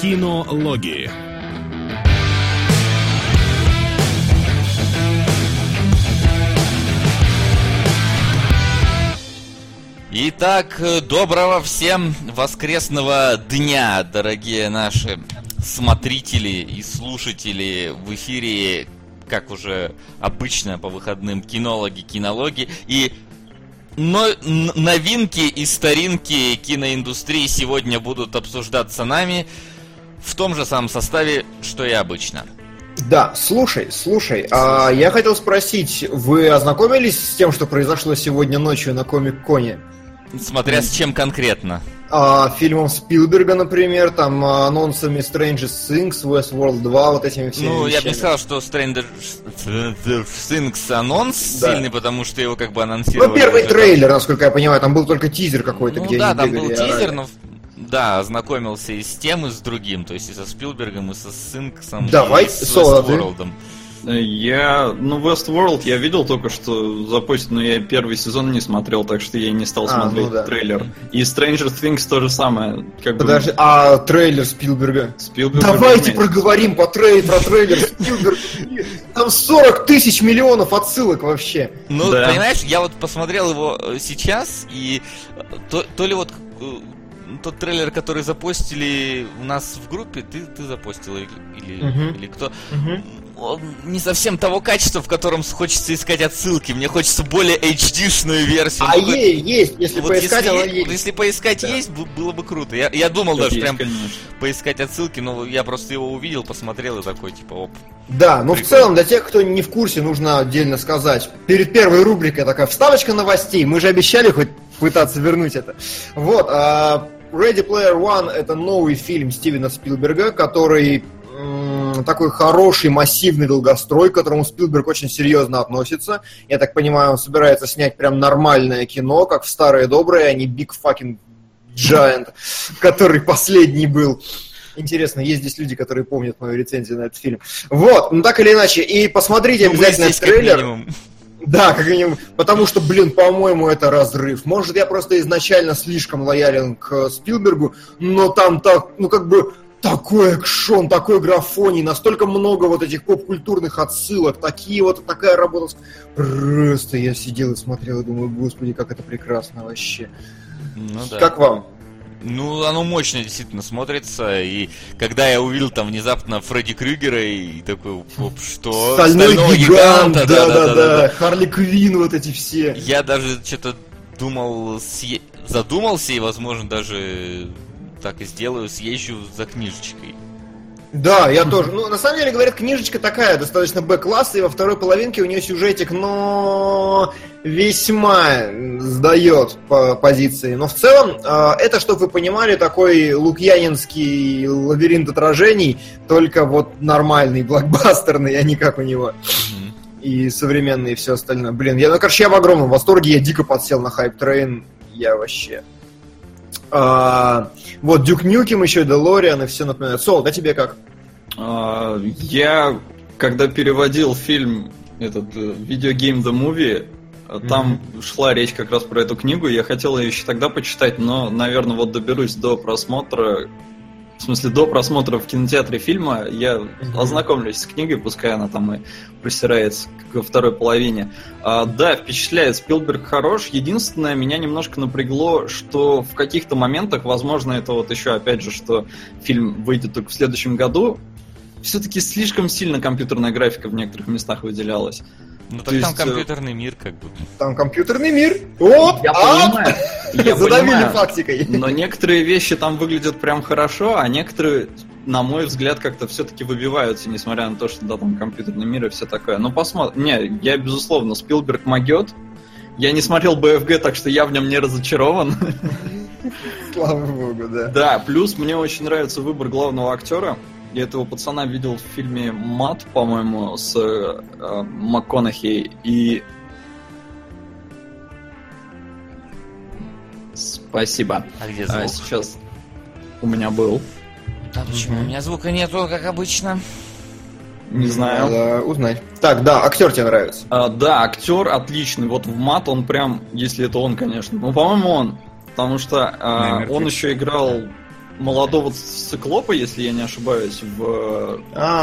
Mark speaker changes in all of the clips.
Speaker 1: Кинологии.
Speaker 2: Итак, доброго всем воскресного дня, дорогие наши смотрители и слушатели. В эфире, как уже обычно по выходным, кинологи. И новинки и старинки киноиндустрии сегодня будут обсуждаться нами в том же самом составе, что и обычно.
Speaker 3: Да, слушай, я хотел спросить, вы ознакомились с тем, что произошло сегодня ночью на Комик-Коне?
Speaker 2: Смотря с чем конкретно.
Speaker 3: Фильмом Спилберга, например, там анонсами Stranger Things, Westworld 2, вот этими всеми вещами.
Speaker 2: Я бы не сказал, что Stranger Things анонс сильный, потому что его как бы анонсировали.
Speaker 3: Первый трейлер, насколько я понимаю, там был только тизер какой-то, где
Speaker 2: да,
Speaker 3: они
Speaker 2: там
Speaker 3: бегали,
Speaker 2: был тизер, но да, ознакомился и с тем, и с другим, то есть и со Спилбергом, и со Синксом,
Speaker 3: Давай,
Speaker 2: и с Westworld'ом.
Speaker 4: Westworld я видел только что запустить, но я первый сезон не смотрел, так что я не стал смотреть трейлер. И Stranger Things то же самое.
Speaker 3: Подожди, трейлер Спилберга? Давайте проговорим про трейлер Спилберга. Там 40 тысяч миллионов отсылок вообще.
Speaker 2: Понимаешь, я вот посмотрел его сейчас, и то ли вот тот трейлер, который запостили у нас в группе, ты запостил или кто? Он не совсем того качества, в котором хочется искать отсылки. Мне хочется более HD-шную версию.
Speaker 3: Есть, если поискать, она есть.
Speaker 2: Если поискать есть, было бы круто. Я думал даже прям поискать отсылки, но я просто его увидел, посмотрел и такой, типа, оп.
Speaker 3: Да, но в целом, для тех, кто не в курсе, нужно отдельно сказать. Перед первой рубрикой такая вставочка новостей. Мы же обещали хоть пытаться вернуть это. Вот, Ready Player One — это новый фильм Стивена Спилберга, который такой хороший, массивный долгострой, к которому Спилберг очень серьезно относится. Я так понимаю, он собирается снять прям нормальное кино, как в старые добрые, а не Big Fucking Giant, который последний был. Интересно, есть здесь люди, которые помнят мою рецензию на этот фильм. Вот, так или иначе, и посмотрите обязательно трейлер. Да, как минимум, потому что, по-моему, это разрыв. Может, я просто изначально слишком лоялен к Спилбергу, но там так, такой экшон, такой графоний, настолько много вот этих поп-культурных отсылок, такая работа. Просто я сидел и смотрел и думаю, господи, как это прекрасно вообще.
Speaker 2: Да.
Speaker 3: Как вам?
Speaker 2: Оно мощно действительно смотрится, и когда я увидел там внезапно Фредди Крюгера, и такой, что?
Speaker 3: Стальной гигант, да, Харли Квинн, вот эти все.
Speaker 2: Я даже что-то задумался, и, возможно, даже так и сделаю, съезжу за книжечкой. Да, я тоже. На самом деле, говорят, книжечка такая, достаточно Б-класса, и во второй половинке у нее сюжетик, но весьма сдает по позиции. Но в целом, это, чтобы вы понимали, такой лукьянинский лабиринт отражений, только вот нормальный, блокбастерный, а не как у него. И современный, и все остальное. Я в огромном восторге, я дико подсел на хайп-трейн, я вообще... Вот Дюк Нюкем еще, Делориан и все напоминает. Сол, да тебе как?
Speaker 4: Я, когда переводил фильм, Video Game The Movie, там шла речь как раз про эту книгу, я хотел ее еще тогда почитать, но, наверное, доберусь до просмотра. В смысле, до просмотра в кинотеатре фильма я ознакомлюсь с книгой, пускай она там и простирается во второй половине. Да, впечатляет, Спилберг хорош. Единственное, меня немножко напрягло, что в каких-то моментах, возможно, это еще, опять же, что фильм выйдет только в следующем году, все-таки слишком сильно компьютерная графика в некоторых местах выделялась.
Speaker 2: Так там компьютерный мир как бы.
Speaker 3: Там компьютерный мир. Я понимаю. Задавили фактикой.
Speaker 4: Но некоторые вещи там выглядят прям хорошо, а некоторые, на мой взгляд, как-то все-таки выбиваются, несмотря на то, что да, там компьютерный мир и все такое. Но посмотрим. Я, безусловно, Спилберг могет. Я не смотрел БФГ, так что я в нем не разочарован.
Speaker 3: Слава богу, да.
Speaker 4: Да, плюс мне очень нравится выбор главного актера. Я этого пацана видел в фильме «Мат», по-моему, с МакКонахи и... Спасибо.
Speaker 2: А где звук?
Speaker 4: Сейчас у меня был.
Speaker 2: А почему? У меня звука нету, как обычно.
Speaker 4: Не знаю.
Speaker 3: Надо узнать. Так, да, актер тебе нравится?
Speaker 4: Да, актер отличный. Вот в «Мат» он прям, если это он, конечно. Ну, по-моему, он. Потому что он еще играл молодого циклопа, если я не ошибаюсь, в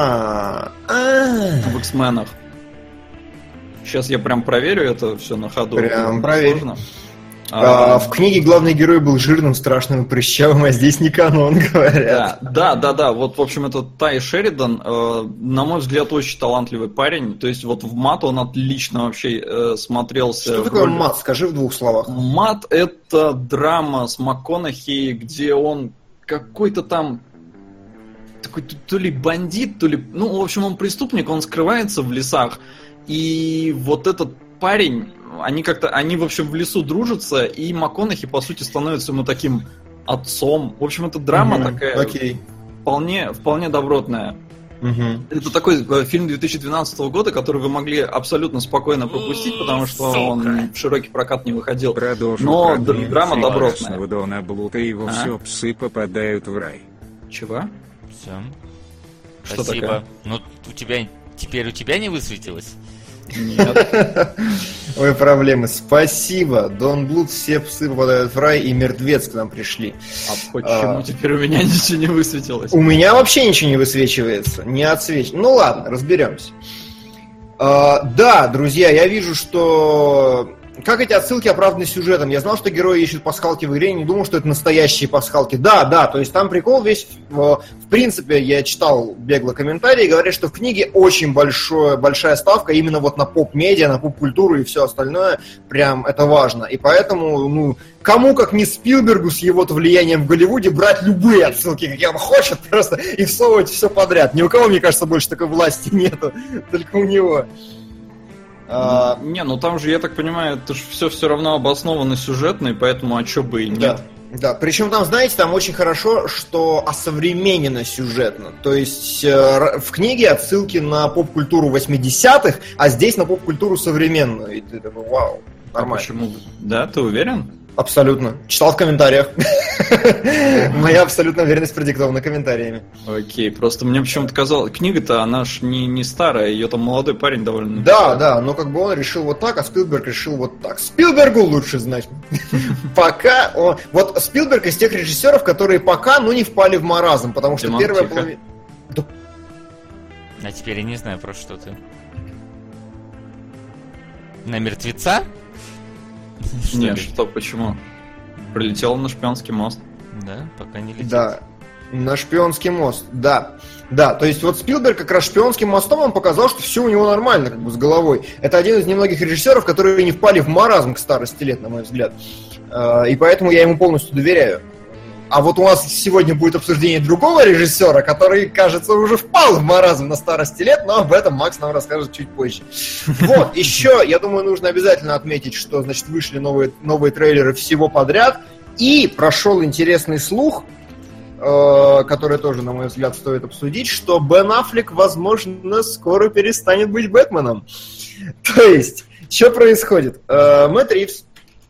Speaker 4: X-менах. Сейчас я прям проверю это все на ходу.
Speaker 3: Прям проверь. В книге главный герой был жирным, страшным и прыщавым, а здесь не канон, говорят.
Speaker 4: Да. Вот, в общем, это Тай Шеридан, на мой взгляд, очень талантливый парень. То есть вот в «Мат» он отлично вообще смотрелся.
Speaker 3: Что такое «Мат»? Скажи в 2 словах.
Speaker 4: «Мат» — это драма с МакКонахи, где он какой-то там такой то ли бандит, то ли... Ну, в общем, он преступник, он скрывается в лесах. И вот этот парень... Они, в общем, в лесу дружатся, и МакКонахи, по сути, становится ему таким отцом. В общем, это драма такая вполне добротная. Это такой фильм 2012 года, который вы могли абсолютно спокойно пропустить, потому что он в широкий прокат не выходил. Но драма добротная.
Speaker 1: Дона Блука, его все псы попадают в рай.
Speaker 4: Чего?
Speaker 2: Все.
Speaker 4: Что
Speaker 2: Спасибо.
Speaker 4: такое?
Speaker 2: Ну, теперь у тебя не высветилось?
Speaker 4: Нет.
Speaker 3: Ой, проблемы. Спасибо. Дон Блуд, все псы попадают в рай, и мертвец к нам пришли.
Speaker 4: А почему теперь у меня ничего не высветилось?
Speaker 3: У меня вообще ничего не высвечивается. Не отсвечивается. Ну ладно, разберемся. Да, друзья, я вижу, что... Как эти отсылки оправданы сюжетом? Я знал, что герои ищут пасхалки в игре, не думал, что это настоящие пасхалки. Да, то есть там прикол весь... В принципе, я читал бегло комментарии, говорят, что в книге очень большая ставка именно вот на поп-медиа, на поп-культуру и все остальное. Прям это важно. И поэтому, кому, как не Спилбергу с его-то влиянием в Голливуде, брать любые отсылки, какие он хочет, просто и всовывать все подряд. Ни у кого, мне кажется, больше такой власти нету, только у него.
Speaker 4: Там же, я так понимаю, это же все равно обосновано сюжетно, и поэтому а чё бы и нет.
Speaker 3: Да, причем там, знаете, там очень хорошо, что осовременено сюжетно. То есть в книге отсылки на поп-культуру 80-х, а здесь на поп-культуру современную. И ты такой, вау, нормально.
Speaker 4: А почему? Да, ты уверен?
Speaker 3: Абсолютно. Читал в комментариях. Моя абсолютная уверенность продиктована комментариями.
Speaker 4: Окей, просто мне почему-то казалось, книга-то, она ж не старая, ее там молодой парень довольно...
Speaker 3: Да, но как бы он решил вот так, а Спилберг решил вот так. Спилбергу лучше знать. Пока он... Вот Спилберг из тех режиссеров, которые пока, не впали в маразм, потому что первая половина...
Speaker 2: А теперь я не знаю, про что ты. На мертвеца?
Speaker 4: Нет, что, почему? Прилетел на шпионский мост.
Speaker 2: Да, пока не летит.
Speaker 3: Да, на шпионский мост, да. Да, то есть вот Спилберг как раз шпионским мостом он показал, что все у него нормально, как бы с головой. Это один из немногих режиссеров, которые не впали в маразм к старости лет, на мой взгляд. И поэтому я ему полностью доверяю. А вот у нас сегодня будет обсуждение другого режиссера, который, кажется, уже впал в маразм на старости лет, но об этом Макс нам расскажет чуть позже. Вот, еще, я думаю, нужно обязательно отметить, что, значит, вышли новые трейлеры всего подряд, и прошел интересный слух, который тоже, на мой взгляд, стоит обсудить, что Бен Аффлек, возможно, скоро перестанет быть Бэтменом. То есть, что происходит? Мэтт Ривз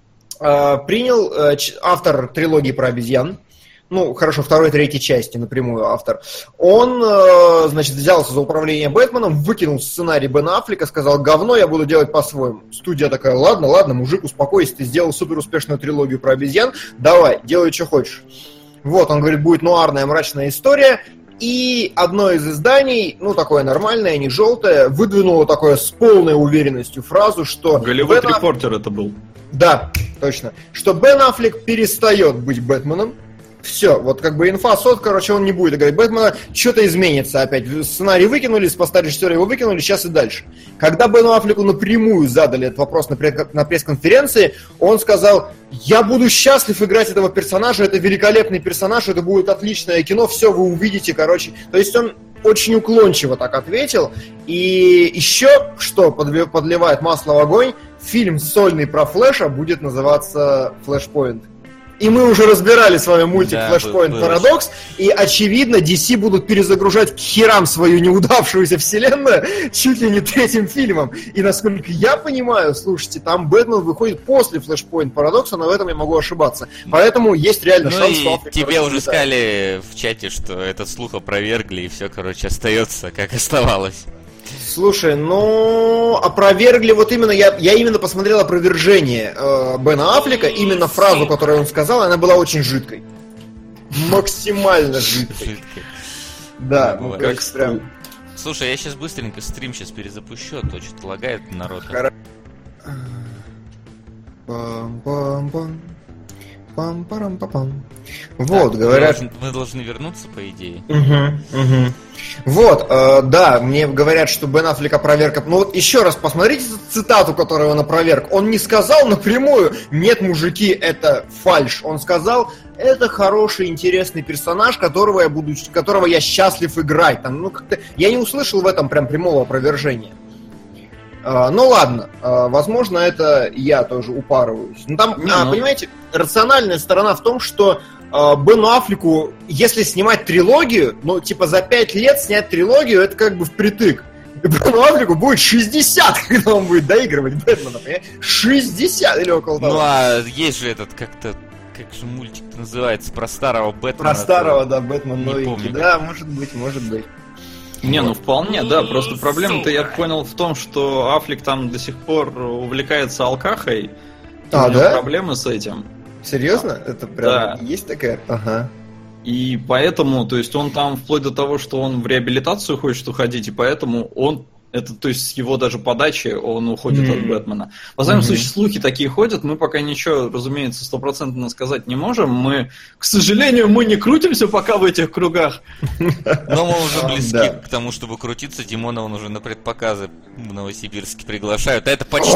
Speaker 3: принял, автор трилогии про обезьян, хорошо, второй, третьей части напрямую автор. Он, значит, взялся за управление Бэтменом, выкинул сценарий Бена Аффлека, сказал, говно, я буду делать по-своему. Студия такая, ладно, мужик, успокойся, ты сделал суперуспешную трилогию про обезьян, давай, делай, что хочешь. Вот, он говорит, будет нуарная, мрачная история. И одно из изданий, такое нормальное, не желтое, выдвинуло такое с полной уверенностью фразу, что...
Speaker 4: Голливуд Репортер это был.
Speaker 3: Да, точно. Что Бен Аффлек перестает быть Бэтменом. Все, вот как бы инфа сот, он не будет играть Бэтмена, что-то изменится опять. Сценарий выкинули, спасали режиссера, его выкинули, сейчас и дальше. Когда Бену Аффлеку напрямую задали этот вопрос на пресс-конференции, он сказал, я буду счастлив играть этого персонажа, это великолепный персонаж, это будет отличное кино, все вы увидите, То есть он очень уклончиво так ответил. И еще, что подливает масло в огонь, фильм сольный про Флэша будет называться «Флэшпоинт». И мы уже разбирали с вами мультик Flashpoint Paradox, и, очевидно, DC будут перезагружать к херам свою неудавшуюся вселенную чуть ли не третьим фильмом. И, насколько я понимаю, слушайте, там Бэтмен выходит после Flashpoint Paradox, но в этом я могу ошибаться. Поэтому есть реально шанс, что Аффлек...
Speaker 2: тебе уже сказали в чате, что этот слух опровергли, и все, остается, как оставалось.
Speaker 3: Слушай, опровергли вот именно, я именно посмотрел опровержение Бена Аффлека, именно фразу, которую он сказал, она была очень жидкой. максимально жидкой. Да,
Speaker 4: ну как прям...
Speaker 5: Слушай, я сейчас быстренько стрим перезапущу, а то что-то лагает народ.
Speaker 3: Пам-пам-пам. Пам-парам-пам. Вот, говорят...
Speaker 5: Мы должны вернуться, по идее.
Speaker 3: Вот, да, мне говорят, что Бен Аффлек опроверг... Ну вот еще раз посмотрите цитату, которую он опроверг. Он не сказал напрямую: нет, мужики, это фальшь. Он сказал: это хороший, интересный персонаж, которого я счастлив играть. Там, ну, как-то... Я не услышал в этом прям прямого опровержения. Ну ладно, возможно, это я тоже упарываюсь. Но там, понимаете, рациональная сторона в том, что Бену Аффлеку, если снимать трилогию, ну, типа за 5 лет снять трилогию, это как бы впритык. И Бену Аффлеку будет 60, когда он будет доигрывать Бэтмена, понимаешь? 60 или около того.
Speaker 5: Ну, а есть же этот, как же мультик называется, про старого Бэтмена.
Speaker 3: Про старого, да, Бэтмен новенький.
Speaker 5: Помню,
Speaker 3: да, может быть.
Speaker 4: Не, ну вполне, да, просто проблема-то, я понял, в том, что Аффлек там до сих пор увлекается алкахой.
Speaker 3: А,
Speaker 4: у него
Speaker 3: да?
Speaker 4: проблемы с этим.
Speaker 3: Серьезно? Это прям есть такая? Ага.
Speaker 4: И поэтому, то есть он там вплоть до того, что он в реабилитацию хочет уходить, и поэтому он, это, то есть с его даже подачи он уходит от Бэтмена. Во всяком случае, слухи такие ходят, мы пока ничего, разумеется, стопроцентно сказать не можем. Мы, к сожалению, мы не крутимся пока в этих кругах.
Speaker 5: Но мы уже близки к тому, чтобы крутиться. Димона он уже на предпоказы в Новосибирске приглашают. А это почти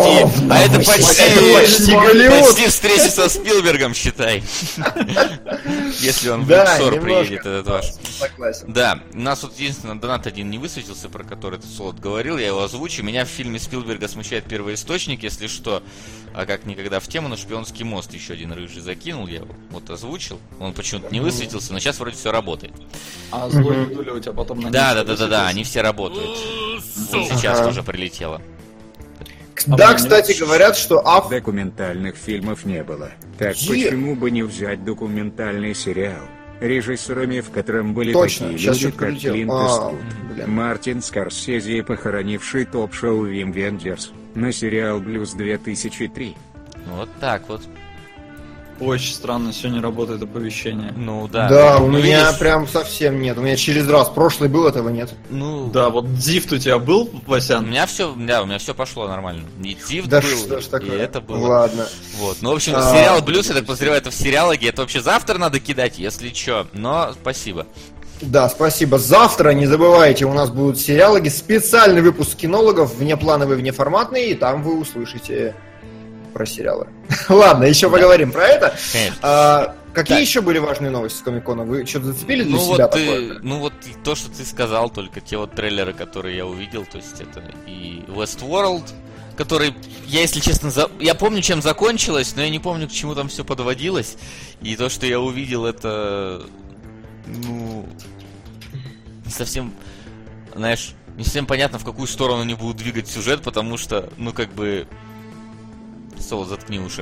Speaker 5: встреча со Спилбергом, считай. Если он в Люксор приедет, этот ваш. Да, у нас вот единственное, донат один не высветился, про который ты, Солод, говорил. Я его озвучу. Меня в фильме Спилберга смущает первоисточник, если что. А как никогда в тему, на «Шпионский мост» еще один рыжий закинул. Я его вот озвучил. Он почему-то не высветился, но сейчас вроде все работает.
Speaker 4: А злой Дедуля у тебя потом на
Speaker 5: Да, они все работают. Вот сейчас тоже прилетело.
Speaker 3: Да, кстати, говорят, что
Speaker 1: документальных фильмов не было. Так почему бы не взять документальный сериал, режиссерами в котором были такие люди, как Клинт Иствуд, Мартин Скорсезе, похоронивший топ-шоу Вим Вендерс, на сериал «Блюз 2003».
Speaker 5: Вот так вот.
Speaker 4: Очень странно, сегодня работает оповещение.
Speaker 5: Ну да.
Speaker 3: Да, у меня прям совсем нет. У меня через раз. Прошлый был, этого нет.
Speaker 5: Ну
Speaker 4: да, вот Зифт у тебя был, Васян?
Speaker 5: У меня все пошло нормально. И Зифт
Speaker 3: да
Speaker 5: был,
Speaker 3: что ж такое?
Speaker 5: И это было.
Speaker 3: Ладно.
Speaker 5: Вот. Ну, в общем, сериал «Блюз», я так подозреваю, это в сериалоге. Это вообще завтра надо кидать, если что. Но спасибо.
Speaker 3: Да, спасибо. Завтра, не забывайте, у нас будут сериалоги, специальный выпуск кинологов, внеплановый, внеформатный, и там вы услышите про сериалы. Ладно, еще поговорим про это. Какие еще были важные новости с Комик-Кона? Вы что-то зацепили для себя такое?
Speaker 5: Ну вот то, что ты сказал, только те вот трейлеры, которые я увидел, то есть это и Westworld, который, я, если честно, я помню, чем закончилось, но я не помню, к чему там все подводилось. И то, что я увидел, это, ну, не совсем, знаешь, не совсем понятно, в какую сторону они будут двигать сюжет, потому что, ну, как бы... Соло, заткни уши.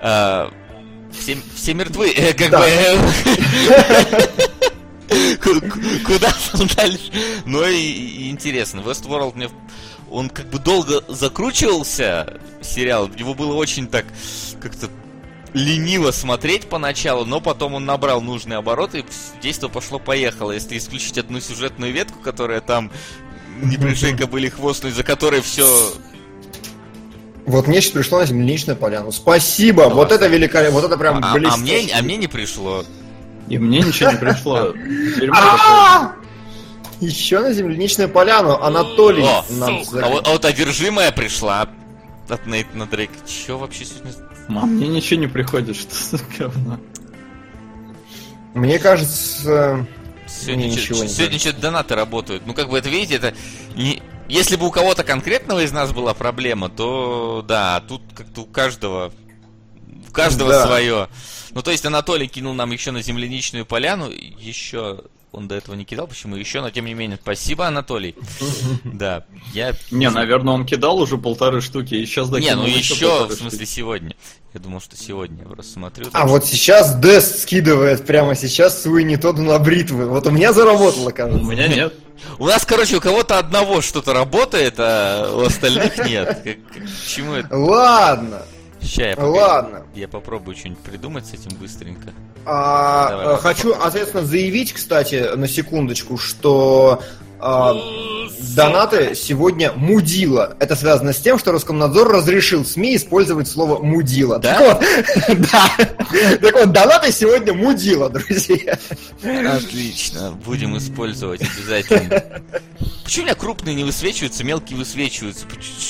Speaker 5: Все мертвы, как бы... Куда там дальше? Ну и интересно. Westworld мне... Он как бы долго закручивался, сериал. Его было очень так как-то лениво смотреть поначалу, но потом он набрал нужные обороты, и действо пошло-поехало. Если исключить одну сюжетную ветку, которая там не пришей кобыли хвост, но из-за которой все...
Speaker 3: Вот мне сейчас пришло на земляничную поляну. Спасибо, вот это великолепно, вот это прям блестяще.
Speaker 5: А мне не пришло.
Speaker 4: И мне ничего не пришло.
Speaker 3: Еще на земляничную поляну, Анатолий нам...
Speaker 5: А вот одержимая пришла от Нейтана Дрейка. Че вообще сегодня...
Speaker 4: А мне ничего не приходит, что за говно.
Speaker 3: Мне кажется...
Speaker 5: Сегодня что-то донаты работают. Ну, как бы это, видите, это... Если бы у кого-то конкретного из нас была проблема, то да, тут как-то у каждого свое. Ну, то есть Анатолий кинул нам еще на земляничную поляну, еще он до этого не кидал, почему еще, но тем не менее, спасибо, Анатолий. Да,
Speaker 4: Не, наверное, он кидал уже 1,5 штуки, и сейчас докинул.
Speaker 5: Не, ну еще, в смысле, сегодня. Я думал, что сегодня, я просто смотрю.
Speaker 3: А вот сейчас Дест скидывает прямо сейчас Суини Тодду на бритвы. Вот у меня заработало, кажется.
Speaker 4: У меня нет.
Speaker 5: У нас, короче, у кого-то одного что-то работает, а у остальных нет. К чему это?
Speaker 3: Ладно.
Speaker 5: Ща
Speaker 2: Ладно.
Speaker 5: Я попробую что-нибудь придумать с этим быстренько.
Speaker 2: Хочу, соответственно, заявить, кстати, на секундочку, что донаты сегодня мудила. Это связано с тем, что Роскомнадзор разрешил СМИ использовать слово мудила.
Speaker 5: Да?
Speaker 2: Так вот, донаты сегодня мудила, друзья.
Speaker 5: Отлично, будем использовать обязательно. Почему у меня крупные не высвечиваются, мелкие высвечиваются?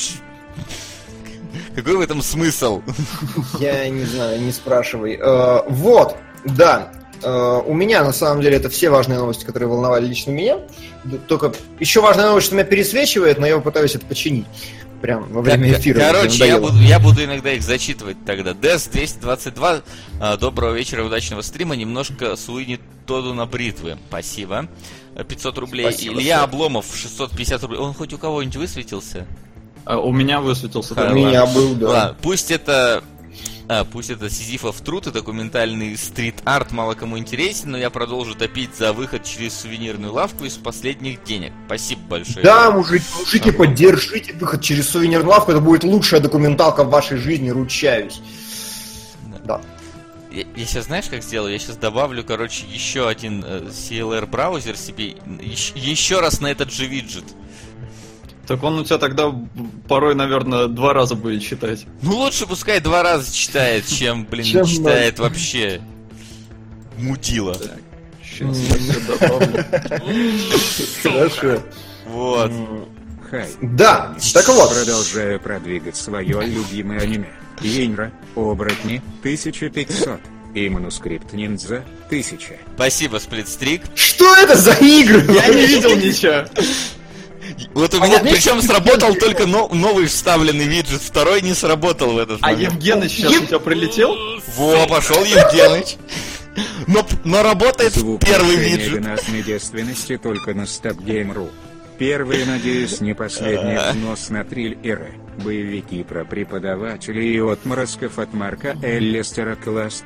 Speaker 5: Какой в этом смысл?
Speaker 2: Я не знаю, не спрашивай. Вот, да. У меня, на самом деле, это все важные новости, которые волновали лично меня. Только еще важная новость, что меня пересвечивает, но я попытаюсь это починить. Прям во время эфира.
Speaker 5: Короче, я буду иногда их зачитывать тогда. Дэс222, доброго вечера, удачного стрима. Немножко Суини Тоду на бритвы. Спасибо. 500 рублей.
Speaker 2: Спасибо,
Speaker 5: Илья
Speaker 2: сэр.
Speaker 5: Обломов, 650 рублей. Он хоть у кого-нибудь высветился?
Speaker 4: У меня высветился.
Speaker 2: У меня был, да.
Speaker 5: Ладно, пусть это Сизифов труд и документальный стрит-арт мало кому интересен, но я продолжу топить за выход через сувенирную лавку из последних денег. Спасибо большое.
Speaker 2: Да, мужики, поддержите выход через сувенирную лавку. Это будет лучшая документалка в вашей жизни, ручаюсь. Да.
Speaker 5: Я сейчас, знаешь, как сделаю? Я сейчас добавлю, короче, еще один CLR браузер себе, еще раз на этот же виджет.
Speaker 4: Так он у тебя тогда порой, наверное, 2 раза будет читать.
Speaker 5: Ну лучше пускай 2 раза читает, чем, блин, не читает вообще. Мудила.
Speaker 4: Сейчас я все добавлю.
Speaker 2: Хорошо.
Speaker 5: Вот.
Speaker 1: Хай.
Speaker 2: Да, так вот.
Speaker 1: Продолжаю продвигать свое любимое аниме. Енра, оборотни, 1500. И манускрипт ниндзя, 1000.
Speaker 5: Спасибо, Сплитстрик.
Speaker 2: Что это за игры?
Speaker 4: Я не видел ничего.
Speaker 5: Вот у меня, причем сработал только новый вставленный виджет, второй не сработал в этот момент.
Speaker 4: А Евгеныч сейчас у тебя прилетел?
Speaker 5: Во, пошел Евгеныч. Но работает первый виджет.
Speaker 1: Винасной девственности только на StopGame.ru. Первый, надеюсь, не последний взнос на триллеры. Боевики про преподавателей и отморозков от Марка Эллистера, класс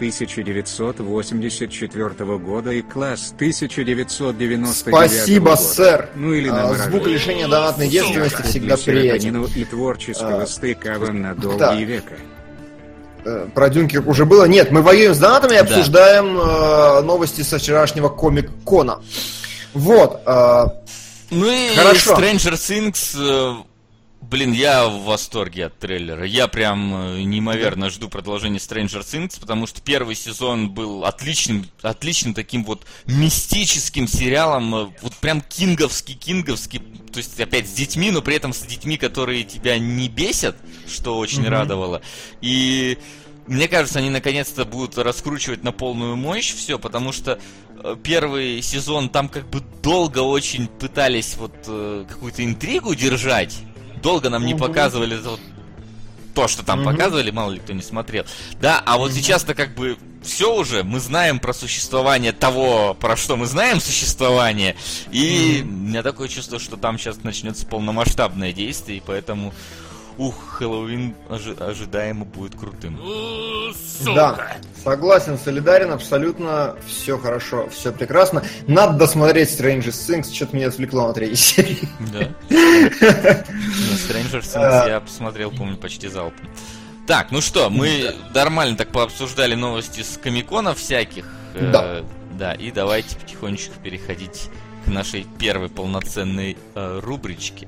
Speaker 1: 1984 года и класс 1999
Speaker 2: Спасибо,
Speaker 1: года.
Speaker 2: сэр.
Speaker 1: Ну или
Speaker 2: звук лишения донатной девственности всегда приятен.
Speaker 1: И творческого стыка вам на долгие века.
Speaker 2: Про Дюнкерк уже было. Нет, мы воюем с донатами и обсуждаем новости со вчерашнего Комик-Кона. Вот.
Speaker 5: Ну и
Speaker 2: Хорошо.
Speaker 5: Stranger Things, блин, я в восторге от трейлера. Я прям неимоверно жду продолжения Stranger Things, потому что первый сезон был отличным таким вот мистическим сериалом, вот прям кинговский, то есть опять с детьми, но при этом с детьми, которые тебя не бесят, что очень радовало. И мне кажется, они наконец-то будут раскручивать на полную мощь все, потому что первый сезон там как бы долго очень пытались вот какую-то интригу держать. Долго нам не показывали то, что там показывали, мало ли кто не смотрел. Да, а вот сейчас-то как бы все уже, мы знаем про существование того, про что мы знаем существование. И у меня такое чувство, что там сейчас начнется полномасштабное действие, и поэтому... Хэллоуин ожидаемо будет крутым.
Speaker 2: Да, согласен, солидарен, абсолютно все хорошо, все прекрасно. Надо досмотреть Stranger Things, что-то меня отвлекло на 3-й серии.
Speaker 5: Да. Stranger Things я посмотрел, помню, почти залпом. Так, ну что, мы нормально так пообсуждали новости с комиконов всяких. Да, и давайте потихонечку переходить к нашей первой полноценной рубричке.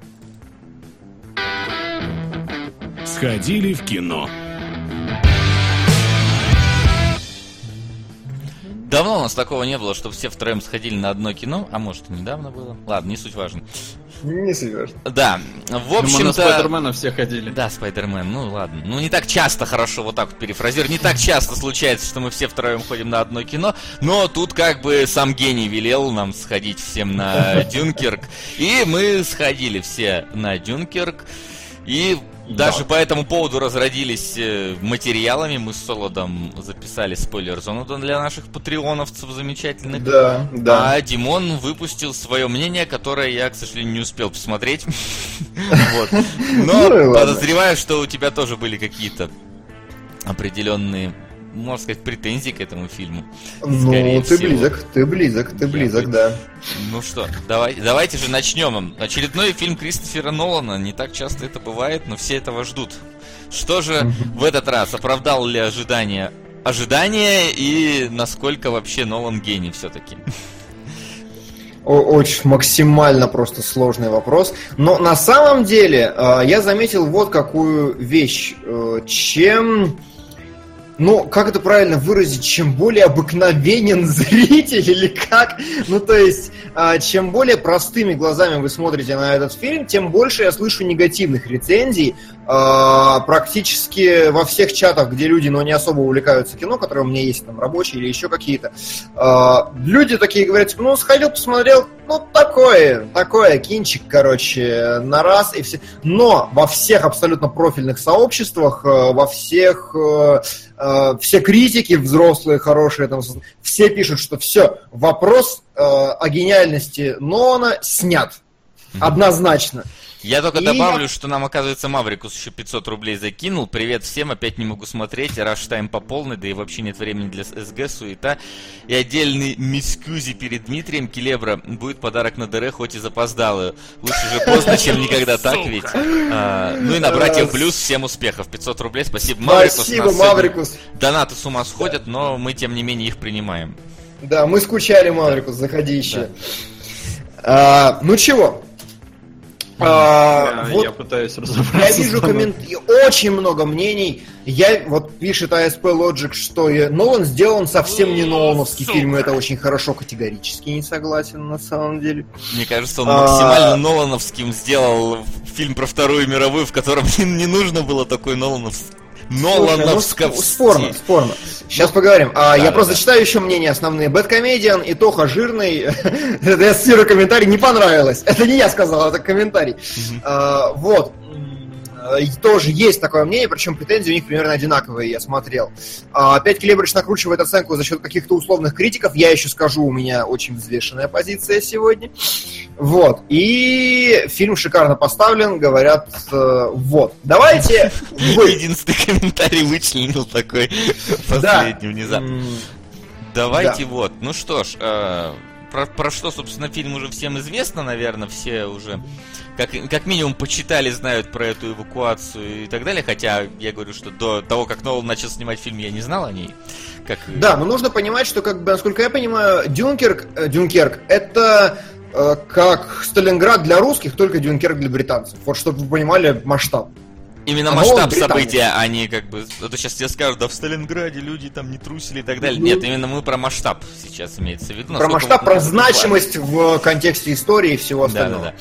Speaker 6: Сходили в кино.
Speaker 5: Давно у нас такого не было, чтобы все втроем сходили на одно кино. А может и недавно было. Ладно, не суть важно.
Speaker 2: Не суть важно.
Speaker 5: Да, в общем-то...
Speaker 4: Мы на Спайдермена все ходили.
Speaker 5: Да, Спайдермен, ну ладно. Ну не так часто, хорошо, вот так вот перефразирую. Не так часто случается, что мы все втроем ходим на одно кино. Но тут как бы сам гений велел нам сходить всем на Дюнкерк. И мы сходили все на Дюнкерк. И... Даже по этому поводу разродились материалами. Мы с Солодом записали спойлер-зону для наших патреоновцев замечательных.
Speaker 2: Да.
Speaker 5: А Димон выпустил свое мнение, которое я, к сожалению, не успел посмотреть. Но подозреваю, что у тебя тоже были какие-то определенные, можно сказать, претензии к этому фильму.
Speaker 2: Ну, ты близок, да.
Speaker 5: Ну что, давайте же начнем. Очередной фильм Кристофера Нолана. Не так часто это бывает, но все этого ждут. Что же в этот раз? Оправдал ли ожидания и насколько вообще Нолан гений все-таки?
Speaker 3: Очень максимально просто сложный вопрос. Но на самом деле я заметил вот какую вещь. Как это правильно выразить, чем более обыкновенен зритель или как? То есть, чем более простыми глазами вы смотрите на этот фильм, тем больше я слышу негативных рецензий. Практически во всех чатах, где люди, не особо увлекаются кино, которые у меня есть, там, рабочие или еще какие-то, люди такие говорят, сходил, посмотрел, такое, кинчик, короче, на раз и все. Но во всех абсолютно профильных сообществах, во всех... все критики взрослые, хорошие, там, все пишут, что все, вопрос о гениальности Нолана снят. Однозначно.
Speaker 5: Я только добавлю, что нам, оказывается, Маврикус еще 500 рублей закинул. Привет всем, опять не могу смотреть. Раштайм по полной, да и вообще нет времени для СГ, суета. И отдельный мискузи перед Дмитрием Келебра. Будет подарок на ДР, хоть и запоздалую. Лучше же поздно, чем никогда, так ведь? И на братьев Блюз всем успехов. 500 рублей, спасибо.
Speaker 3: Спасибо, Маврикус.
Speaker 5: Донаты с ума сходят, но мы, тем не менее, их принимаем.
Speaker 3: Да, мы скучали, Маврикус, заходи еще. Чего?
Speaker 4: Я пытаюсь разобраться.
Speaker 3: Я вижу очень много мнений. Пишет ASP Logic, что Нолан сделан совсем не нолановский фильм, и это очень хорошо, категорически не согласен на самом деле.
Speaker 5: Мне кажется, он максимально нолановским сделал фильм про Вторую мировую, в котором не нужно было такой нолановский.
Speaker 3: Спорно. Сейчас поговорим. Я просто читаю еще мнения основные. Бэдкомедиан и Тоха Жирный. Я цитирую комментарий, не понравилось. Это не я сказал, это комментарий. Тоже есть такое мнение, причем претензии у них примерно одинаковые, я смотрел. Опять Келебрич накручивает оценку за счет каких-то условных критиков. Я еще скажу, у меня очень взвешенная позиция сегодня. И фильм шикарно поставлен, говорят, Давайте вы...
Speaker 5: Единственный комментарий вычленил такой последний внезапно. Давайте Ну что ж, про что, собственно, фильм уже всем известно, наверное, все уже как минимум почитали, знают про эту эвакуацию и так далее, хотя я говорю, что до того, как Нолан начал снимать фильм, я не знал о ней.
Speaker 3: Да, но нужно понимать, что, насколько я понимаю, Дюнкерк это как Сталинград для русских, только Дюнкерк для британцев. Вот чтобы вы понимали масштаб.
Speaker 5: Именно масштаб события, они а то сейчас тебе скажут, в Сталинграде люди там не трусили и так далее. Нет, именно мы про масштаб сейчас имеется в виду.
Speaker 3: Про масштаб, про значимость в контексте истории и всего остального.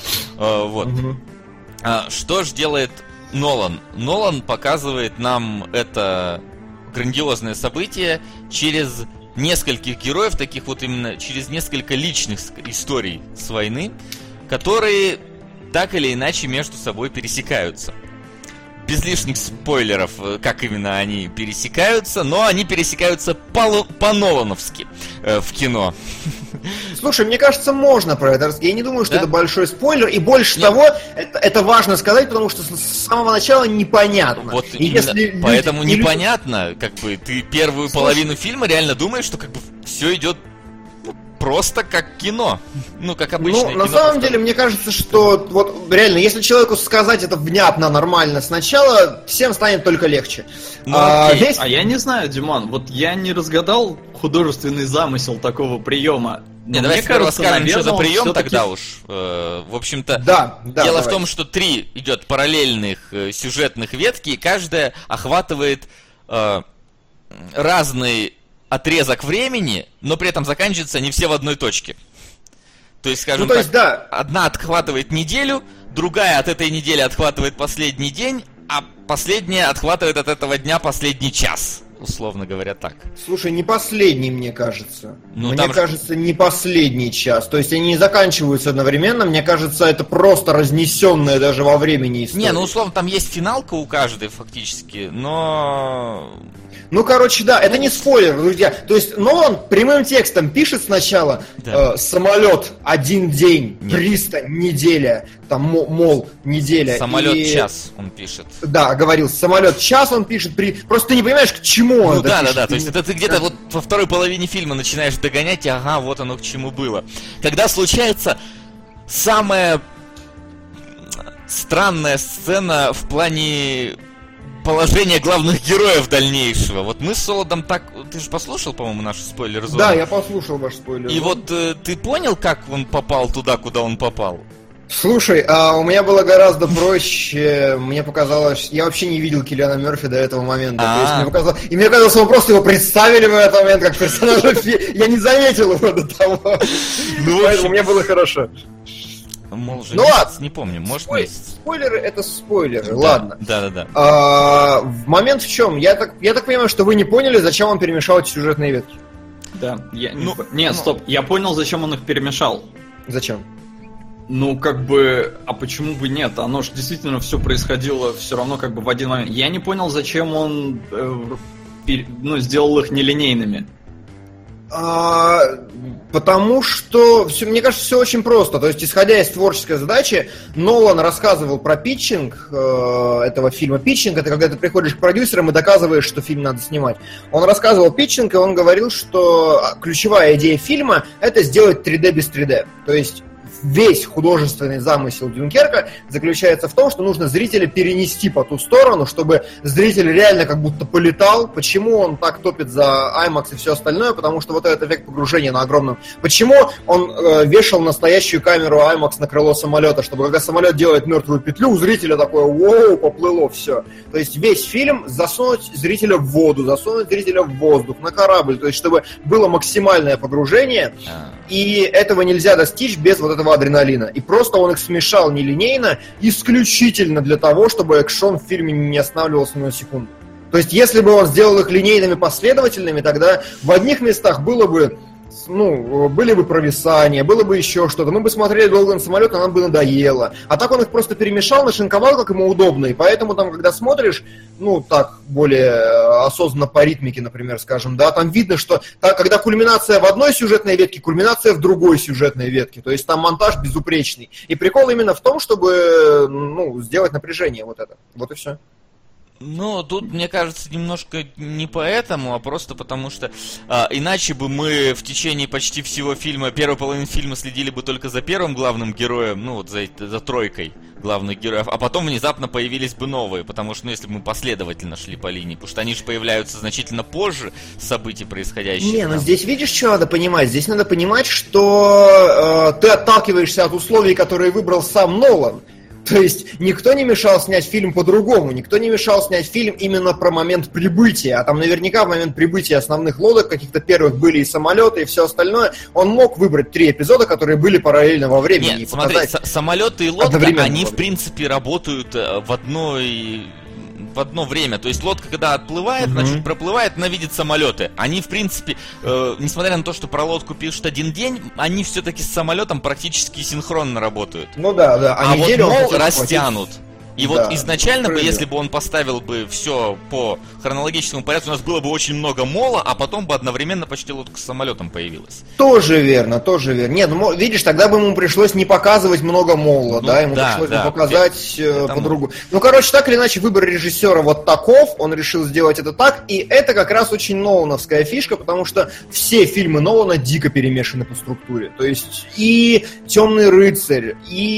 Speaker 5: Что ж делает Нолан? Нолан показывает нам это грандиозное событие через нескольких героев, таких именно через несколько личных историй с войны, которые так или иначе между собой пересекаются. Без лишних спойлеров, как именно они пересекаются, но они пересекаются по-нолановски в кино.
Speaker 3: Слушай, мне кажется, можно про это рассказать. Я не думаю, что это большой спойлер, и больше того, это важно сказать, потому что с самого начала непонятно.
Speaker 5: Поэтому непонятно, ты первую половину фильма реально думаешь, что все идет просто как кино. Как обычно.
Speaker 3: На самом деле, мне кажется, что реально, если человеку сказать это внятно, нормально сначала, всем станет только легче.
Speaker 4: Я не знаю, Димон, я не разгадал художественный замысел такого приема.
Speaker 5: Давайте сперва скажем, что за прием тогда уж. В общем-то, дело в том, что 3 идет параллельных сюжетных ветки, и каждая охватывает разный отрезок времени, но при этом заканчиваются не все в одной точке. То есть, скажем одна отхватывает неделю, другая от этой недели отхватывает последний день, а последняя отхватывает от этого дня последний час. Условно говоря, так.
Speaker 3: Слушай, не последний, мне кажется. Мне кажется, не последний час. То есть они не заканчиваются одновременно. Мне кажется, это просто разнесенное даже во времени история.
Speaker 5: Условно, там есть финалка у каждой фактически, но...
Speaker 3: это не спойлер, друзья. То есть Нолан прямым текстом пишет сначала самолет 1 день, пристань неделя, там, мол, неделя.
Speaker 5: Самолет час, он пишет.
Speaker 3: Да, говорил, самолет час он пишет. Просто ты не понимаешь, к чему он это пишет.
Speaker 5: То есть это ты где-то во второй половине фильма начинаешь догонять, и вот оно к чему было. Когда случается самая странная сцена в плане положение главных героев дальнейшего. Вот мы с Солодом так... Ты же послушал, по-моему, нашу спойлер-зону?
Speaker 2: Да, я послушал ваш спойлер-зону.
Speaker 5: И вот ты понял, как он попал туда, куда он попал?
Speaker 2: Слушай, у меня было гораздо проще. Мне показалось... Я вообще не видел Киллиана Мерфи до этого момента. То есть мне казалось, что мы просто его представили в этот момент как персонажа. Я не заметил его до того. Поэтому мне было хорошо.
Speaker 5: Может, ну ладно, не помню, может
Speaker 2: спойлеры это спойлеры, ладно.
Speaker 5: Да.
Speaker 2: В момент в чем? Я так понимаю, что вы не поняли, зачем он перемешал эти сюжетные ветки.
Speaker 4: Да, стоп, я понял, зачем он их перемешал.
Speaker 2: Зачем?
Speaker 4: Ну, как бы, а почему бы нет? Оно же действительно все происходило все равно как бы в один момент. Я не понял, зачем он сделал их нелинейными.
Speaker 2: Потому что, мне кажется, все очень просто. То есть, исходя из творческой задачи, Нолан рассказывал про питчинг этого фильма. Питчинг — это когда ты приходишь к продюсерам и доказываешь, что фильм надо снимать. Он рассказывал питчинг, и он говорил, что ключевая идея фильма — это сделать 3D без 3D. То есть весь художественный замысел Дюнкерка заключается в том, что нужно зрителя перенести по ту сторону, чтобы зритель реально как будто полетал. Почему он так топит за IMAX и все остальное? Потому что вот этот эффект погружения на огромном... Почему он вешал настоящую камеру IMAX на крыло самолета? Чтобы когда самолет делает мертвую петлю, у зрителя такое «Воу!» поплыло все. То есть весь фильм засунуть зрителя в воду, засунуть зрителя в воздух, на корабль. То есть чтобы было максимальное погружение. И этого нельзя достичь без вот этого адреналина. И просто он их смешал нелинейно, исключительно для того, чтобы экшон в фильме не останавливался ни на секунду. То есть, если бы он сделал их линейными, последовательными, тогда в одних местах было бы, были бы провисания, было бы еще что-то. Мы бы смотрели долго на самолет, а нам бы надоело. А так он их просто перемешал, нашинковал, как ему удобно. И поэтому там, когда смотришь, более осознанно по ритмике, например, скажем, да, там видно, что когда кульминация в одной сюжетной ветке, кульминация в другой сюжетной ветке. То есть там монтаж безупречный. И прикол именно в том, чтобы, сделать напряжение вот это. Вот и все.
Speaker 5: Тут, мне кажется, немножко не поэтому, а просто потому что иначе бы мы в течение почти всего фильма, первой половины фильма следили бы только за первым главным героем, за тройкой главных героев, а потом внезапно появились бы новые, потому что, если бы мы последовательно шли по линии, потому что они же появляются значительно позже событий, происходящих.
Speaker 2: Здесь видишь, что надо понимать? Здесь надо понимать, что ты отталкиваешься от условий, которые выбрал сам Нолан. То есть никто не мешал снять фильм по-другому, никто не мешал снять фильм именно про момент прибытия, а там наверняка в момент прибытия основных лодок, каких-то первых были и самолеты, и все остальное, он мог выбрать 3 эпизода, которые были параллельно во времени.
Speaker 5: Нет, смотри, самолеты и лодка, они в принципе работают в одно время. То есть лодка, когда отплывает, значит, проплывает, она видит самолеты. Они, в принципе, несмотря на то, что про лодку пишут один день, они все-таки с самолетом практически синхронно работают.
Speaker 2: А
Speaker 5: вот растянут. И вот изначально бы, если бы он поставил бы все по хронологическому порядку, у нас было бы очень много мола, а потом бы одновременно почти лодка с самолетом появилась.
Speaker 2: Тоже верно. Нет, видишь, тогда бы ему пришлось не показывать много мола, ему пришлось бы показать по-другому. Так или иначе, выбор режиссера вот таков, он решил сделать это так, и это как раз очень нолановская фишка, потому что все фильмы Нолана дико перемешаны по структуре. То есть и «Темный рыцарь»,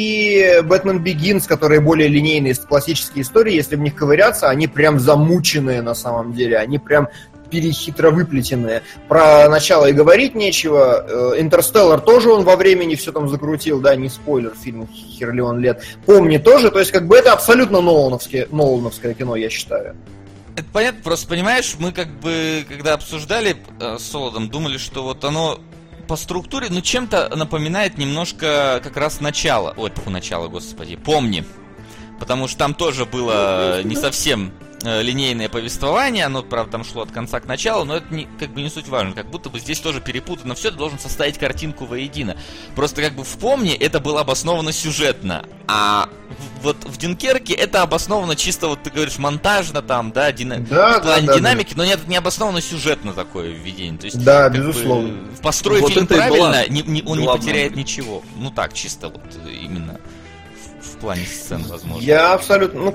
Speaker 2: и «Бэтмен Бигинс», которые более линейные, классические истории, если в них ковыряться, они прям замученные на самом деле, они прям перехитро выплетенные. Про начало и говорить нечего. «Интерстеллар» тоже он во времени все там закрутил, не спойлер, фильм хер ли он лет. «Помни» тоже, то есть это абсолютно нолановское кино, я считаю.
Speaker 5: Это понятно, просто понимаешь, мы когда обсуждали с Солодом, думали, что вот оно по структуре, чем-то напоминает немножко как раз начало. «Помни». Потому что там тоже было не совсем линейное повествование, оно, правда, там шло от конца к началу, но это не суть важно. Как будто бы здесь тоже перепутано все, это должен составить картинку воедино. Просто в «Помни» это было обосновано сюжетно, а вот в «Дюнкерке» это обосновано чисто, ты говоришь, монтажно там, в плане динамики, но нет, не обосновано сюжетно такое введение. То есть,
Speaker 2: безусловно.
Speaker 5: Построив фильм правильно, он не потеряет ничего. Чисто именно в плане сцен, возможно.
Speaker 2: Я абсолютно...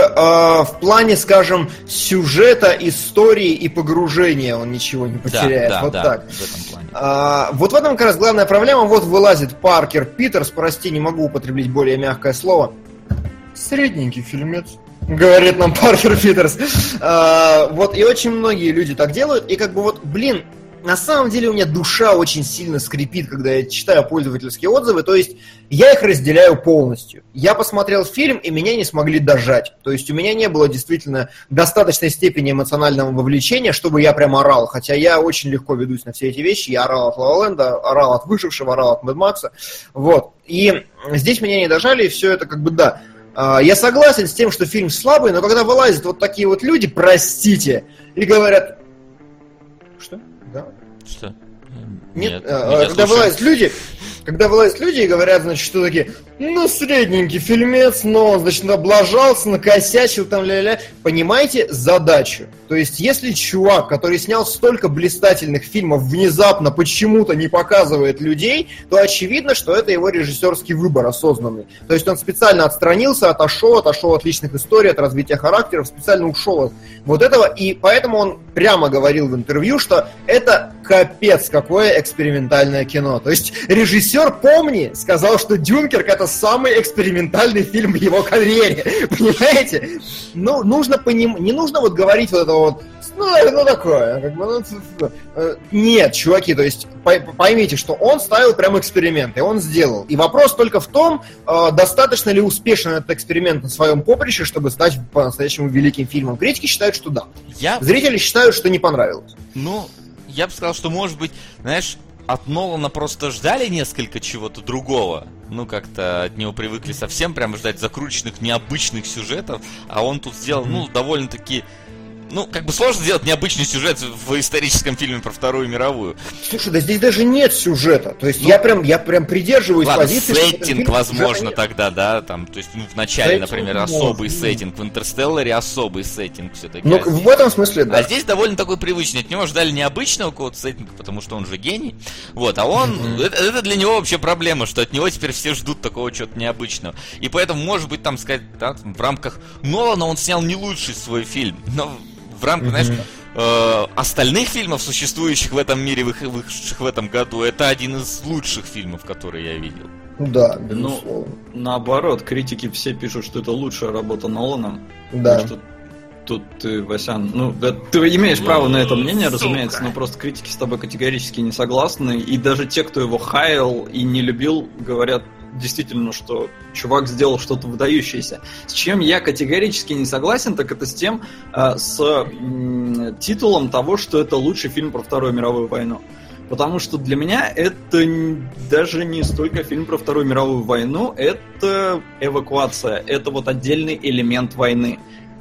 Speaker 2: в плане, скажем, сюжета, истории и погружения он ничего не потеряет. Так.
Speaker 5: В этом плане.
Speaker 2: Вот в этом как раз главная проблема. Вот вылазит Паркер Питерс, не могу употреблять более мягкое слово. Средненький фильмец.
Speaker 3: говорит нам Паркер Питерс. Вот, и очень многие люди так делают, и как бы вот, блин, на самом деле у меня душа очень сильно скрипит, когда я читаю пользовательские отзывы, то есть я их разделяю полностью. Я посмотрел фильм, и меня не смогли дожать. То есть у меня не было действительно достаточной степени эмоционального вовлечения, чтобы я прям орал. Хотя я очень легко ведусь на все эти вещи. Я орал от La La Land, орал от Выжившего, орал от Мэд Макса. Вот. И здесь меня не дожали, и все это как бы да. Я согласен с тем, что фильм слабый, но когда вылазят вот такие вот люди, простите, и говорят... Что? Да?
Speaker 5: Что?
Speaker 3: Нет, когда вылазят люди и говорят, значит, что такие, ну, средненький фильмец, но он, значит, облажался, накосячил, там, ля-ля-ля. Понимаете задачу? То есть, если чувак, который снял столько блистательных фильмов, внезапно почему-то не показывает людей, то очевидно, что это его режиссерский выбор осознанный. То есть, он специально отстранился, отошел от личных историй, от развития характеров, специально ушел от вот этого, и поэтому он прямо говорил в интервью, что это капец какое экспериментальное кино. То есть, режиссер, помни, сказал, что «Дюнкерк» — это самый экспериментальный фильм в его карьере. Понимаете? Ну, нужно не нужно вот говорить вот это вот, ну такое. Как бы, нет, чуваки, то есть поймите, что он ставил прям эксперимент, и он сделал. И вопрос только в том, достаточно ли успешен этот эксперимент на своем поприще, чтобы стать по-настоящему великим фильмом. Критики считают, что да. Зрители считают, что не понравилось.
Speaker 5: Ну, я бы сказал, что, может быть, знаешь, от Нолана просто ждали несколько чего-то другого. Ну, как-то от него привыкли совсем прям ждать закрученных, необычных сюжетов. А он тут сделал, ну, довольно-таки... Ну, как бы сложно сделать необычный сюжет в историческом фильме про Вторую мировую.
Speaker 3: Слушай, да здесь даже нет сюжета. То есть я прям придерживаюсь позиции.
Speaker 5: Сеттинг, возможно, тогда, да, там, то есть, ну, в начале, например, особый сеттинг, в Интерстелларе особый сеттинг все-таки.
Speaker 3: Ну, в этом смысле, да.
Speaker 5: А здесь довольно такой привычный. От него ждали необычного какого-то сеттинга, потому что он же гений. Вот, а он, это для него вообще проблема, что от него теперь все ждут такого чего-то необычного. И поэтому, может быть, там сказать, да, в рамках Нолана он снял не лучший свой фильм, но в рамках, знаешь, остальных фильмов, существующих в этом мире, вышедших в этом году, это один из лучших фильмов, которые я видел.
Speaker 3: Да, безусловно.
Speaker 4: Ну, наоборот, критики все пишут, что это лучшая работа Нолана.
Speaker 3: Да.
Speaker 4: Что тут ты, Васян, ну, да, ты имеешь право на это мнение, разумеется, но просто критики с тобой категорически не согласны, и даже те, кто его хаял и не любил, говорят действительно, что чувак сделал что-то выдающееся. С чем я категорически не согласен, так это с тем, с титулом того, что это лучший фильм про Вторую мировую войну. Потому что для меня это даже не столько фильм про Вторую мировую войну, это эвакуация, это вот отдельный элемент войны.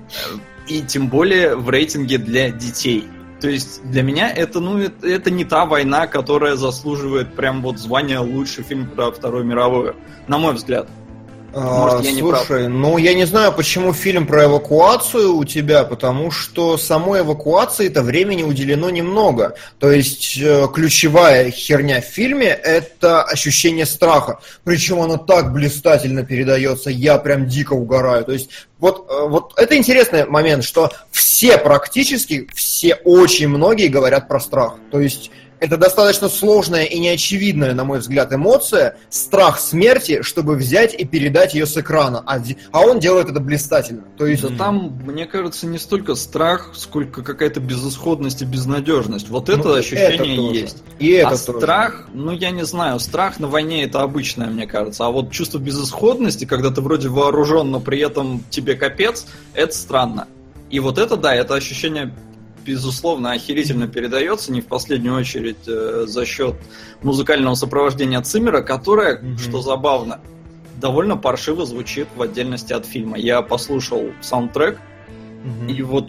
Speaker 4: И тем более в рейтинге для детей. То есть для меня это, ну, это не та война, которая заслуживает прям вот звания лучший фильм про Вторую мировую, на мой взгляд.
Speaker 3: Может, я не прав. Слушай, ну я не знаю, почему фильм про эвакуацию у тебя, потому что самой эвакуации-то времени уделено немного. То есть ключевая херня в фильме — это ощущение страха. Причем оно так блистательно передается, я прям дико угораю. То есть вот это интересный момент, что практически все, очень многие говорят про страх. То есть это достаточно сложная и неочевидная, на мой взгляд, эмоция, страх смерти, чтобы взять и передать ее с экрана. А он делает это блистательно. То есть...
Speaker 4: Там, мне кажется, не столько страх, сколько какая-то безысходность и безнадежность. Вот это ощущение это есть.
Speaker 3: И это
Speaker 4: тоже. Страх, ну я не знаю, страх на войне это обычное, мне кажется. А вот чувство безысходности, когда ты вроде вооружен, но при этом тебе капец, это странно. И вот это, да, это ощущение... безусловно, охерительно передается, не в последнюю очередь за счет музыкального сопровождения Циммера, которое, что забавно, довольно паршиво звучит в отдельности от фильма. Я послушал саундтрек, и вот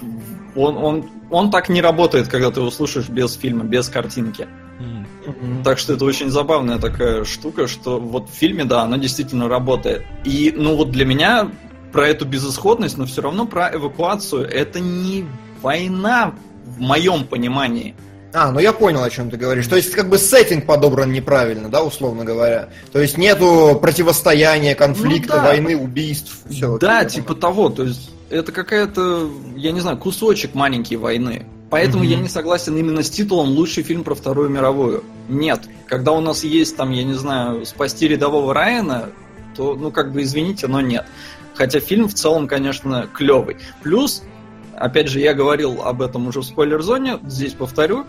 Speaker 4: он так не работает, когда ты его слушаешь без фильма, без картинки. Так что это очень забавная такая штука, что вот в фильме, да, оно действительно работает. И, ну вот для меня про эту безысходность, но все равно про эвакуацию, это не война в моем понимании.
Speaker 3: Ну я понял, о чем ты говоришь. То есть, как бы сеттинг подобран неправильно, да, условно говоря. То есть нету противостояния, конфликта, войны, убийств. Все,
Speaker 4: да, типа того. То есть это какая-то, я не знаю, кусочек маленькой войны. Поэтому я не согласен именно с титулом «Лучший фильм про Вторую мировую». Нет. Когда у нас есть, там, я не знаю, «Спасти рядового Райана», то, ну, как бы, извините, но нет. Хотя фильм в целом, конечно, клевый. Плюс, опять же, я говорил об этом уже в спойлер-зоне, здесь повторю,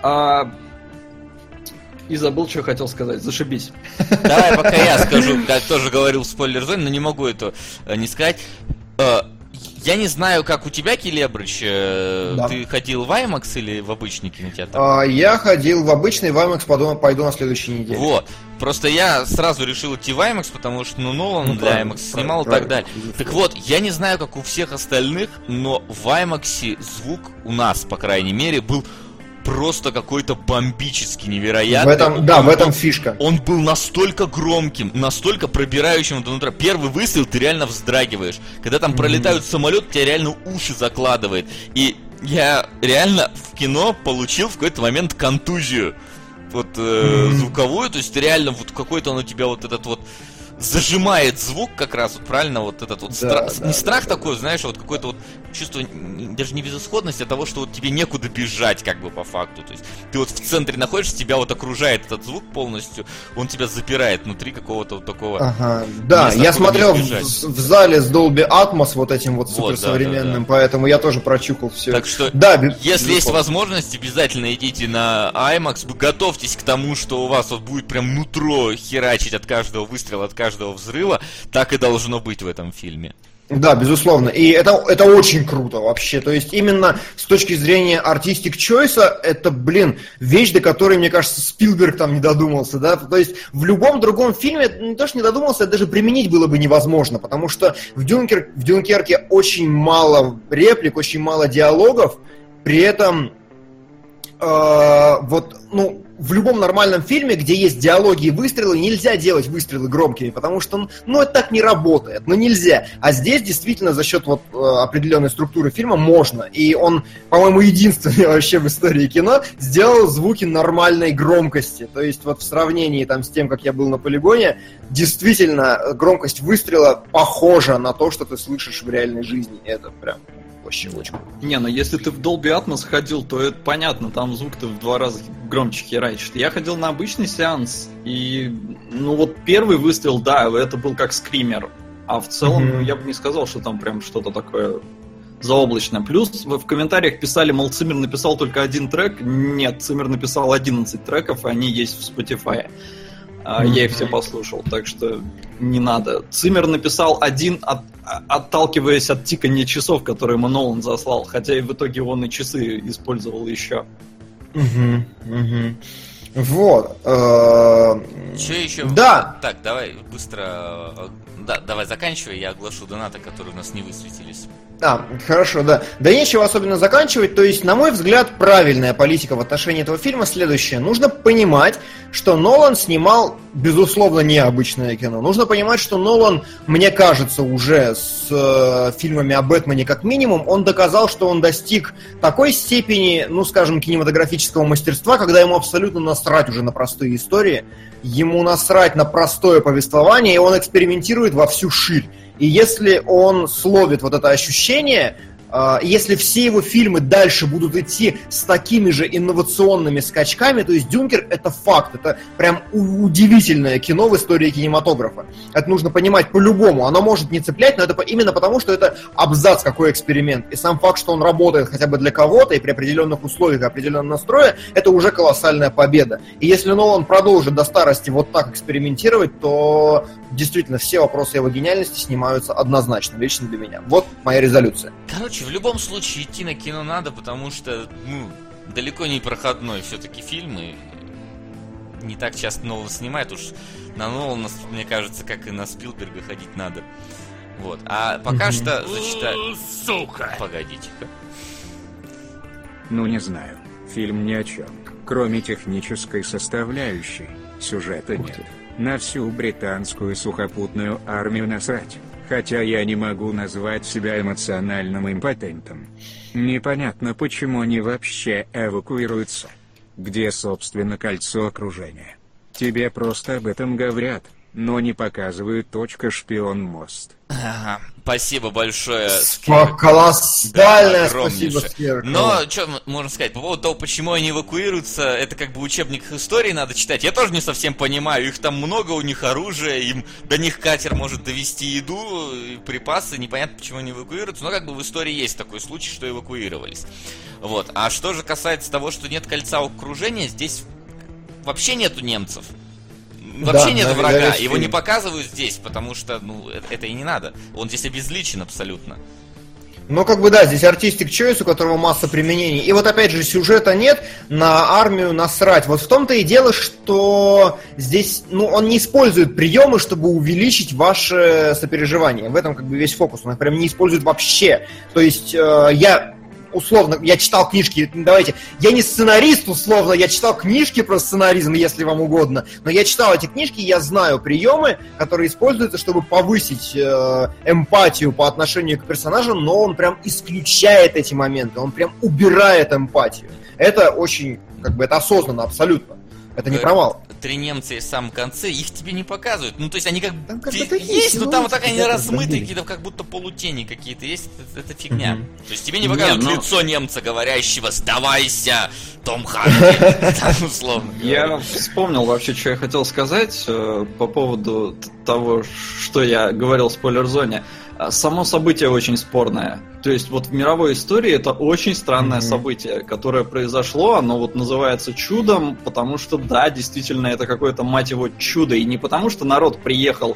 Speaker 4: и забыл, что хотел сказать. Зашибись.
Speaker 5: Давай, пока я скажу, как тоже говорил в спойлер-зоне, но не могу это не сказать. Я не знаю, как у тебя, Келебрыч, да. Ты ходил в IMAX или в обычный кинотеатр?
Speaker 3: Я ходил в обычный, в IMAX пойду на следующей неделе.
Speaker 5: Вот. Просто я сразу решил идти в IMAX, потому что, Нолан для IMAX снимал и так далее. Так вот, я не знаю, как у всех остальных, но в IMAX звук у нас, по крайней мере, был просто какой-то бомбически невероятный.
Speaker 3: В этом фишка.
Speaker 5: Он был настолько громким, настолько пробирающим внутрь. Первый выстрел ты реально вздрагиваешь. Когда там пролетают самолет, тебя реально уши закладывает. И я реально в кино получил в какой-то момент контузию. Вот звуковую, то есть реально вот какой-то он у тебя вот этот вот зажимает звук как раз, вот правильно, вот этот вот страх такой, знаешь, вот какое-то вот чувство, даже не безысходности, а того, что вот тебе некуда бежать, как бы по факту, то есть ты вот в центре находишься, тебя вот окружает этот звук полностью, он тебя запирает внутри какого-то вот такого.
Speaker 3: Ага, да, я смотрел в зале с Dolby Atmos вот этим вот суперсовременным, поэтому я тоже прочухал все.
Speaker 5: Так что, если есть возможность, обязательно идите на IMAX, готовьтесь к тому, что у вас вот будет прям нутро херачить от каждого выстрела, от каждого взрыва, так и должно быть в этом фильме.
Speaker 3: Да, безусловно. И это очень круто вообще. То есть именно с точки зрения artistic choice, это, вещь, до которой, мне кажется, Спилберг там не додумался, да. То есть в любом другом фильме, не то что не додумался, это даже применить было бы невозможно, потому что в Дюнкерке очень мало реплик, очень мало диалогов, при этом в любом нормальном фильме, где есть диалоги и выстрелы, нельзя делать выстрелы громкими, потому что, это так не работает, нельзя. А здесь действительно за счет определенной структуры фильма можно. И он, по-моему, единственный вообще в истории кино сделал звуки нормальной громкости. То есть в сравнении с тем, как я был на полигоне, действительно громкость выстрела похожа на то, что ты слышишь в реальной жизни. Это прям вообще очень круто.
Speaker 4: Если ты в Dolby Atmos ходил, то это понятно, там звук-то в 2 раза громче херачит. Я ходил на обычный сеанс, и, первый выстрел, это был как скример. А в целом, я бы не сказал, что там прям что-то такое заоблачное. Плюс в комментариях писали, мол, Циммер написал только 1 трек. Нет, Циммер написал 11 треков, и они есть в Spotify. Я их все послушал, так что не надо. Циммер написал 1, отталкиваясь от тикания часов, которые ему Нолан заслал, хотя и в итоге он и часы использовал еще.
Speaker 3: Вот.
Speaker 5: Что еще?
Speaker 3: Да.
Speaker 5: Так, давай быстро. Давай заканчивай, я оглашу донаты, которые у нас не высветились.
Speaker 3: Хорошо, да. Да нечего особенно заканчивать. То есть, на мой взгляд, правильная политика в отношении этого фильма следующая. Нужно понимать, что Нолан снимал, безусловно, необычное кино. Нужно понимать, что Нолан, мне кажется, уже с фильмами о Бэтмене как минимум, он доказал, что он достиг такой степени, кинематографического мастерства, когда ему абсолютно насрать уже на простые истории, ему насрать на простое повествование, и он экспериментирует во всю ширь. И если он словит вот это ощущение, если все его фильмы дальше будут идти с такими же инновационными скачками, то есть «Дюнкерк» — это факт, это прям удивительное кино в истории кинематографа. Это нужно понимать по-любому. Оно может не цеплять, но это именно потому, что это абзац какой эксперимент. И сам факт, что он работает хотя бы для кого-то и при определенных условиях, определенном настрое, это уже колоссальная победа. И если Нолан продолжит до старости вот так экспериментировать, то действительно все вопросы его гениальности снимаются однозначно, лично для меня. Вот моя резолюция.
Speaker 5: Короче, в любом случае идти на кино надо, потому что, далеко не проходной все-таки фильм, и не так часто Нолан снимает, уж на Нолана, мне кажется, как и на Спилберга ходить надо. Вот. А пока что зачитаю... Сука! Погодите-ка.
Speaker 1: Не знаю. Фильм ни о чем. Кроме технической составляющей, сюжета нет. На всю британскую сухопутную армию насрать. Хотя я не могу назвать себя эмоциональным импотентом. Непонятно, почему они вообще эвакуируются. Где, собственно, кольцо окружения? Тебе просто об этом говорят. но не показывают .шпион-мост.
Speaker 5: Ага, спасибо большое.
Speaker 3: Колоссальное спасибо, Скер.
Speaker 5: Но, что можно сказать, по поводу того, почему они эвакуируются, это как бы учебник истории надо читать. Я тоже не совсем понимаю, их там много, у них оружие, им до них катер может довести еду, припасы, непонятно, почему они эвакуируются, но как бы в истории есть такой случай, что эвакуировались. Вот. А что же касается того, что нет кольца окружения, здесь вообще нету немцев. Вообще нет врага, его не показывают здесь, потому что, это и не надо. Он здесь обезличен абсолютно.
Speaker 3: Ну, как бы да, здесь артистик choice, у которого масса применений. И вот опять же, сюжета нет, на армию насрать. Вот в том-то и дело, что здесь, он не использует приемы, чтобы увеличить ваше сопереживание. В этом как бы весь фокус. Он их прям не использует вообще. То есть я читал книжки, давайте, я не сценарист, условно, я читал книжки про сценаризм, если вам угодно, но я читал эти книжки, я знаю приемы, которые используются, чтобы повысить эмпатию по отношению к персонажам, но он прям исключает эти моменты, он прям убирает эмпатию. Это очень, это осознанно, абсолютно. Это не провал.
Speaker 5: 3 немца есть в самом конце, их тебе не показывают. То есть они есть, но там вот так они размыты, какие-то как будто полутени какие-то есть. Это фигня. То есть тебе не показывают лицо немца, говорящего «Сдавайся, Том Харди», условно.
Speaker 4: Я вспомнил вообще, что я хотел сказать по поводу того, что я говорил в спойлер-зоне. Само событие очень спорное. То есть вот в мировой истории это очень странное событие, которое произошло, оно вот называется чудом, потому что, да, действительно, это какое-то, мать его, чудо. И не потому, что народ приехал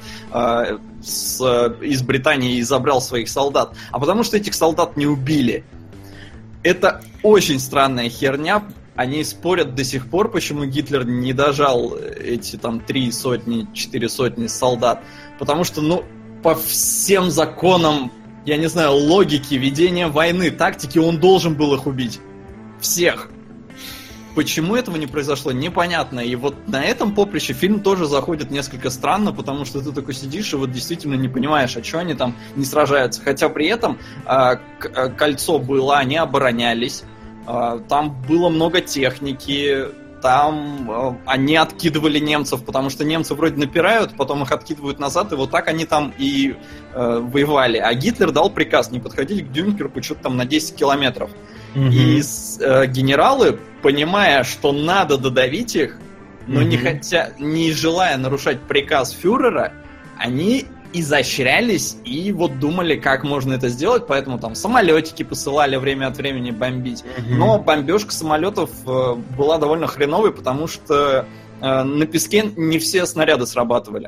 Speaker 4: из Британии и забрал своих солдат, а потому что этих солдат не убили. Это очень странная херня. Они спорят до сих пор, почему Гитлер не дожал эти там 3 сотни, 4 сотни солдат. Потому что, по всем законам, я не знаю, логики ведения войны, тактики, он должен был их убить. Всех. Почему этого не произошло, непонятно. И вот на этом поприще фильм тоже заходит несколько странно, потому что ты такой сидишь и вот действительно не понимаешь, а что они там не сражаются. Хотя при этом кольцо было, они оборонялись, там было много техники, там они откидывали немцев, потому что немцы вроде напирают, потом их откидывают назад, и вот так они там и воевали. А Гитлер дал приказ не подходить к Дюнкерку что-то там на 10 километров. И генералы, понимая, что надо додавить их, но не желая нарушать приказ фюрера, они изощрялись и вот думали, как можно это сделать, поэтому там самолетики посылали время от времени бомбить. Но бомбежка самолетов была довольно хреновой, потому что на песке не все снаряды срабатывали.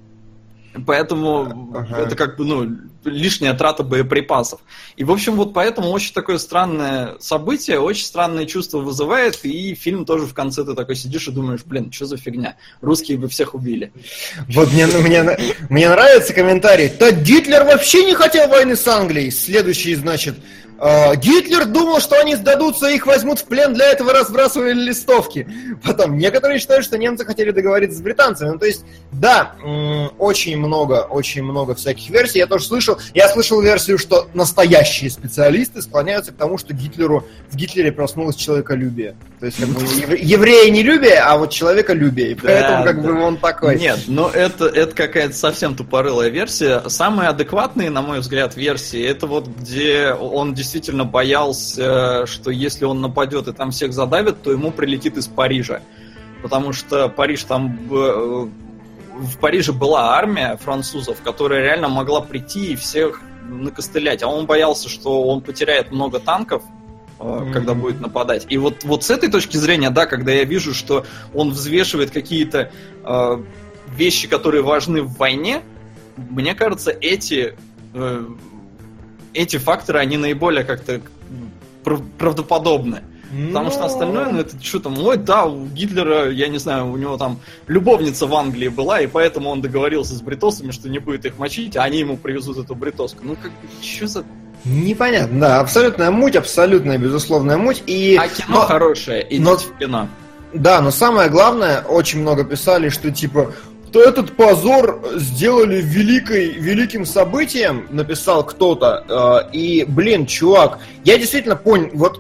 Speaker 4: Поэтому это как бы, лишняя трата боеприпасов. И, в общем, вот поэтому очень такое странное событие, очень странное чувство вызывает, и фильм тоже в конце ты такой сидишь и думаешь, что за фигня, русские бы всех убили.
Speaker 3: Вот мне нравится комментарий. Да Гитлер вообще не хотел войны с Англией. Следующий, значит, Гитлер думал, что они сдадутся, их возьмут в плен, для этого разбрасывали листовки. Потом, некоторые считают, что немцы хотели договориться с британцами. То есть, да, очень много всяких версий. Я тоже слышал версию, что настоящие специалисты склоняются к тому, что в Гитлере проснулось человеколюбие. То есть, евреи не любие, а вот человеколюбие. И поэтому, он такой.
Speaker 4: Нет, это какая-то совсем тупорылая версия. Самые адекватные, на мой взгляд, версии, это вот где он действительно боялся, что если он нападет и там всех задавит, то ему прилетит из Парижа. Потому что в Париже была армия французов, которая реально могла прийти и всех накостылять. А он боялся, что он потеряет много танков, когда будет нападать. И вот с этой точки зрения, да, когда я вижу, что он взвешивает какие-то вещи, которые важны в войне, мне кажется, эти факторы, они наиболее как-то правдоподобны. Потому что остальное, это что там, у Гитлера, я не знаю, у него там любовница в Англии была, и поэтому он договорился с бритосами, что не будет их мочить, а они ему привезут эту бритоску. Что за...
Speaker 3: Непонятно, да, абсолютная муть, абсолютная безусловная муть.
Speaker 4: А кино хорошее, идите в кино.
Speaker 3: Да, но самое главное, очень много писали, что этот позор сделали великим событием, написал кто-то. И, чувак, я действительно понял,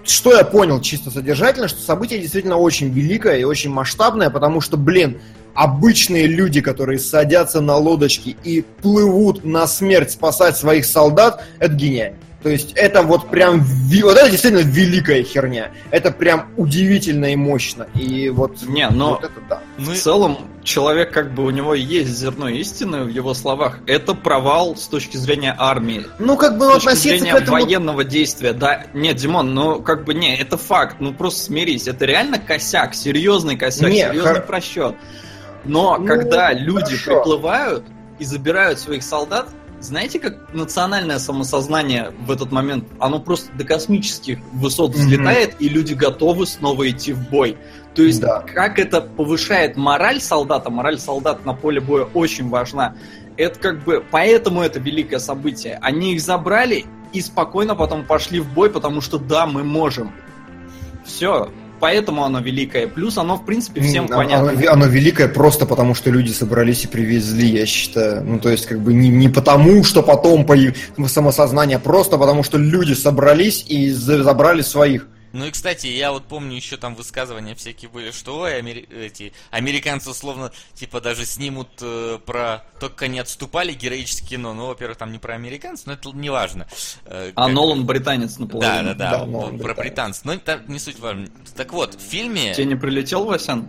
Speaker 3: что я понял чисто содержательно, что событие действительно очень великое и очень масштабное, потому что, обычные люди, которые садятся на лодочки и плывут на смерть спасать своих солдат, это гениально. То есть это вот прям, вот это действительно великая херня. Это прям удивительно и мощно. И вот,
Speaker 4: вот это да. В целом, человек у него есть зерно истины в его словах. Это провал с точки зрения армии.
Speaker 3: Относиться
Speaker 4: к зрения к этому... военного действия. Да, нет, Димон, это факт. Просто смирись. Это реально косяк, серьезный косяк, серьезный просчет. Но когда люди приплывают и забирают своих солдат, знаете, как национальное самосознание в этот момент, оно просто до космических высот взлетает, и люди готовы снова идти в бой. То есть, как это повышает мораль солдата на поле боя очень важна. Это поэтому это великое событие. Они их забрали и спокойно потом пошли в бой, потому что да, мы можем. Все. Поэтому оно великое. Плюс оно, в принципе, всем понятно.
Speaker 3: Оно великое просто потому, что люди собрались и привезли, я считаю. Не потому, что потом самосознание, просто потому, что люди собрались и забрали своих.
Speaker 5: Ну и, кстати, я вот помню еще там высказывания всякие были, что ой, эти американцы условно типа даже снимут про то, как они отступали, героическое кино. Ну, во-первых, там не про американцев, но это не важно.
Speaker 4: Нолан британец наполовину.
Speaker 5: Да, про британцев. Но это не суть важно. Так вот, в фильме...
Speaker 4: Тебе не прилетел, Васян?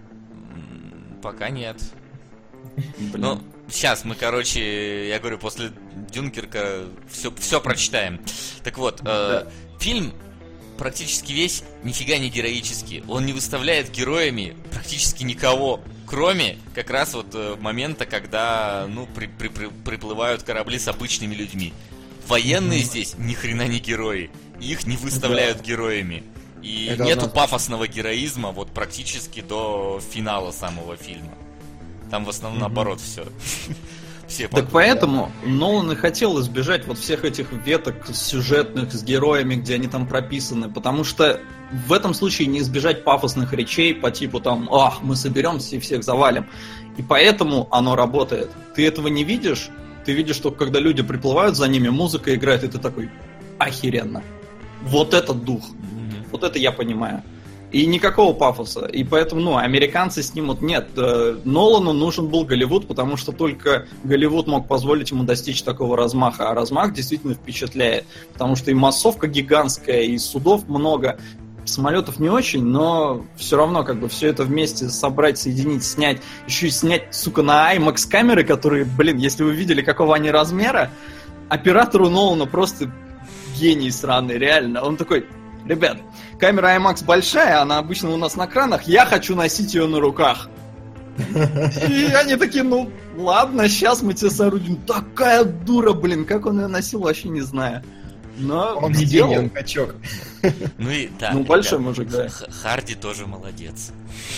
Speaker 5: Пока нет. Ну, сейчас мы, я говорю, после Дюнкерка все прочитаем. Так вот, фильм... практически весь нифига не героический. Он не выставляет героями практически никого, кроме как раз вот момента, когда приплывают корабли с обычными людьми. Военные здесь ни хрена не герои. Их не выставляют героями. И нету пафосного героизма вот практически до финала самого фильма. Там в основном наоборот все.
Speaker 4: Так поэтому Нолан и хотел избежать вот всех этих веток сюжетных с героями, где они там прописаны, потому что в этом случае не избежать пафосных речей по типу там мы соберемся и всех завалим. И поэтому оно работает. Ты этого не видишь, ты видишь только когда люди приплывают за ними, музыка играет, и ты такой охеренно. Вот этот дух. Вот это я понимаю. И никакого пафоса. И поэтому, американцы снимут. Нет, Нолану нужен был Голливуд, потому что только Голливуд мог позволить ему достичь такого размаха. А размах действительно впечатляет. Потому что и массовка гигантская, и судов много. Самолетов не очень, но все равно все это вместе собрать, соединить, снять. Еще и снять, на IMAX камеры, которые, если вы видели, какого они размера, оператору Нолана просто гений сраный, реально. Он такой... Ребят, камера IMAX большая, она обычно у нас на кранах, я хочу носить ее на руках. И они такие, ладно, сейчас мы тебе соорудим. Такая дура, как он ее носил, вообще не знаю. Но
Speaker 3: он не гений, он качок.
Speaker 4: Большой мужик, да.
Speaker 5: Харди тоже молодец.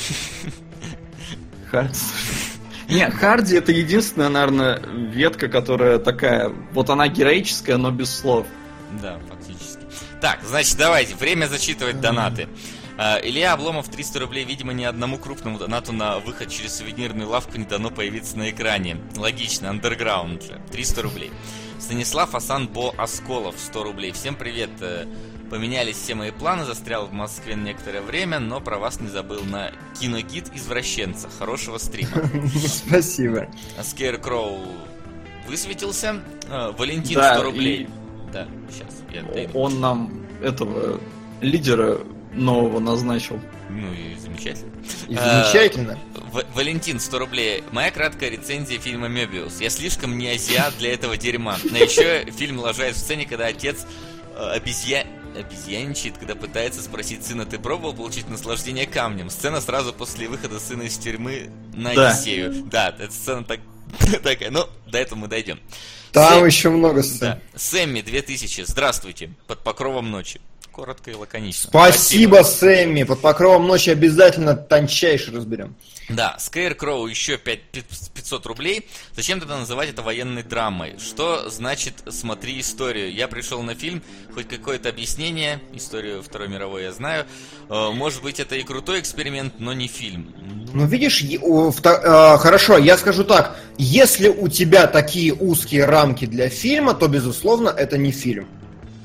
Speaker 4: Харди это единственная, наверное, ветка, которая такая, вот она героическая, но без слов.
Speaker 5: Да, фактически. Так, значит, давайте, время зачитывать донаты. Илья Обломов, 300 рублей. Видимо, ни одному крупному донату на выход через сувенирную лавку не дано появиться на экране. Логично, андерграунд же. 300 рублей. Станислав Асанбо Осколов, 100 рублей. Всем привет. Поменялись все мои планы, застрял в Москве на некоторое время, но про вас не забыл на киногид извращенца. Хорошего стрима.
Speaker 3: Спасибо.
Speaker 5: Скейркроу высветился. Валентин, 100 рублей. Да, сейчас.
Speaker 4: Он нам этого лидера нового назначил.
Speaker 5: Ну и замечательно.
Speaker 3: Замечательно.
Speaker 5: Валентин, 100 рублей. Моя краткая рецензия фильма «Мебиус». Я слишком не азиат для этого дерьма. Но еще фильм лажает в сцене, когда отец обезьяничает, когда пытается спросить сына: ты пробовал получить наслаждение камнем? Сцена сразу после выхода сына из тюрьмы на Одиссею. Да, эта сцена такая. Ну, до этого мы дойдем.
Speaker 3: Там еще много сцен.
Speaker 5: Да. Сэмми, 2000. Здравствуйте. Под покровом ночи. Коротко и лаконично.
Speaker 3: Спасибо, Сэмми. Под покровом ночи обязательно тончайше разберем.
Speaker 5: Да, Скейркроу еще 500 рублей. Зачем тогда называть это военной драмой? Что значит «смотри историю»? Я пришел на фильм, хоть какое-то объяснение. Историю Второй мировой я знаю. Может быть, это и крутой эксперимент, но не фильм.
Speaker 3: Ну, видишь, хорошо, я скажу так. Если у тебя такие узкие рамки для фильма, то, безусловно, это не фильм.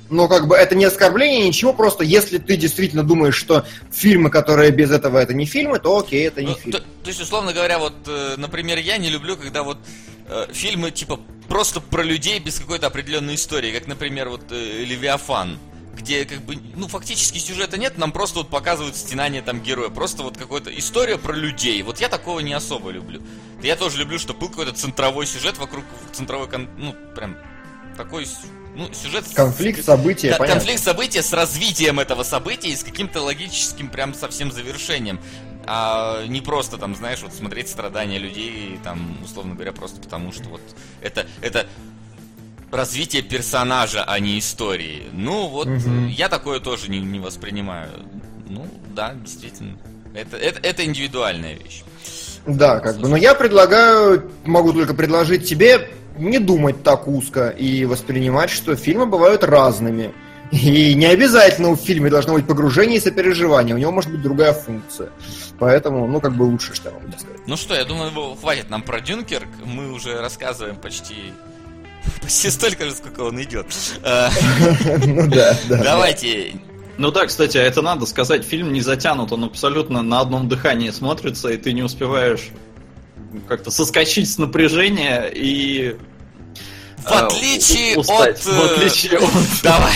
Speaker 3: Но как бы это не оскорбление, ничего, просто если ты действительно думаешь, что фильмы, которые без этого это не фильмы, то окей, это не фильм.
Speaker 5: То есть, условно говоря, вот, например, я не люблю, когда вот фильмы типа просто про людей без какой-то определенной истории, как, например, вот «Левиафан», где как бы, ну, фактически сюжета нет, нам просто вот показывают стенание там героя, просто вот какая-то история про людей. Вот я такого не особо люблю. Я тоже люблю, чтобы был какой-то центровой сюжет вокруг, центровой, ну, прям такой... Ну, сюжет...
Speaker 3: Конфликт события,
Speaker 5: да, конфликт события с развитием этого события и с каким-то логическим прям совсем завершением. А не просто там, знаешь, вот смотреть страдания людей, там, условно говоря, просто потому что вот это развитие персонажа, а не истории. Ну, вот я такое тоже не воспринимаю. Ну, да, действительно. Это индивидуальная вещь.
Speaker 3: Да, как бы. Но я предлагаю, могу только предложить тебе не думать так узко и воспринимать, что фильмы бывают разными. И не обязательно в фильме должно быть погружение и сопереживание. У него может быть другая функция. Поэтому, ну, как бы лучше, что я могу сказать.
Speaker 5: Ну что, я думаю, хватит нам про Дюнкерк. Мы уже рассказываем почти столько же, сколько он идет.
Speaker 3: Ну да, да.
Speaker 5: Давайте...
Speaker 4: Ну да, кстати, это надо сказать, фильм не затянут, он абсолютно на одном дыхании смотрится, и ты не успеваешь как-то соскочить с напряжения и...
Speaker 5: В отличие
Speaker 4: устать. В отличие от...
Speaker 5: Давай.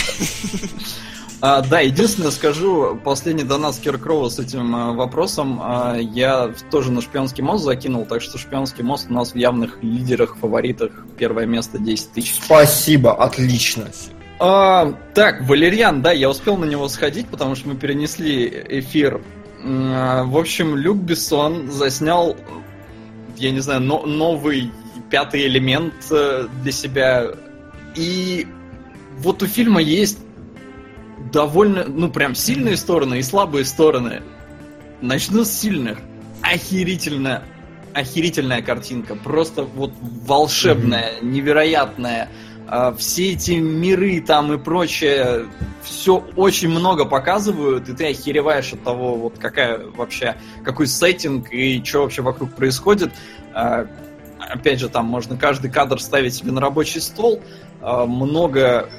Speaker 4: Да, единственное скажу, последний донат Киркрова с этим вопросом я тоже на «Шпионский мост» закинул, так что «Шпионский мост» у нас в явных лидерах, фаворитах, первое место 10 тысяч.
Speaker 3: Спасибо, отлично.
Speaker 4: Так, «Валерьян», да, я успел на него сходить, потому что мы перенесли эфир. В общем, Люк Бессон заснял, я не знаю, новый пятый элемент для себя. И вот у фильма есть довольно, ну, прям сильные стороны и слабые стороны. Начну с сильных. Охерительная картинка. Просто вот волшебная, невероятная. Все эти миры там и прочее, все очень много показывают, и ты охереваешь от того, вот какой сеттинг и что вообще вокруг происходит. Опять же, там можно каждый кадр ставить себе на рабочий стол. Много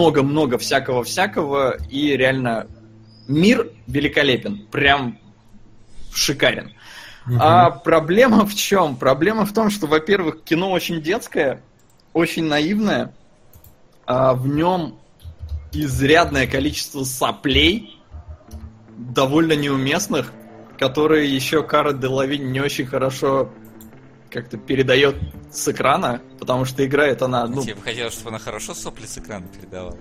Speaker 4: всякого, и реально мир великолепен, прям шикарен. А проблема в чем? Проблема в том, что, во-первых, кино очень детское, очень наивное, в нем изрядное количество соплей, довольно неуместных, которые еще Кара Делавинь не очень хорошо как-то передает с экрана, потому что играет она...
Speaker 5: Тебе бы хотелось, чтобы она хорошо сопли с экрана передавала?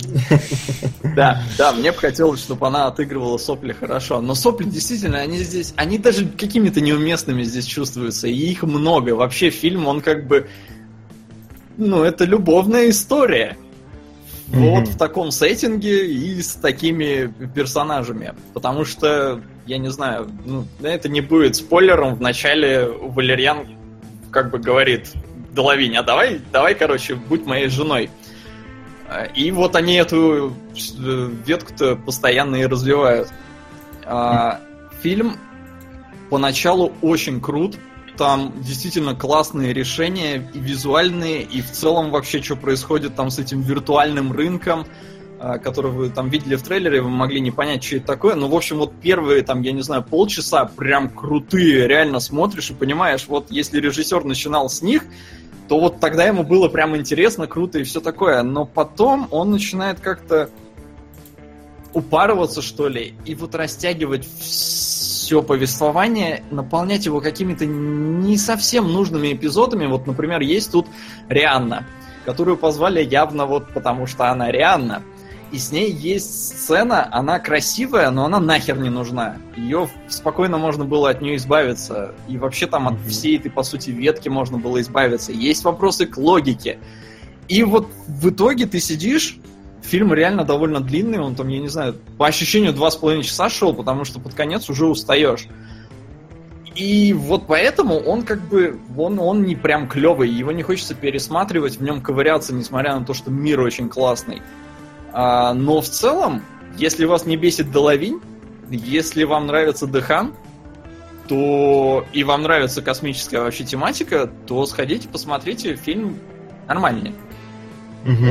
Speaker 4: Да, мне бы хотелось, чтобы она отыгрывала сопли хорошо. Но сопли действительно, они даже какими-то неуместными здесь чувствуются, и их много. Вообще фильм, он как бы... Ну, это любовная история. Вот в таком сеттинге и с такими персонажами. Потому что, я не знаю, это не будет спойлером. Вначале Валерьян как бы говорит Делавинь, давай, короче, будь моей женой. И вот они эту ветку-то постоянно и развивают. Фильм поначалу очень крут. Там действительно классные решения, и визуальные, и в целом вообще, что происходит там с этим виртуальным рынком, который вы там видели в трейлере, вы могли не понять, что это такое. Но, в общем, вот первые, там, я не знаю, полчаса прям крутые, реально смотришь и понимаешь, вот если режиссер начинал с них, то вот тогда ему было прям интересно, круто и все такое. Но потом он начинает как-то упарываться, что ли, и вот растягивать все повествование, наполнять его какими-то не совсем нужными эпизодами. Вот, например, есть тут Рианна, которую позвали явно вот потому, что она Рианна. И с ней есть сцена, она красивая, но она нахер не нужна. Ее спокойно можно было от нее избавиться. И вообще там от всей этой, по сути, ветки можно было избавиться. Есть вопросы к логике. И вот в итоге ты сидишь, фильм реально довольно длинный, он там, я не знаю, по ощущению 2,5 часа шел, потому что под конец уже устаешь. И вот поэтому он как бы, он не прям клевый, его не хочется пересматривать, в нем ковыряться, несмотря на то, что мир очень классный. Но в целом, если вас не бесит Делавинь, если вам нравится Дехан, то и вам нравится космическая вообще тематика, то сходите, посмотрите, фильм нормальный. Он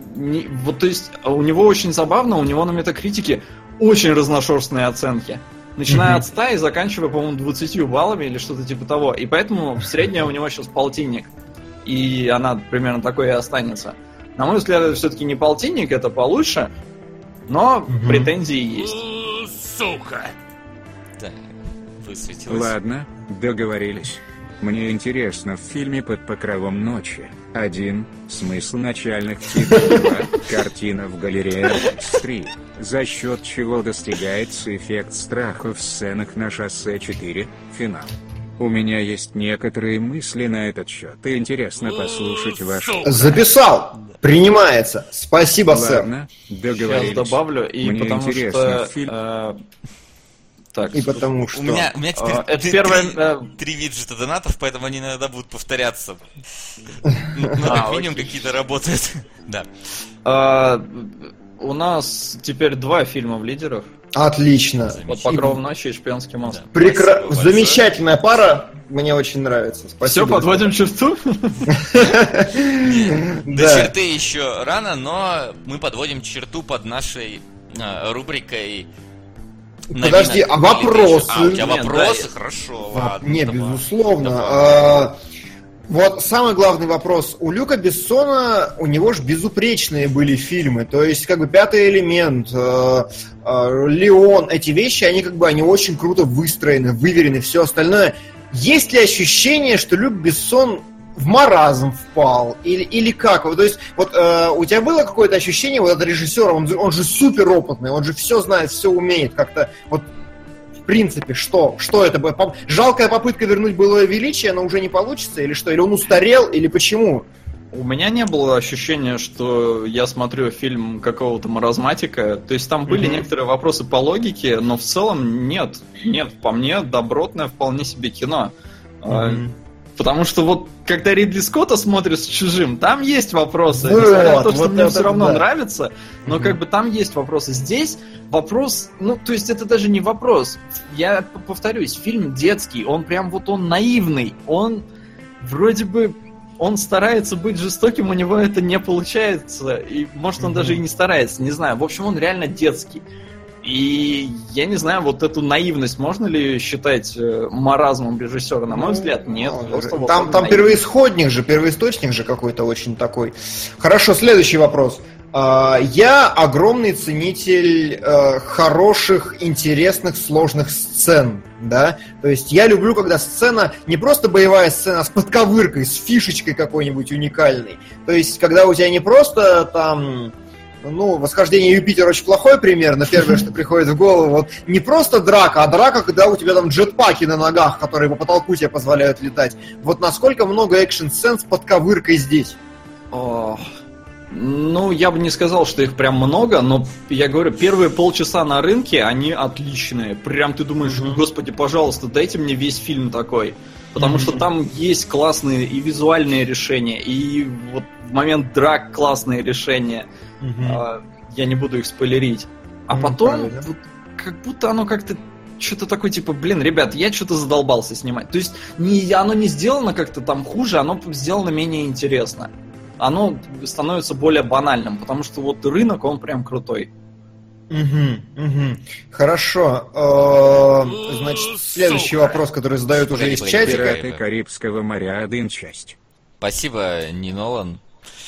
Speaker 4: то есть, у него очень забавно, у него на Метакритике очень разношерстные оценки. Начиная от 100 и заканчивая, по-моему, 20 баллами или что-то типа того. И поэтому средняя у него сейчас 1,5. И она примерно такой и останется. На мой взгляд, это все-таки не 1,5, это получше. Но претензии есть.
Speaker 5: Сука! Так, высветилось.
Speaker 1: Ладно, договорились. Мне интересно в фильме «Под покровом ночи». 1. Смысл начальных титров. 2. Картина в галерее. 3. За счет чего достигается эффект страха в сценах на шоссе. 4. Финал. У меня есть некоторые мысли на этот счет. И интересно послушать ваш...
Speaker 3: Записал! Принимается. Спасибо, сэр.
Speaker 1: Ладно, договорились.
Speaker 4: Сейчас добавлю, и
Speaker 1: мне
Speaker 4: потому
Speaker 1: интересно,
Speaker 4: что...
Speaker 1: фильм...
Speaker 3: Так, и потому что...
Speaker 5: У меня теперь
Speaker 4: это первое...
Speaker 5: 3 виджета донатов, поэтому они иногда будут повторяться. Ну, как минимум какие-то работают. Да.
Speaker 4: У нас теперь 2 фильма в лидерах.
Speaker 3: Отлично.
Speaker 4: «Под покровом ночи» и «Шпионский мост».
Speaker 3: Замечательная пара. Мне очень нравится. Спасибо.
Speaker 4: Все, подводим черту?
Speaker 5: До черты еще рано, но мы подводим черту под нашей рубрикой.
Speaker 3: Подожди, а вопросы?
Speaker 5: У тебя вопросы? Хорошо, ладно.
Speaker 3: Не, безусловно. Вот самый главный вопрос. У Люка Бессона, у него же безупречные были фильмы. То есть, как бы «Пятый элемент», «Леон», эти вещи, они очень круто выстроены, выверены, все остальное. Есть ли ощущение, что Люк Бессон в маразм впал? Или как? То есть, вот у тебя было какое-то ощущение, вот этот режиссер, он же супер опытный, он же все знает, все умеет, как-то вот. В принципе, что это было? Жалкая попытка вернуть былое величие, но уже не получится? Или что? Или он устарел? Или почему?
Speaker 4: У меня не было ощущения, что я смотрю фильм какого-то маразматика. То есть там были некоторые вопросы по логике, но в целом нет. Нет, по мне, добротное вполне себе кино. Потому что вот, когда Ридли Скотта смотришь с «Чужим», там есть вопросы. Несмотря на то, что мне все равно нравится, но как бы там есть вопросы. Здесь вопрос, то есть это даже не вопрос. Я повторюсь, фильм детский, он прям вот он наивный, он вроде бы... Он старается быть жестоким, у него это не получается. И может он даже и не старается, не знаю. В общем, он реально детский. И я не знаю, вот эту наивность можно ли считать маразмом режиссера? На мой взгляд, нет.
Speaker 3: Там первоисточник же какой-то очень такой. Хорошо, следующий вопрос. Я огромный ценитель хороших, интересных, сложных сцен, да, то есть я люблю, когда сцена не просто боевая сцена, а с подковыркой, с фишечкой какой-нибудь уникальной, то есть когда у тебя не просто там, «Восхождение Юпитера» очень плохой пример, но первое, что приходит в голову, вот не просто драка, а драка, когда у тебя там джетпаки на ногах, которые по потолку тебе позволяют летать. Вот насколько много экшн-сцен с подковыркой здесь?
Speaker 4: Я бы не сказал, что их прям много, но я говорю, первые полчаса на рынке, они отличные. Прям ты думаешь, господи, пожалуйста, дайте мне весь фильм такой. Потому что там есть классные и визуальные решения, и вот в момент драк классные решения. Я не буду их спойлерить. А потом, вот, как будто оно как-то что-то такое, типа, ребят, я что-то задолбался снимать. То есть оно не сделано как-то там хуже, оно сделано менее интересно. Оно становится более банальным, потому что вот рынок, он прям крутой.
Speaker 3: Хорошо. Значит, следующий вопрос, который задают уже из чатика.
Speaker 1: «Пираты Карибского моря» 1 часть.
Speaker 5: Спасибо, не Нолан.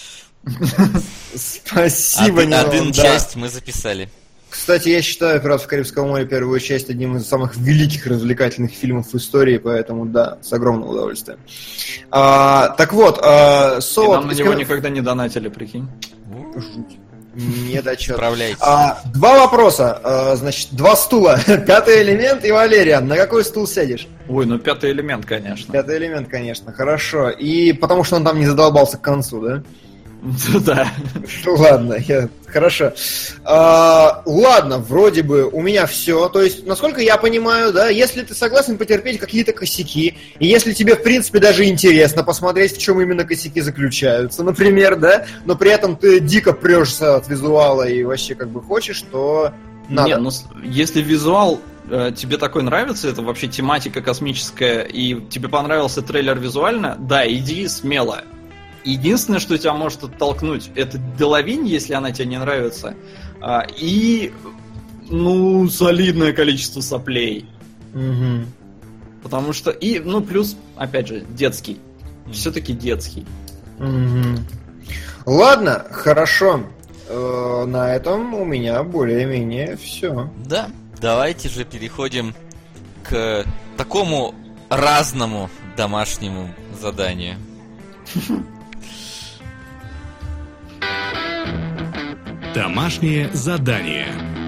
Speaker 3: Спасибо, не Нолан.
Speaker 5: 1 часть мы записали.
Speaker 3: Кстати, я считаю «Пиратов Карибского моря» первую часть одним из самых великих развлекательных фильмов в истории, поэтому да, с огромным удовольствием. Так вот,
Speaker 4: и нам на него никогда не донатили, прикинь.
Speaker 3: Жуть. Недочет.
Speaker 5: Справляйтесь.
Speaker 3: 2 вопроса, значит, 2 стула. «Пятый элемент» и Валериан. На какой стул сядешь?
Speaker 4: Ой, «Пятый элемент», конечно.
Speaker 3: «Пятый элемент», конечно, хорошо. И потому что он там не задолбался к концу, да?
Speaker 4: Да.
Speaker 3: Ладно, хорошо. Ладно, вроде бы у меня все. То есть, насколько я понимаю, да, если ты согласен потерпеть какие-то косяки, и если тебе, в принципе, даже интересно посмотреть, в чем именно косяки заключаются, например, да, но при этом ты дико прешься от визуала и вообще как бы хочешь, то надо.
Speaker 4: Если визуал тебе такой нравится, это вообще тематика космическая, и тебе понравился трейлер визуально, да, иди смело. Единственное, что тебя может оттолкнуть, это Делавинь, если она тебе не нравится, и, солидное количество соплей.
Speaker 3: Угу.
Speaker 4: Потому что, плюс, опять же, детский. Все-таки детский.
Speaker 3: Угу. Ладно, хорошо. На этом у меня более-менее все.
Speaker 5: Да, давайте же переходим к такому разному домашнему заданию.
Speaker 6: Домашнее задание.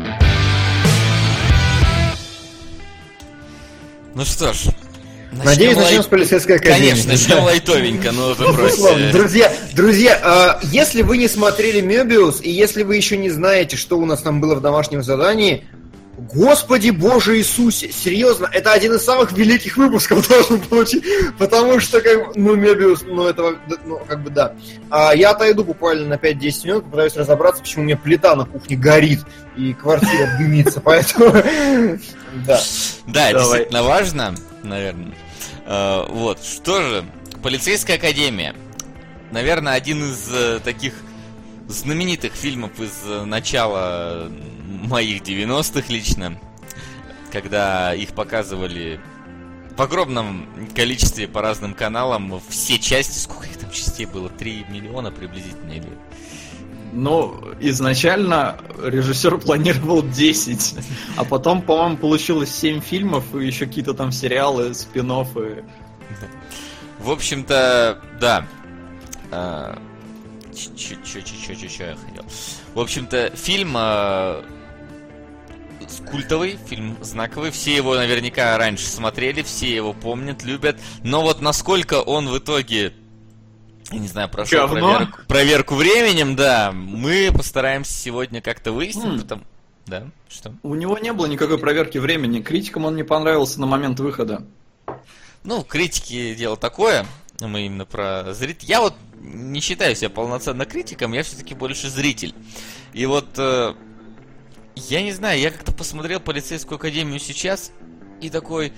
Speaker 5: Ну что ж,
Speaker 3: надеюсь, начнем с полицейской академии.
Speaker 5: Конечно, начнем лайтовенько, но вы бросьте.
Speaker 3: Друзья, если вы не смотрели Мёбиус, и если вы еще не знаете, что у нас там было в домашнем задании, Господи Боже Иисусе, серьезно, это один из самых великих выпусков должен получить, потому что, Мёбиус, да. Я отойду буквально на 5-10 минут, попытаюсь разобраться, почему у меня плита на кухне горит, и квартира дымится, поэтому...
Speaker 5: Да, это действительно важно, наверное. Вот, что же, полицейская академия. Наверное, один из таких знаменитых фильмов из начала моих 90-х лично, когда их показывали в огромном количестве по разным каналам, все части, сколько их там частей было, 3 миллиона приблизительно или...
Speaker 4: Изначально режиссер планировал 10, а потом, по-моему, получилось 7 фильмов и еще какие-то там сериалы, спин-оффы.
Speaker 5: В общем-то, да. Чё я хотел? В общем-то, фильм культовый, фильм знаковый. Все его наверняка раньше смотрели, все его помнят, любят. Но вот насколько он в итоге, я не знаю, прошел проверку временем, да, мы постараемся сегодня как-то выяснить. Да, что?
Speaker 4: У него не было никакой проверки времени. Критикам он не понравился на момент выхода.
Speaker 5: Критики дело такое. Мы именно про зрителей. Я вот не считаю себя полноценно критиком, я все-таки больше зритель. И вот, я не знаю, я как-то посмотрел полицейскую академию сейчас и такой,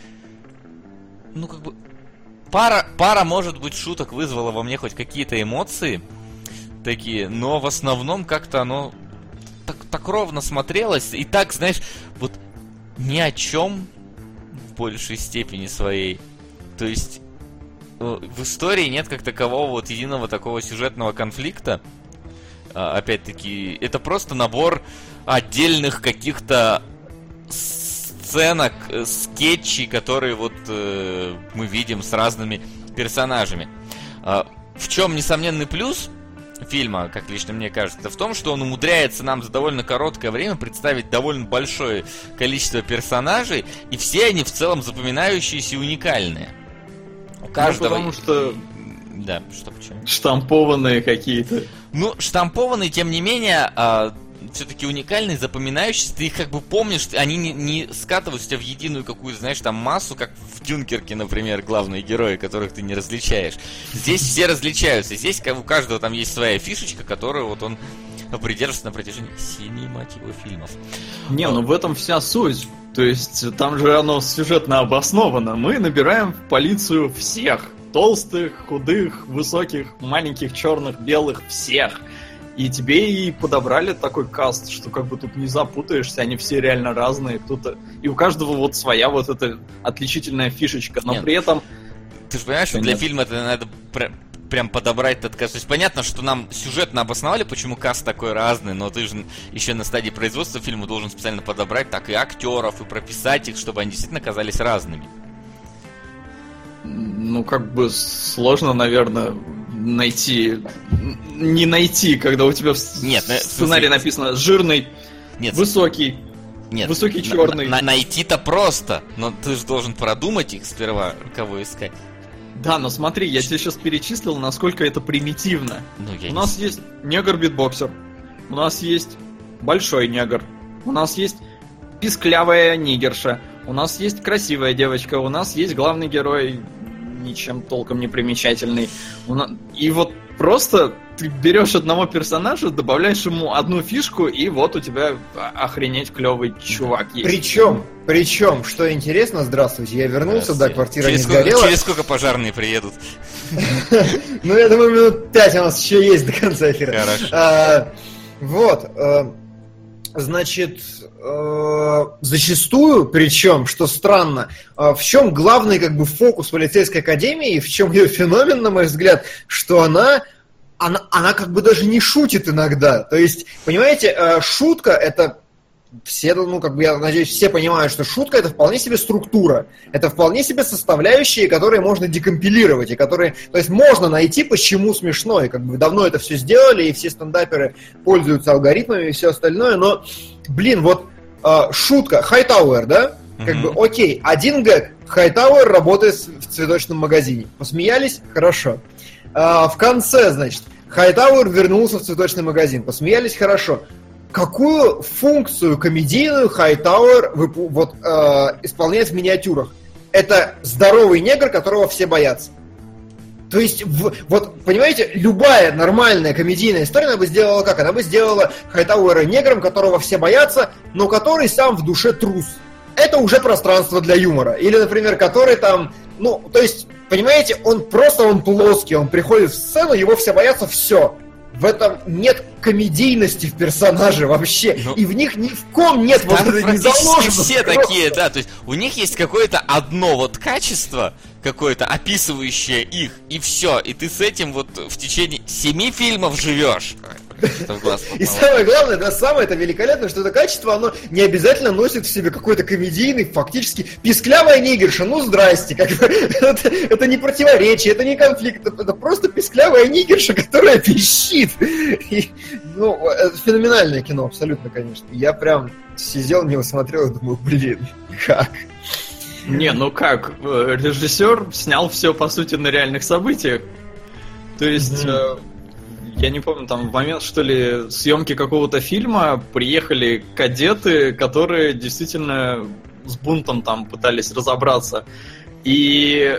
Speaker 5: пара, может быть, шуток вызвала во мне хоть какие-то эмоции такие, но в основном как-то оно так ровно смотрелось и так, знаешь, вот ни о чем в большей степени своей. То есть в истории нет как такового вот единого такого сюжетного конфликта. Опять-таки, это просто набор отдельных каких-то сценок, скетчей, которые вот мы видим с разными персонажами. В чем несомненный плюс фильма, как лично мне кажется, в том, что он умудряется нам за довольно короткое время представить довольно большое количество персонажей, и все они в целом запоминающиеся и уникальные. У каждого...
Speaker 4: потому что...
Speaker 5: Да, что почему?
Speaker 4: Штампованные какие-то.
Speaker 5: Штампованные, тем не менее, все-таки уникальные, запоминающиеся, ты их как бы помнишь, они не скатываются у тебя в единую какую-то, знаешь, там массу, как в Дюнкерке, например, главные герои, которых ты не различаешь. Здесь все различаются, здесь у каждого там есть своя фишечка, которую вот он придерживается на протяжении 7, мать его, фильмов.
Speaker 4: В этом вся суть. То есть там же оно сюжетно обосновано. Мы набираем в полицию всех. Толстых, худых, высоких, маленьких, черных, белых, всех. И тебе и подобрали такой каст, что как бы тут не запутаешься, они все реально разные. И у каждого вот своя вот эта отличительная фишечка. Но при этом...
Speaker 5: Ты же понимаешь, что для фильма это надо прям подобрать этот каст. То есть понятно, что нам сюжетно обосновали, почему каст такой разный, но ты же еще на стадии производства фильма должен специально подобрать так и актеров, и прописать их, чтобы они действительно казались разными.
Speaker 4: Сложно, наверное, найти... Не найти, когда у тебя в сценарии написано «жирный», «высокий», «высокий черный».
Speaker 5: Найти-то просто, но ты же должен продумать их сперва, кого искать.
Speaker 4: Да, но смотри, я тебе сейчас перечислил, насколько это примитивно. У нас есть негр-битбоксер, у нас есть большой негр, у нас есть писклявая нигерша, у нас есть красивая девочка, у нас есть главный герой, ничем толком не примечательный. И вот просто ты берешь одного персонажа, добавляешь ему одну фишку, и вот у тебя охренеть клевый чувак есть.
Speaker 3: Причем, что интересно, здравствуйте, я вернулся, да, квартира не сгорела.
Speaker 5: Через сколько пожарные приедут?
Speaker 3: Ну, я думаю, минут 5 у нас еще есть до конца эфира.
Speaker 5: Хорошо.
Speaker 3: Вот, значит, зачастую, причем, что странно, в чем главный как бы фокус полицейской академии, в чем ее феномен, на мой взгляд, что она как бы даже не шутит иногда. То есть, понимаете, шутка это... Все, ну, как бы, я надеюсь, все понимают, что шутка — это вполне себе структура. Это вполне себе составляющие, которые можно декомпилировать, и которые... То есть можно найти, почему смешно, и как бы давно это все сделали, и все стендаперы пользуются алгоритмами и все остальное, но, блин, вот шутка, Хайтауэр, да? Как бы, окей, один гэг, Хайтауэр работает в цветочном магазине. Посмеялись? Хорошо. В конце, значит, Хайтауэр вернулся в цветочный магазин. Посмеялись? Хорошо. Какую функцию комедийную Хайтауэр исполняет в миниатюрах? Это здоровый негр, которого все боятся. То есть, вот, понимаете, любая нормальная комедийная история, она бы сделала как? Она бы сделала Хайтауэра негром, которого все боятся, но который сам в душе трус. Это уже пространство для юмора. Или, например, который там, ну, то есть, понимаете, он плоский, он приходит в сцену, его все боятся, все. В этом нет комедийности в персонаже вообще. Ну, и в них ни в ком нет вот это не заложено.
Speaker 5: Все просто такие, да, то есть у них есть какое-то одно вот качество, какое-то описывающее их, и все. И ты с этим вот в течение 7 фильмов живешь.
Speaker 3: И самое главное, да, самое это великолепное, что это качество, оно не обязательно носит в себе какой-то комедийный, фактически писклявая нигерша, ну здрасте, как бы, это не противоречие, это не конфликт, это просто писклявая нигерша, которая пищит. И, ну, это феноменальное кино, абсолютно, конечно. Я прям сидел, не смотрел и думаю, блин, как?
Speaker 4: Не, ну как, режиссер снял все, по сути, на реальных событиях. То есть... Я не помню, там в момент, что ли, съемки какого-то фильма приехали кадеты, которые действительно с бунтом там пытались разобраться. И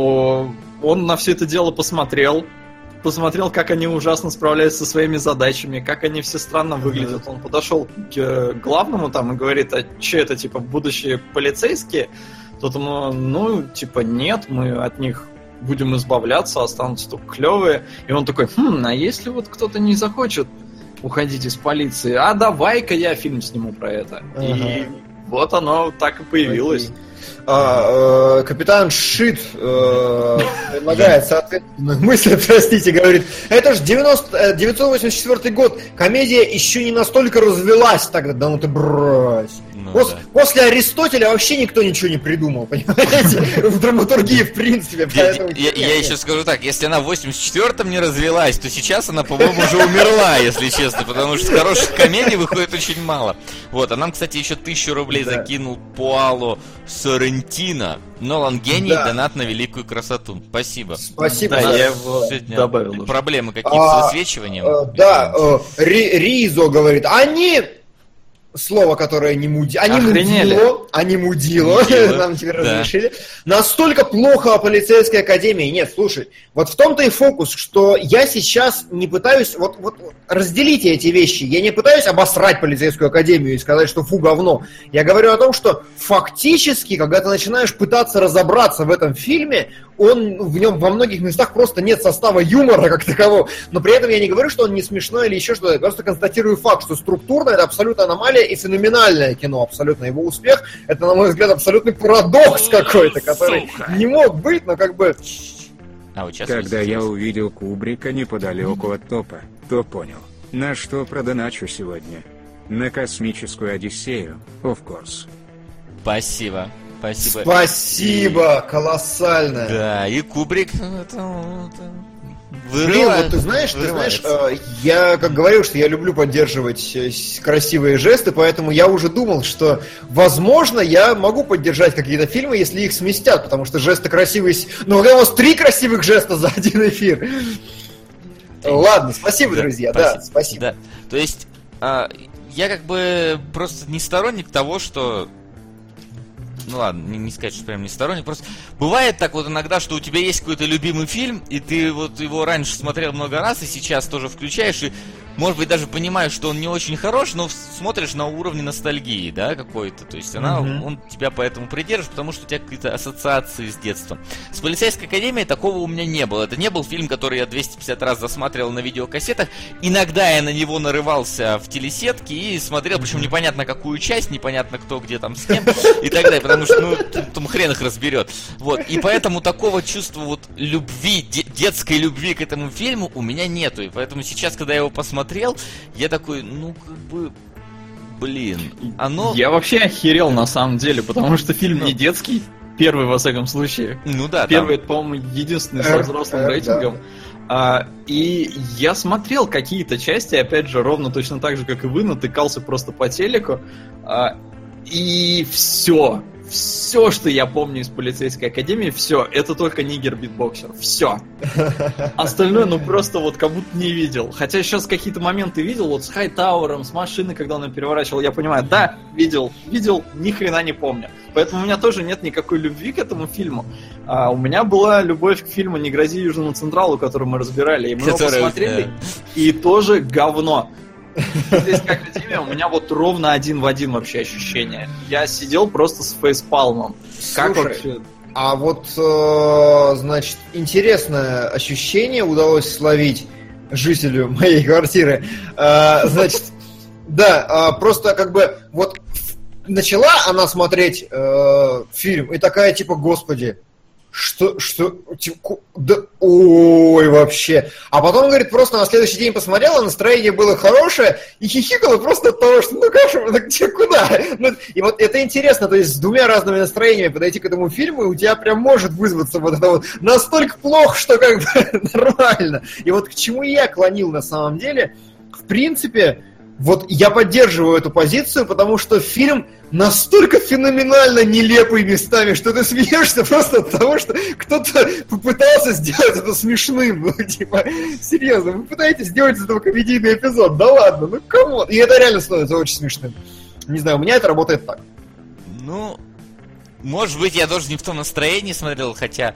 Speaker 4: он на все это дело посмотрел, как они ужасно справляются со своими задачами, как они все странно выглядят. Он подошел к главному там и говорит, а че это, типа, будущие полицейские? Тот ему, ну, типа, нет, мы от них... будем избавляться, останутся только клевые. И он такой, а если вот кто-то не захочет уходить из полиции, а давай-ка я фильм сниму про это. Ага. И вот оно так и появилось.
Speaker 3: Капитан Шит предлагает соответственную мысль, простите, говорит, это ж 984 год, комедия еще не настолько развелась тогда, да ну ты брось. После Аристотеля вообще никто ничего не придумал, понимаете? В драматургии, в принципе.
Speaker 5: Я еще скажу так, если она в 84-м не развелась, то сейчас она, по-моему, уже умерла, если честно, потому что хороших комедий выходит очень мало. Вот, а нам, кстати, еще 1000 рублей закинул Пуало Соррентино. Нолан гений, донат на великую красоту. Спасибо.
Speaker 3: Спасибо.
Speaker 4: Да, я его добавил.
Speaker 5: Проблемы какие-то с высвечиванием?
Speaker 3: Да, Ризо говорит, слово, которое не мудило. Они мудило. Нам теперь разрешили. Настолько плохо о полицейской академии. Нет, слушай, вот в том-то и фокус, что я сейчас не пытаюсь... Вот разделите эти вещи. Я не пытаюсь обосрать полицейскую академию и сказать, что фу, говно. Я говорю о том, что фактически, когда ты начинаешь пытаться разобраться в этом фильме, в нем во многих местах просто нет состава юмора как такового. Но при этом я не говорю, что он не смешной или еще что-то. Я просто констатирую факт, что структурно это абсолютно аномалия и феноменальное кино. Абсолютно его успех. Это, на мой взгляд, абсолютный парадокс какой-то, который не мог быть, но как бы...
Speaker 1: Когда я увидел Кубрика неподалеку от топа, то понял, на что продоначу сегодня. На космическую Одиссею, of course.
Speaker 5: Спасибо.
Speaker 3: Спасибо, колоссальное.
Speaker 5: Да, и Кубрик...
Speaker 3: Блин, вот ты знаешь, я как говорил, что я люблю поддерживать красивые жесты, поэтому я уже думал, что, возможно, я могу поддержать какие-то фильмы, если их сместят, потому что жесты красивые... Ну, у нас 3 красивых жеста за один эфир. Ладно, спасибо, друзья, спасибо.
Speaker 5: Да. То есть, я как бы просто не сторонник того, что ну ладно, не сказать, что прям не сторонник, просто бывает так вот иногда, что у тебя есть какой-то любимый фильм, и ты вот его раньше смотрел много раз, и сейчас тоже включаешь, и может быть, даже понимаешь, что он не очень хорош, но смотришь на уровне ностальгии, да, какой-то. То есть он тебя поэтому придерживает, потому что у тебя какие-то ассоциации с детством. С «Полицейской академией» такого у меня не было. Это не был фильм, который я 250 раз засматривал на видеокассетах. Иногда я на него нарывался в телесетке и смотрел, причем непонятно какую часть, непонятно кто где там с кем и так далее, потому что, ну, там хрен их разберет. Вот. И поэтому такого чувства вот любви, детской любви к этому фильму у меня нету. И поэтому сейчас, когда я его посмотрел, я такой, ну, как бы, блин, оно...
Speaker 4: Я вообще охерел, на самом деле, потому что фильм не детский, первый, во всяком случае.
Speaker 5: Ну да,
Speaker 4: первый, это, по-моему, единственный со взрослым рейтингом. И я смотрел какие-то части, опять же, ровно точно так же, как и вы, натыкался просто по телеку, и все, что я помню из «Полицейской академии», все, это только нигер-битбоксер, все. Остальное, ну просто вот как будто не видел. Хотя сейчас какие-то моменты видел, вот с Хайтауэром, с машиной, когда он ее переворачивал, я понимаю, да, видел, ни хрена не помню. Поэтому у меня тоже нет никакой любви к этому фильму. У меня была любовь к фильму «Не грози Южному Централу», который мы разбирали, и мы его посмотрели, и тоже говно. «Полицейская академия» у меня вот ровно один в один вообще ощущение. Я сидел просто с фейспалмом. Как вообще?
Speaker 3: А вот, значит, интересное ощущение удалось словить жителю моей квартиры. Значит, да, просто как бы вот начала она смотреть фильм и такая типа, господи, что, да, ой, вообще. А потом, говорит, просто на следующий день посмотрела, настроение было хорошее, и хихикала просто от того, что, ну как же, ну куда? Ну, и вот это интересно, то есть с двумя разными настроениями подойти к этому фильму, и у тебя прям может вызваться вот это вот настолько плохо, что как бы нормально. И вот к чему я клонил на самом деле, в принципе, вот я поддерживаю эту позицию, потому что фильм настолько феноменально нелепый местами, что ты смеешься просто от того, что кто-то попытался сделать это смешным. Ну, типа, серьезно, вы пытаетесь сделать из этого комедийный эпизод? Да ладно, ну камон. И это реально становится очень смешным. Не знаю, у меня это работает так.
Speaker 5: Ну, может быть, я тоже не в том настроении смотрел, хотя,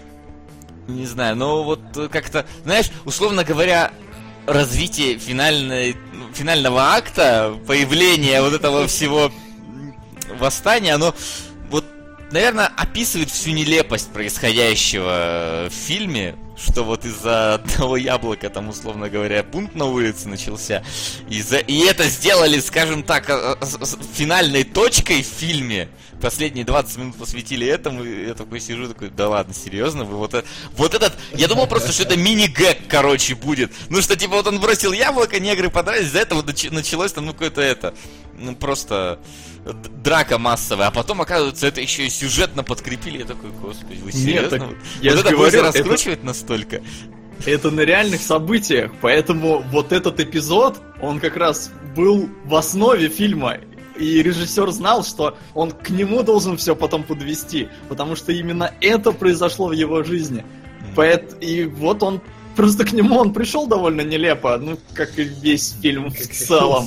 Speaker 5: не знаю, но вот как-то, знаешь, условно говоря, развитие финального акта, появление вот этого всего восстания, оно вот, наверное, описывает всю нелепость происходящего в фильме, что вот из-за одного яблока, там, условно говоря, бунт на улице начался, и это сделали, скажем так, финальной точкой в фильме. Последние 20 минут посвятили этому, и я такой сижу, такой, да ладно, серьезно? Вы вот этот... Я думал просто, что это мини-гэг, короче, будет. Ну, что, типа, вот он бросил яблоко, негры подрались, из-за этого началось там, ну, какое-то это... Ну, просто драка массовая. А потом, оказывается, это еще и сюжетно подкрепили. Я такой, господи, вы серьезно?
Speaker 4: Нет, я
Speaker 5: вот это
Speaker 4: говорю,
Speaker 5: раскручивать настолько?
Speaker 4: Это на реальных событиях, поэтому вот этот эпизод, он как раз был в основе фильма. И режиссер знал, что он к нему должен все потом подвести, потому что именно это произошло в его жизни. И вот он просто к нему он пришел довольно нелепо, ну, как и весь фильм в целом.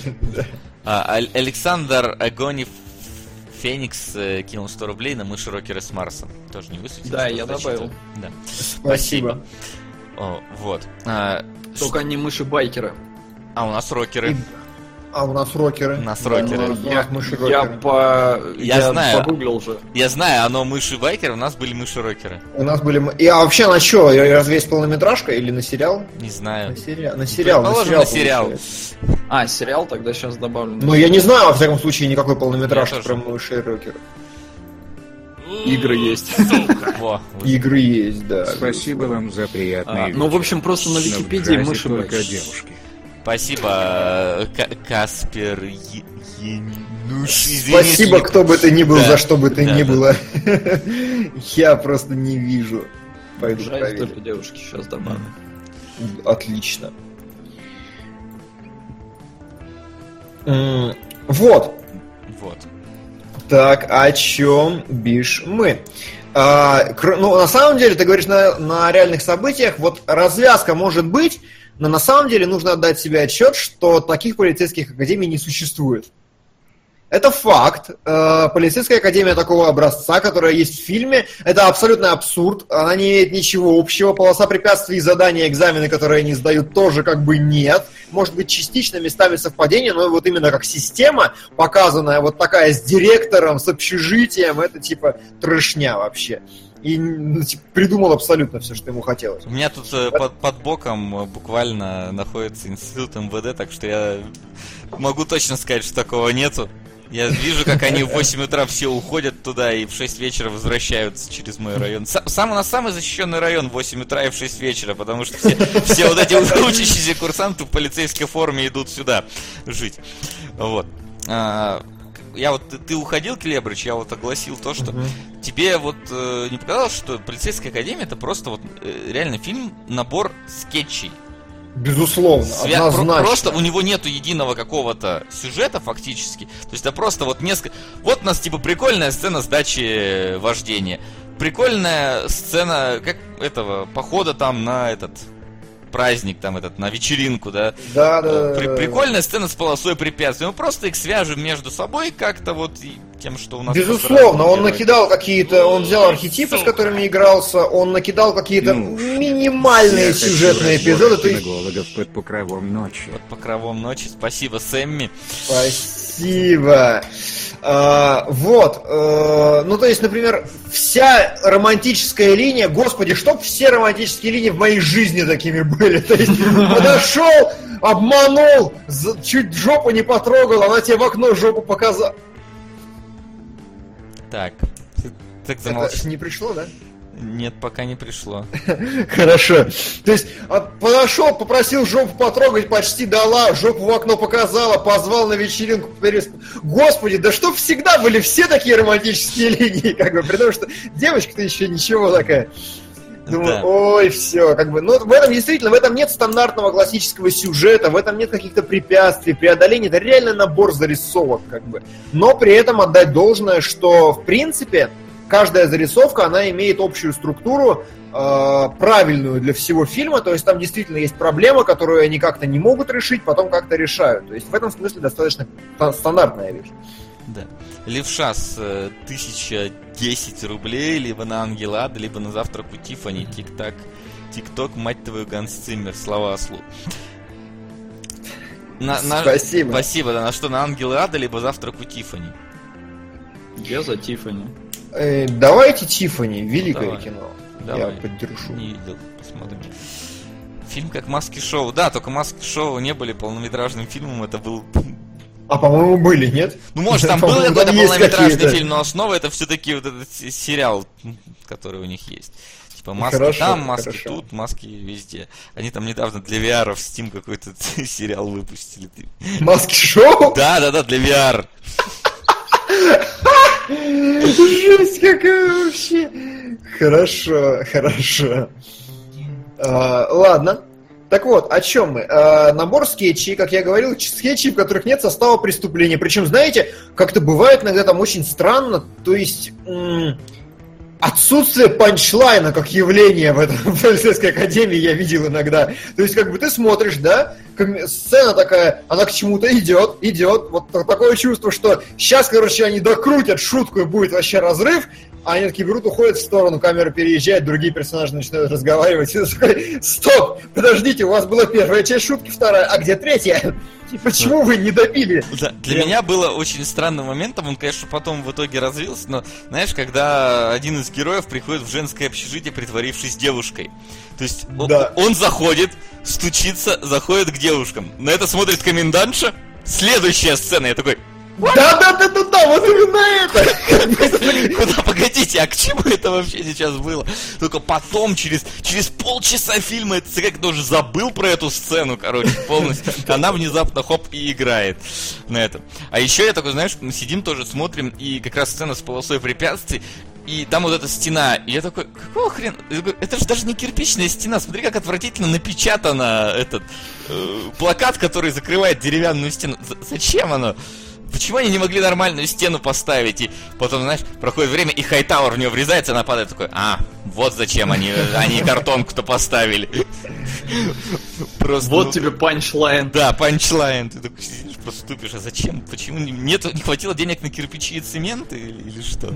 Speaker 5: Александр Агонев Феникс кинул 100 рублей на мыши Рокеры с Марса. Тоже не высветил?
Speaker 4: Да, я добавил.
Speaker 5: Да.
Speaker 3: Спасибо.
Speaker 5: Вот.
Speaker 4: Только не мыши-байкеры.
Speaker 5: А у нас рокеры.
Speaker 3: А у нас рокеры.
Speaker 5: У нас рокеры.
Speaker 4: Я
Speaker 5: знаю.
Speaker 4: Погуглил уже.
Speaker 5: Я знаю, оно мыши-байкеры, у нас были мыши-рокеры.
Speaker 3: У нас были... А вообще на что? Разве есть полнометражка или на сериал?
Speaker 5: Не знаю.
Speaker 3: На сериал.
Speaker 5: Положим, на сериал.
Speaker 4: Сериал тогда сейчас добавлю.
Speaker 3: Ну, я не знаю, во всяком случае, никакой полнометражки про мыши-рокеры.
Speaker 4: Игры есть.
Speaker 3: Игры есть, да.
Speaker 1: Спасибо вам за приятные
Speaker 4: Ну, в общем, просто на Википедии мыши
Speaker 1: только девушки.
Speaker 5: Спасибо, Каспер.
Speaker 3: Спасибо, кто бы ты ни был, за что бы ты ни было. Я просто не вижу.
Speaker 4: Пойду проверю. Только девушки сейчас добавлю.
Speaker 3: Отлично. Вот. Так, о чем бишь мы? Ну, на самом деле, ты говоришь на реальных событиях, вот развязка может быть, но на самом деле нужно отдать себе отчет, что таких полицейских академий не существует. Это факт. Полицейская академия такого образца, которая есть в фильме, это абсолютно абсурд. Она не имеет ничего общего. Полоса препятствий, задания, экзамены, которые они сдают, тоже как бы нет. Может быть, частично местами совпадения, но вот именно как система, показанная вот такая с директором, с общежитием, это типа трешня вообще. И придумал абсолютно все, что ему хотелось.
Speaker 5: У меня тут под боком буквально находится институт МВД, так что я могу точно сказать, что такого нету. Я вижу, как они в 8 утра все уходят туда и в 6 вечера возвращаются через мой район. У нас самый защищенный район в 8 утра и в 6 вечера, потому что все вот эти учащиеся курсанты в полицейской форме идут сюда жить. Вот. Ты уходил, Келебрыч, я вот огласил то, что тебе вот не показалось, что «Полицейская академия» это просто вот реально фильм, набор скетчей.
Speaker 3: Безусловно, однозначно.
Speaker 5: Просто у него нету единого какого-то сюжета фактически. То есть это просто вот несколько... Вот у нас типа прикольная сцена сдачи вождения. Прикольная сцена похода там на праздник, там на вечеринку, да?
Speaker 3: Да.
Speaker 5: Прикольная сцена с полосой препятствий. Мы просто их свяжем между собой как-то вот и тем, что у нас...
Speaker 3: Безусловно, он накидал какие-то... Он взял архетипы, с которыми игрался, он накидал какие-то минимальные сюжетные эпизоды.
Speaker 1: Под покровом ночи.
Speaker 5: Под покровом ночи. Спасибо, Сэмми.
Speaker 3: Спасибо. Ну, то есть, например, вся романтическая линия, господи, чтоб все романтические линии в моей жизни такими были. То есть, подошел, обманул, чуть жопу не потрогал, она тебе в окно жопу показала.
Speaker 5: Так
Speaker 3: это не пришло, да?
Speaker 5: Нет, пока не пришло.
Speaker 3: Хорошо. То есть, подошел, попросил жопу потрогать, почти дала, жопу в окно показала, позвал на вечеринку. Господи, да что всегда были все такие романтические линии, как бы, при том, что девочка-то еще ничего такая. Думаю, ой, все, как бы, ну, в этом нет стандартного классического сюжета, в этом нет каких-то препятствий, преодолений, это реально набор зарисовок, как бы. Но при этом отдать должное, что, в принципе, каждая зарисовка, она имеет общую структуру, правильную для всего фильма, то есть там действительно есть проблема, которую они как-то не могут решить, потом как-то решают. То есть в этом смысле достаточно стандартная вещь.
Speaker 5: Да. Левша с 1010 рублей, либо на Ангелада, либо на завтрак у Тиффани. Тик-ток, мать твою, Ганс Циммер, слова ослу.
Speaker 3: Спасибо.
Speaker 5: Спасибо, да. На что, на Ангелада, либо завтрак у Тиффани?
Speaker 4: Я за Тиффани.
Speaker 3: Давайте Тиффани, великое
Speaker 5: Давай.
Speaker 3: Кино.
Speaker 5: Давай.
Speaker 3: Я поддержу.
Speaker 5: Не видел, посмотрим. Фильм как «Маски-шоу». Да, только «Маски-шоу» не были полнометражным фильмом, это был...
Speaker 3: А, по-моему, были, нет?
Speaker 5: Ну, может, там был какой-то полнометражный фильм, но основа это все-таки вот этот сериал, который у них есть. Типа маски хорошо, там, маски хорошо. Тут, маски везде. Они там недавно для VR в Steam какой-то сериал выпустили.
Speaker 3: Маски-шоу?
Speaker 5: Да, для VR.
Speaker 3: Жесть какая вообще. Хорошо. Ладно. Так вот, о чем мы? Набор скетчей, как я говорил, скетчей, в которых нет состава преступления. Причем, знаете, как-то бывает иногда там очень странно, то есть отсутствие панчлайна как явление в этом в полицейской академии я видел иногда. То есть, как бы ты смотришь, да, сцена такая, она к чему-то идет, вот такое чувство, что сейчас, короче, они докрутят шутку и будет вообще разрыв, а они такие берут, уходят в сторону, камера переезжает, другие персонажи начинают разговаривать. И такой, стоп, подождите, у вас была первая часть шутки, вторая, а где третья? Почему вы не добили?
Speaker 5: Да, для меня было очень странным моментом, он, конечно, потом в итоге развился, но, знаешь, когда один из героев приходит в женское общежитие, притворившись девушкой. То есть он заходит, стучится, заходит к девушкам. На это смотрит комендантша. Следующая сцена, я такой...
Speaker 3: Да, вот именно это!
Speaker 5: Куда, погодите, а к чему это вообще сейчас было? Только потом, через полчаса фильма, это как тоже забыл про эту сцену, короче, полностью. Она внезапно, хоп, и играет на этом. А еще я такой, знаешь, мы сидим тоже, смотрим, и как раз сцена с полосой препятствий, и там вот эта стена, и я такой, какого хрена? Это же даже не кирпичная стена, смотри, как отвратительно напечатано этот плакат, который закрывает деревянную стену. Зачем оно? Почему они не могли нормальную стену поставить? И потом, знаешь, проходит время, и Хайтауэр в нее врезается, она падает, такой, вот зачем они картонку-то поставили.
Speaker 4: Просто, вот тебе панчлайн.
Speaker 5: Да, панчлайн. Ты такой сидишь, просто тупишь, а зачем? Почему не хватило денег на кирпичи и цемент или что?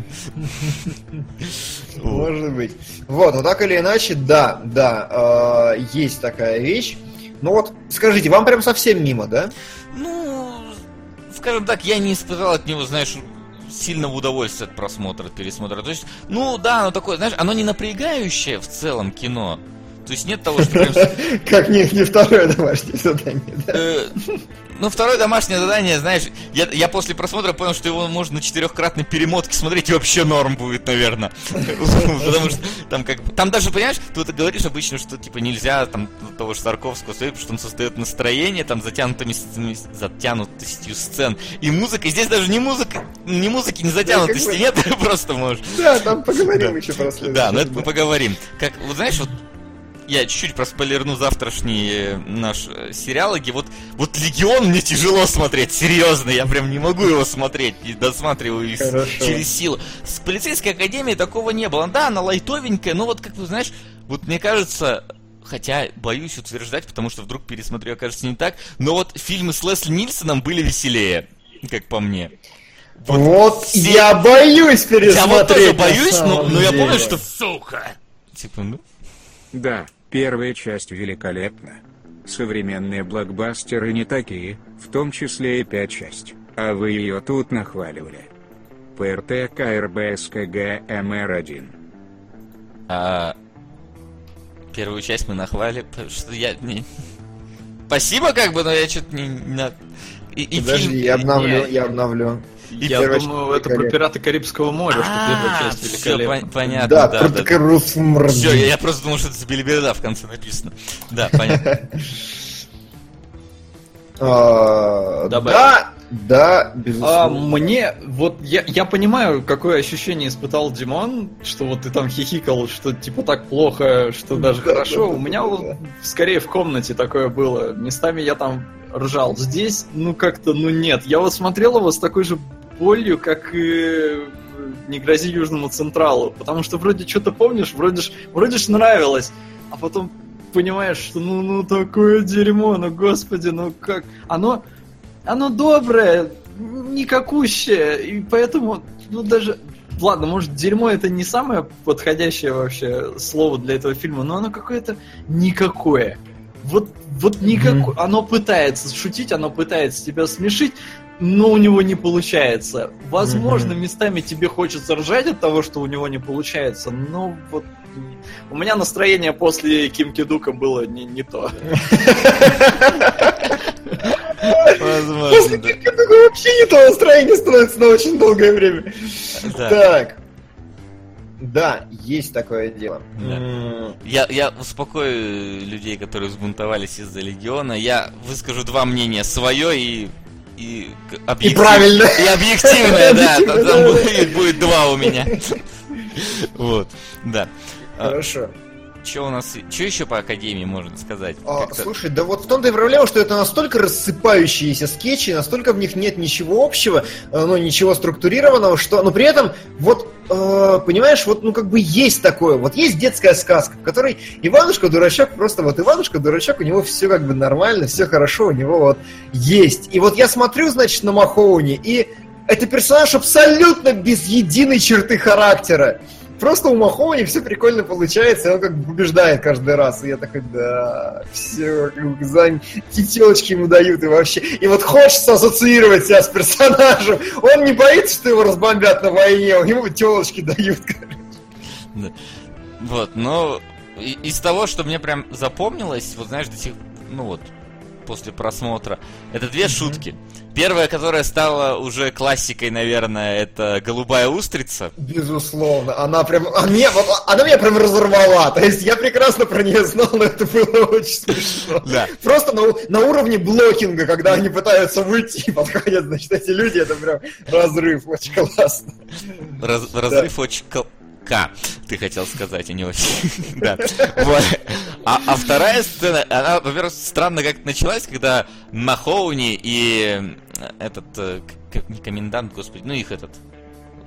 Speaker 3: Может быть. Вот, но так или иначе, да, есть такая вещь. Ну вот, скажите, вам прям совсем мимо, да?
Speaker 5: Ну, скажем так, я не испытал от него, знаешь, сильного удовольствия от просмотра, пересмотра. То есть, ну да, оно такое, знаешь, оно не напрягающее в целом кино. То есть нет того, что прям...
Speaker 3: Как не второе домашнее задание, да?
Speaker 5: Ну, второе домашнее задание, знаешь, я после просмотра понял, что его можно на 4-кратной перемотке смотреть, и вообще норм будет, наверное. Потому что там даже, понимаешь, ты вот говоришь обычно, что типа нельзя там того же Тарковского смотреть, потому что он создает настроение там затянутостью сцен. И музыка, и здесь даже не музыки, не затянутости нет, просто можешь.
Speaker 3: Да, там поговорим еще просто.
Speaker 5: Да, но это мы поговорим. Как, вот знаешь, вот я чуть-чуть проспойлерну завтрашний наш сериалоги. Вот «Легион» мне тяжело смотреть, серьезно, я прям не могу его смотреть, и досматриваю через силу. С «Полицейской академией» такого не было. Да, она лайтовенькая, но вот как ты знаешь, вот мне кажется, хотя боюсь утверждать, потому что вдруг пересмотрю, окажется не так, но вот фильмы с Лесли Нильсоном были веселее, как по мне.
Speaker 3: Вот я боюсь пересмотреть.
Speaker 5: Я вот тоже боюсь, но я помню, что сука. Типа, ну.
Speaker 1: Да. Первая часть великолепна. Современные блокбастеры не такие, в том числе и 5 часть. А вы ее тут нахваливали. ПРТ КРБСКГ МР1.
Speaker 5: Первую часть мы нахвалили, что я... Спасибо, как бы, но я что-то не...
Speaker 3: Подожди, фильм... я обновлю.
Speaker 4: Я думаю, это про «Пираты Карибского моря», что первая часть великолепна.
Speaker 5: Все, понятно,
Speaker 3: да. Да.
Speaker 5: Все, я просто думал, что это с Билиберда в конце написано. Да, понятно.
Speaker 3: Да, безусловно.
Speaker 4: Мне, вот, я понимаю, какое ощущение испытал Димон, что вот ты там хихикал, что типа так плохо, что даже хорошо. У меня вот скорее в комнате такое было. Местами я там ржал. Здесь, ну как-то, ну нет. Я вот смотрел его с такой же болью, как и «Не грози Южному Централу». Потому что вроде что-то помнишь, вроде ж нравилось, а потом понимаешь, что ну такое дерьмо, ну господи, ну как... Оно доброе, никакущее, и поэтому, ну даже... Ладно, может, дерьмо это не самое подходящее вообще слово для этого фильма, но оно какое-то никакое. Вот никакое. Оно пытается шутить, оно пытается тебя смешить, но у него не получается. Возможно, местами тебе хочется ржать от того, что у него не получается, но вот у меня настроение после Ким Ки-дука было не то.
Speaker 3: Возможно. После Ким Ки-дука вообще не то настроение становится на очень долгое время. Так. Да, есть такое дело.
Speaker 5: Да. Я успокою людей, которые взбунтовались из-за «Легиона». Я выскажу два мнения: свое и
Speaker 3: правильное.
Speaker 5: И объективное, да. Там будет два у меня. Вот, да.
Speaker 3: Хорошо.
Speaker 5: Что у нас? Что еще по Академии можно сказать?
Speaker 3: Слушай, да вот в том-то и проблема, что это настолько рассыпающиеся скетчи, настолько в них нет ничего общего, ничего структурированного, что, но при этом, вот, понимаешь, вот, ну, как бы есть такое, вот есть детская сказка, в которой Иванушка-дурачок, просто вот Иванушка-дурачок, у него все как бы нормально, все хорошо, у него вот есть. И вот я смотрю, значит, на Махоуни, и это персонаж абсолютно без единой черты характера. Просто у Махоуни все прикольно получается, и он как бы побеждает каждый раз. И я такой, да, все, как бы телочки ему дают, и вообще. И вот хочется ассоциировать себя с персонажем. Он не боится, что его разбомбят на войне, ему телочки дают, короче.
Speaker 5: Да. Вот, но из того, что мне прям запомнилось, вот знаешь, после просмотра, это две шутки. Первая, которая стала уже классикой, наверное, это «Голубая устрица».
Speaker 3: Безусловно. Она меня прям разорвала. То есть я прекрасно про нее знал, но это было очень смешно.
Speaker 5: Да.
Speaker 3: Просто на уровне блокинга, когда они пытаются выйти и подходят, значит, эти люди, это прям разрыв. Очень классно.
Speaker 5: Разрыв очень ты хотел сказать, а не очень. Да. Вот. А вторая сцена, она, во-первых, странно как началась, когда Махоуни и этот, не комендант, господи, их этот,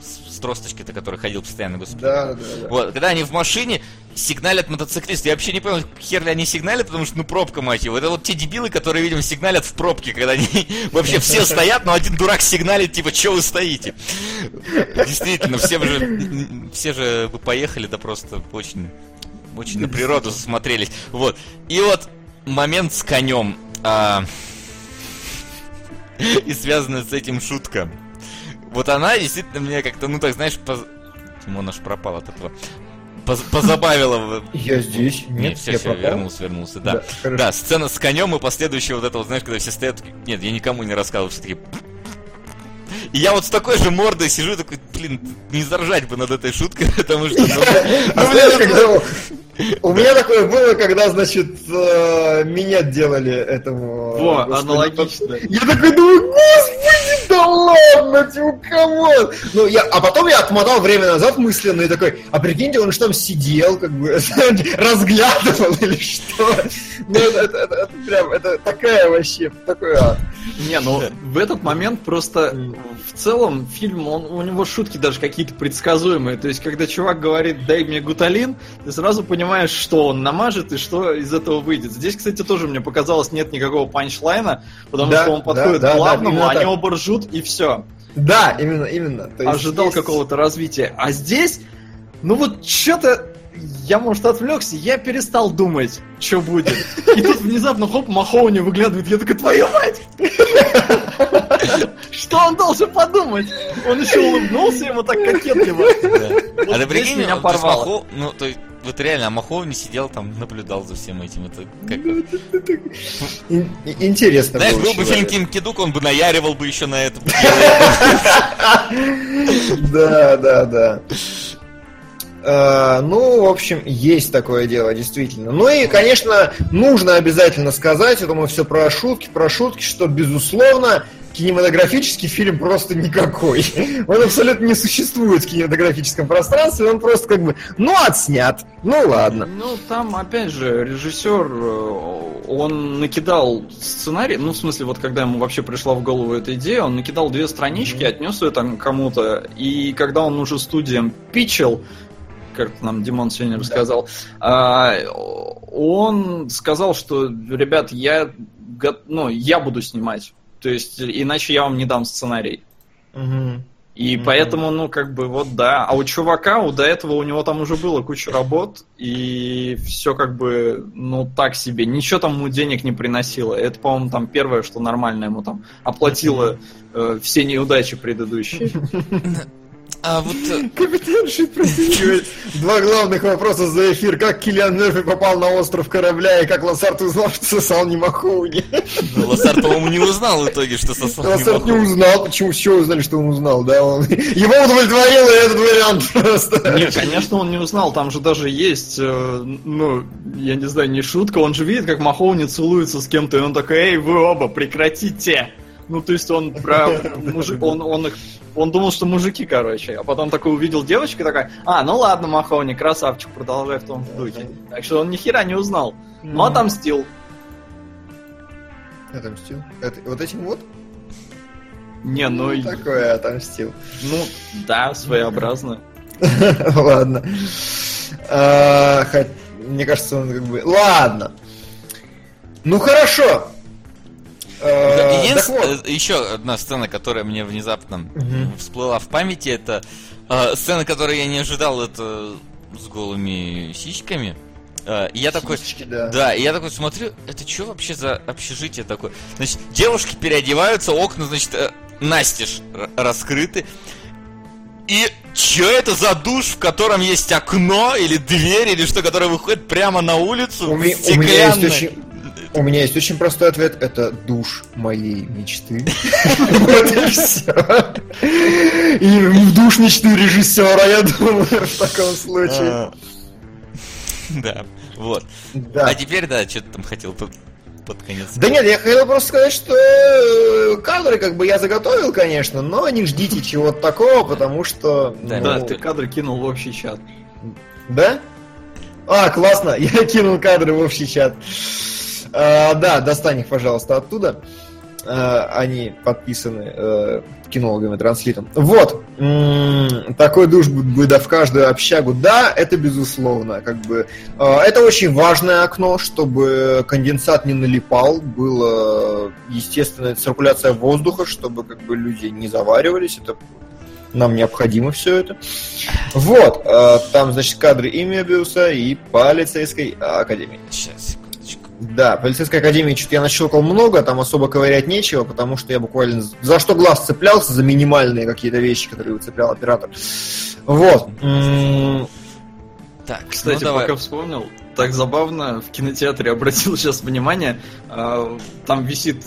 Speaker 5: с тросточкой-то, который ходил постоянно, господи.
Speaker 3: Да.
Speaker 5: Вот, когда они в машине сигналят мотоциклисты. Я вообще не понял, хер ли они сигналят, потому что, пробка, мать его. Это вот те дебилы, которые, видимо, сигналят в пробке, когда они вообще все стоят, но один дурак сигналит, типа, чё вы стоите? Действительно, все же бы поехали, да просто очень на природу засмотрелись. Вот. И вот момент с конем. И связанная с этим шутка. Вот она действительно меня как-то, так знаешь, Тимон аж пропал от этого. Позабавила.
Speaker 3: Я здесь. Нет,
Speaker 5: все, вернулся, да. Да, сцена с конем и последующее вот это вот, знаешь, когда все стоят. Нет, я никому не рассказывал, все таки. И я вот с такой же мордой сижу, такой, не заржать бы над этой шуткой, потому что...
Speaker 3: У меня такое было, когда, значит, меня делали этому...
Speaker 4: Во, аналогично.
Speaker 3: Я такой думаю, господи, да ладно, типа, камон. А потом я отмотал время назад мысленно и такой, а прикиньте, он что там сидел, как бы, разглядывал или что? Это прям, это такая вообще, такой ад.
Speaker 4: Не, в этот момент просто в целом фильм, у него шутки даже какие-то предсказуемые. То есть, когда чувак говорит, дай мне гуталин, ты сразу понимаешь, что он намажет и что из этого выйдет. Здесь, кстати, тоже мне показалось, нет никакого панчлайна, потому что он подходит к главному, они оба ржут и все.
Speaker 3: Да, именно.
Speaker 4: То есть ожидал какого-то развития. А здесь, что-то... Я, может, отвлекся, я перестал думать, что будет. И тут внезапно, хоп, Махоуни выглядывает, я такой, твою мать! Что он должен подумать? Он еще улыбнулся ему так кокетливо.
Speaker 5: А ты прикинь, меня порвало. То есть, вот реально, а Махоуни сидел там, наблюдал за всем этим. Это как...
Speaker 3: Интересно.
Speaker 5: Знаешь, был бы фильм Ким Кидук, он бы наяривал бы еще на это.
Speaker 3: Да. В общем, есть такое дело, действительно. И, конечно, нужно обязательно сказать, это мы все про шутки, что, безусловно, кинематографический фильм просто никакой. Он абсолютно не существует в кинематографическом пространстве, он просто как бы, отснят. Ладно.
Speaker 4: Там, опять же, режиссер, он накидал сценарий, в смысле, вот когда ему вообще пришла в голову эта идея, он накидал 2 странички, отнес ее там кому-то, и когда он уже студиям питчил, как нам Димон сегодня рассказал, он сказал, что, ребят, я буду снимать. То есть, иначе я вам не дам сценарий. И поэтому, да. А у чувака, до этого у него там уже было куча работ, и все так себе. Ничего там ему денег не приносило. Это, по-моему, там первое, что нормально ему там оплатило все неудачи предыдущие.
Speaker 3: Капитан Шит, простите. 2 главных вопроса за эфир. Как Киллиан Мерфи попал на остров корабля, и как Лассард узнал, что сосал не Махоуни?
Speaker 5: Лассард, по-моему, не узнал в итоге, что сосал не Махоуни.
Speaker 3: Лассард не узнал. Почему? С чего узнали, что он узнал? Да, его удовлетворил этот вариант просто.
Speaker 4: Нет, конечно, он не узнал. Там же даже есть, я не знаю, не шутка. Он же видит, как Махоуни целуется с кем-то, и он такой, эй, вы оба, прекратите. То есть он про мужик, он думал, что мужики, короче. А потом такой увидел девочку и такая, ладно, Махоуни, красавчик, продолжай в том духе. Так что он ни хера не узнал. Но отомстил.
Speaker 3: Отомстил? Вот этим вот?
Speaker 4: Не,
Speaker 3: такое отомстил.
Speaker 4: Да, своеобразно.
Speaker 3: Ладно. Мне кажется, он как бы... Ладно. Хорошо.
Speaker 5: Еще одна сцена, которая мне внезапно всплыла в памяти, это сцена, которую я не ожидал, это с голыми сиськами. И я такой, и я такой смотрю, это что вообще за общежитие такое? Значит, девушки переодеваются, окна, значит, настежь раскрыты. И что это за душ, в котором есть окно или дверь, или что, которое выходит прямо на улицу?
Speaker 3: У меня есть очень простой ответ. Это душ моей мечты. Вот и все. И в душ мечты режиссера, я думаю, в таком случае.
Speaker 5: Да, вот. А теперь, что ты там хотел под конец?
Speaker 3: Да нет, я хотел просто сказать, что кадры я заготовил, конечно, но не ждите чего-то такого, потому что...
Speaker 4: Да, ты кадры кинул в общий чат.
Speaker 3: Да? Классно, я кинул кадры в общий чат. Да, достань их, пожалуйста, оттуда. они подписаны кинологами Транслитом. Вот. Такой душ бы да в каждую общагу. Да, это безусловно. Как бы, это очень важное окно, чтобы конденсат не налипал, была естественная циркуляция воздуха, чтобы как бы люди не заваривались. Это нам необходимо все это. Вот. Там, значит, кадры и Мебиуса, и полицейской академии.
Speaker 5: Сейчас.
Speaker 3: Да, полицейской академии что-то я нащелкал много, там особо ковырять нечего, потому что я буквально за что глаз цеплялся, за минимальные какие-то вещи, которые выцеплял оператор. Вот.
Speaker 4: Так, кстати, пока вспомнил, так забавно, в кинотеатре обратил сейчас внимание, там висит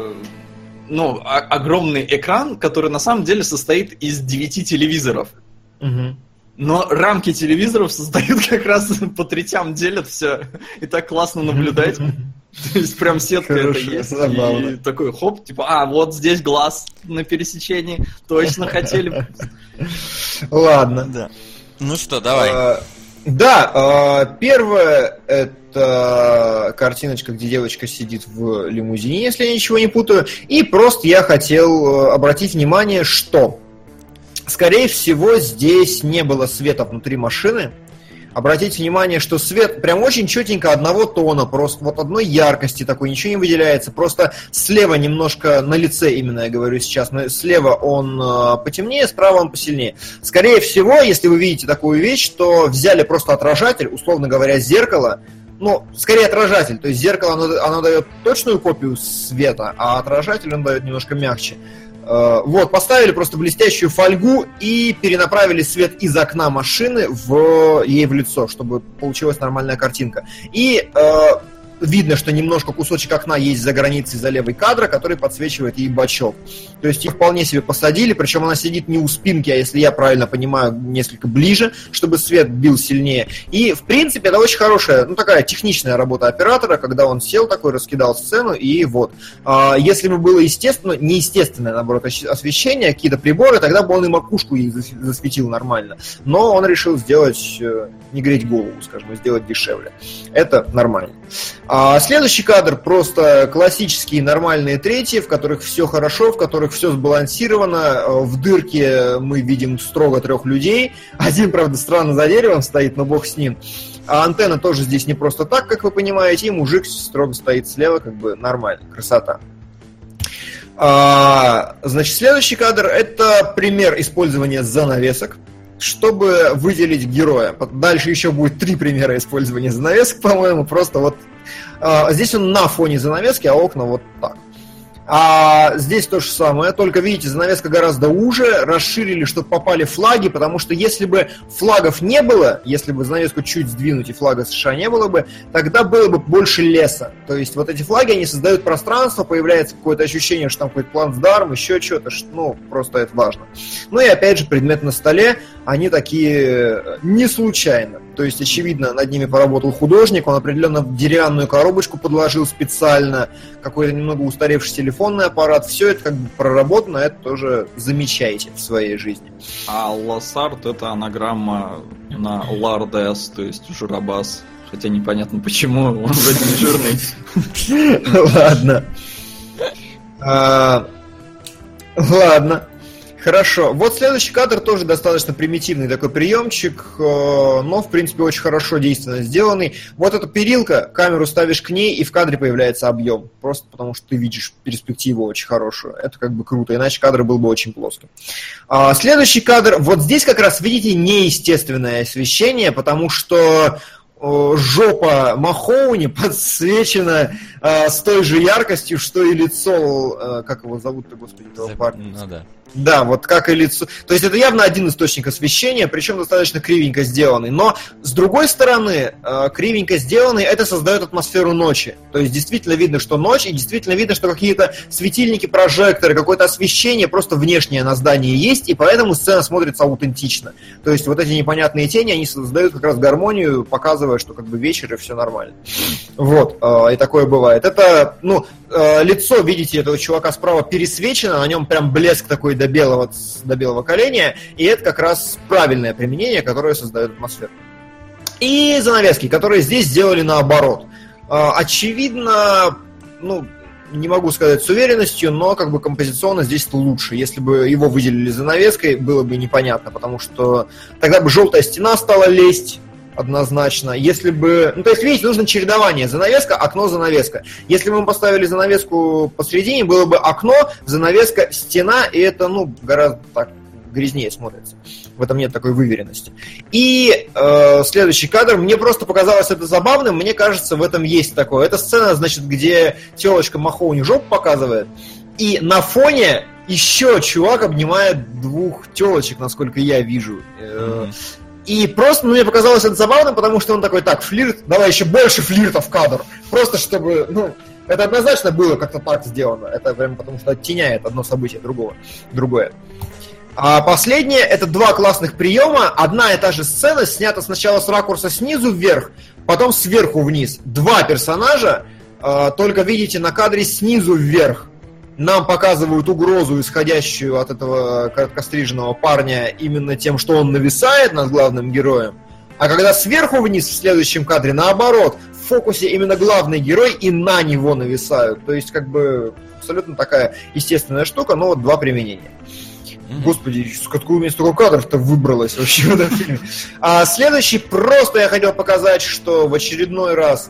Speaker 4: огромный экран, который на самом деле состоит из 9 телевизоров.
Speaker 3: Угу.
Speaker 4: Но рамки телевизоров создают как раз по третям, делят все. И так классно наблюдать. То есть прям сетка это есть. Забавно. И такой хоп, типа, вот здесь глаз на пересечении. Точно хотели.
Speaker 3: Ладно.
Speaker 5: Да. Ну что, давай.
Speaker 3: Первое это картиночка, где девочка сидит в лимузине, если я ничего не путаю. И просто я хотел обратить внимание, что скорее всего, здесь не было света внутри машины. Обратите внимание, что свет прям очень четенько одного тона, просто вот одной яркости такой, ничего не выделяется. Просто слева немножко на лице, именно я говорю сейчас, слева он потемнее, справа он посильнее. Скорее всего, если вы видите такую вещь, то взяли просто отражатель, условно говоря, зеркало, скорее отражатель, то есть зеркало, оно дает точную копию света, а отражатель он дает немножко мягче. Вот, поставили просто блестящую фольгу и перенаправили свет из окна машины ей в лицо, чтобы получилась нормальная картинка. И видно, что немножко кусочек окна есть за границей, за левой кадра, который подсвечивает ей бачок. То есть их вполне себе посадили, причем она сидит не у спинки, а если я правильно понимаю, несколько ближе, чтобы свет бил сильнее. И, в принципе, это очень хорошая, такая техничная работа оператора, когда он сел такой, раскидал сцену, и вот. Если бы было неестественное, наоборот, освещение, какие-то приборы, тогда бы он и макушку ей засветил нормально. Но он решил сделать, не греть голову, скажем, сделать дешевле. Это нормально. Следующий кадр просто классические нормальные трети, в которых все хорошо, в которых все сбалансировано. В дырке мы видим строго 3 людей. Один, правда, странно за деревом стоит, но бог с ним. А антенна тоже здесь не просто так, как вы понимаете. И мужик строго стоит слева, как бы нормально, красота. Значит, следующий кадр – это пример использования занавесок, чтобы выделить героя. Дальше еще будет 3 примера использования занавесок, по-моему, просто вот здесь он на фоне занавески, а окна вот так. А здесь то же самое, только, видите, занавеска гораздо уже, расширили, чтобы попали флаги, потому что если бы флагов не было, если бы занавеску чуть сдвинуть и флага США не было бы, тогда было бы больше леса. То есть вот эти флаги, они создают пространство, появляется какое-то ощущение, что там какой-то плацдарм, еще что-то, просто это важно. Ну и опять же, предметы на столе, они такие не случайно. То есть, очевидно, над ними поработал художник, он определенно деревянную коробочку подложил специально, какой-то немного устаревший телефонный аппарат. Все это как бы проработано, это тоже замечайте в своей жизни.
Speaker 4: А Лассард — это анаграмма на Лардес, то есть Журабас. Хотя непонятно почему, он вроде не жирный.
Speaker 3: Ладно. Хорошо. Вот следующий кадр тоже достаточно примитивный такой приемчик, но, в принципе, очень хорошо действенно сделанный. Вот эта перилка, камеру ставишь к ней, и в кадре появляется объем. Просто потому, что ты видишь перспективу очень хорошую. Это как бы круто, иначе кадр был бы очень плоским. Следующий кадр. Вот здесь как раз, видите, неестественное освещение, потому что жопа Махоуни подсвечена с той же яркостью, что и лицо, как его зовут-то, господи, этого парня.
Speaker 5: Ну да.
Speaker 3: Да, вот как и лицо. То есть это явно один источник освещения, причем достаточно кривенько сделанный. Но, с другой стороны, кривенько сделанный, это создает атмосферу ночи. То есть действительно видно, что ночь, и действительно видно, что какие-то светильники, прожекторы, какое-то освещение просто внешнее на здании есть, и поэтому сцена смотрится аутентично. То есть вот эти непонятные тени, они создают как раз гармонию, показывая, что как бы вечер и все нормально. Вот, и такое бывает. Это, лицо, видите, этого чувака справа пересвечено, на нем прям блеск такой до белого коленя, и это как раз правильное применение, которое создает атмосферу. И занавески, которые здесь сделали наоборот. Очевидно, не могу сказать с уверенностью, но как бы композиционно здесь лучше. Если бы его выделили занавеской, было бы непонятно, потому что тогда бы желтая стена стала лезть однозначно. Если бы... Ну, то есть, видите, нужно чередование. Занавеска, окно, занавеска. Если бы мы поставили занавеску посередине, было бы окно, занавеска, стена, и это, ну, гораздо так грязнее смотрится. В этом нет такой выверенности. И следующий кадр. Мне просто показалось это забавным. Мне кажется, в этом есть такое. Это сцена, значит, где телочка Махоуни жопу показывает. И на фоне еще чувак обнимает двух телочек, насколько я вижу. И просто, ну, мне показалось это забавным, потому что он такой, так, флирт, давай еще больше флирта в кадр. Просто чтобы, ну, это однозначно было как-то так сделано. Это прям потому что оттеняет одно событие другое. А последнее, это два классных приема. Одна и та же сцена, снята сначала с ракурса снизу вверх, потом сверху вниз. Два персонажа, только видите на кадре снизу вверх. Нам показывают угрозу, исходящую от этого короткостриженного парня, именно тем, что он нависает над главным героем. А когда сверху вниз в следующем кадре, наоборот, в фокусе именно главный герой и на него нависают. То есть, как бы, абсолютно такая естественная штука, но вот два применения. Господи, откуда у меня столько кадров-то выбралось вообще в этом фильме. А следующий, просто я хотел показать, что в очередной раз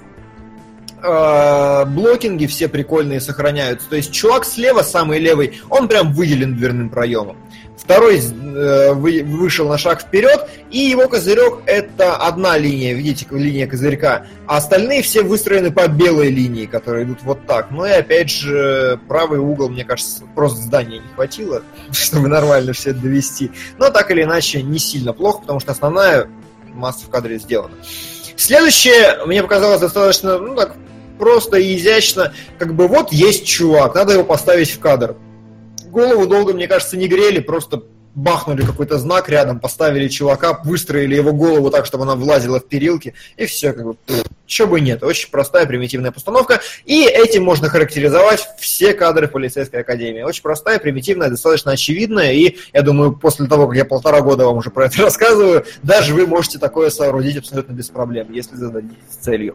Speaker 3: блокинги все прикольные сохраняются. То есть чувак слева, самый левый, он прям выделен дверным проемом. Второй вышел на шаг вперед, и его козырек это одна линия, видите, линия козырька. А остальные все выстроены по белой линии, которые идут вот так. Ну и опять же, правый угол, мне кажется, просто здания не хватило, чтобы нормально все это довести. Но так или иначе, не сильно плохо, потому что основная масса в кадре сделана. Следующее, мне показалось достаточно, ну так, просто и изящно. Как бы вот есть чувак, надо его поставить в кадр. Голову долго, мне кажется, не грели, просто бахнули какой-то знак рядом, поставили чувака, выстроили его голову так, чтобы она влазила в перилки, и все, как бы, чего бы нет. Очень простая, примитивная постановка, и этим можно характеризовать все кадры в полицейской академии. Очень простая, примитивная, достаточно очевидная, и я думаю, после того, как я 1,5 года вам уже про это рассказываю, даже вы можете такое соорудить абсолютно без проблем, если зададитесь целью.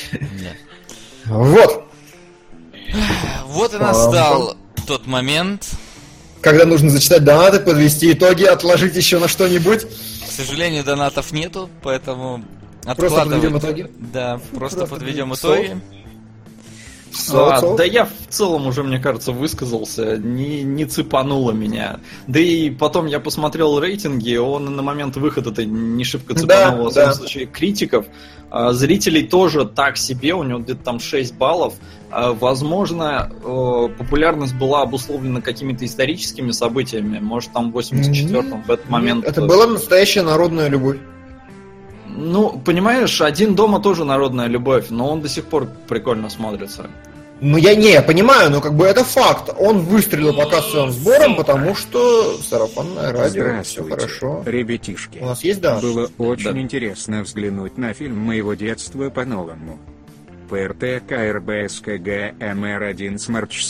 Speaker 3: Вот.
Speaker 5: Вот и настал тот момент,
Speaker 3: когда нужно зачитать донаты, подвести итоги, отложить еще на что-нибудь.
Speaker 5: К сожалению, донатов нету, поэтому
Speaker 3: просто подведем итоги.
Speaker 5: Да, просто подведем итоги.
Speaker 4: Да я в целом уже, мне кажется, высказался, не цепануло меня. Да и потом я посмотрел рейтинги, он на момент выхода-то не шибко цепанул, в самом случае критиков. Зрителей тоже так себе, у него где-то там 6 баллов. Возможно, популярность была обусловлена какими-то историческими событиями. Может, там в 84-м в этот момент...
Speaker 3: Это была настоящая народная любовь.
Speaker 4: Ну, понимаешь, «Один дома» тоже народная любовь, но он до сих пор прикольно смотрится.
Speaker 3: Ну, я понимаю, но как бы это факт. Он выстрелил по кассовым сборам, потому что сарафанное радио, все хорошо.
Speaker 1: Ребятишки.
Speaker 3: У нас есть, да?
Speaker 1: Было очень интересно взглянуть на фильм моего детства по Нолану. ПРТ, КРБ, СКГ, МР1, Смарч.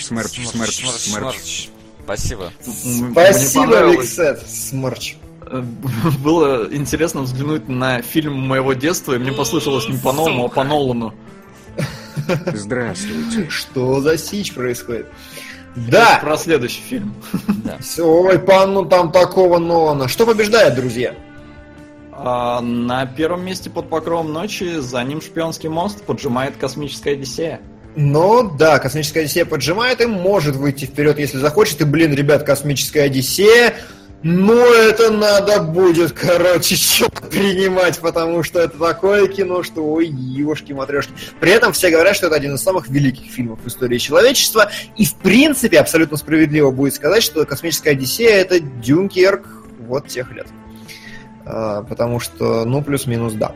Speaker 5: Спасибо.
Speaker 3: Спасибо, Виксет, Смарч.
Speaker 4: Было интересно взглянуть на фильм моего детства, и мне послышалось не по новому, а по Нолану.
Speaker 1: Здравствуйте.
Speaker 3: Что за сич происходит? Да!
Speaker 4: Это про следующий фильм.
Speaker 5: Да.
Speaker 3: Ой, панну там такого Нолана. Что побеждает, друзья?
Speaker 4: На первом месте под покровом ночи, за ним шпионский мост, поджимает Космическая Одиссея.
Speaker 3: Ну да, Космическая Одиссея поджимает и может выйти вперед, если захочет. И, блин, ребят, Космическая Одиссея, ну это надо будет, короче, что-то принимать, потому что это такое кино, что ой, ёшки-матрёшки. При этом все говорят, что это один из самых великих фильмов в истории человечества. И, в принципе, абсолютно справедливо будет сказать, что Космическая Одиссея — это Дюнкерк вот тех лет. Потому что, ну, плюс-минус, да.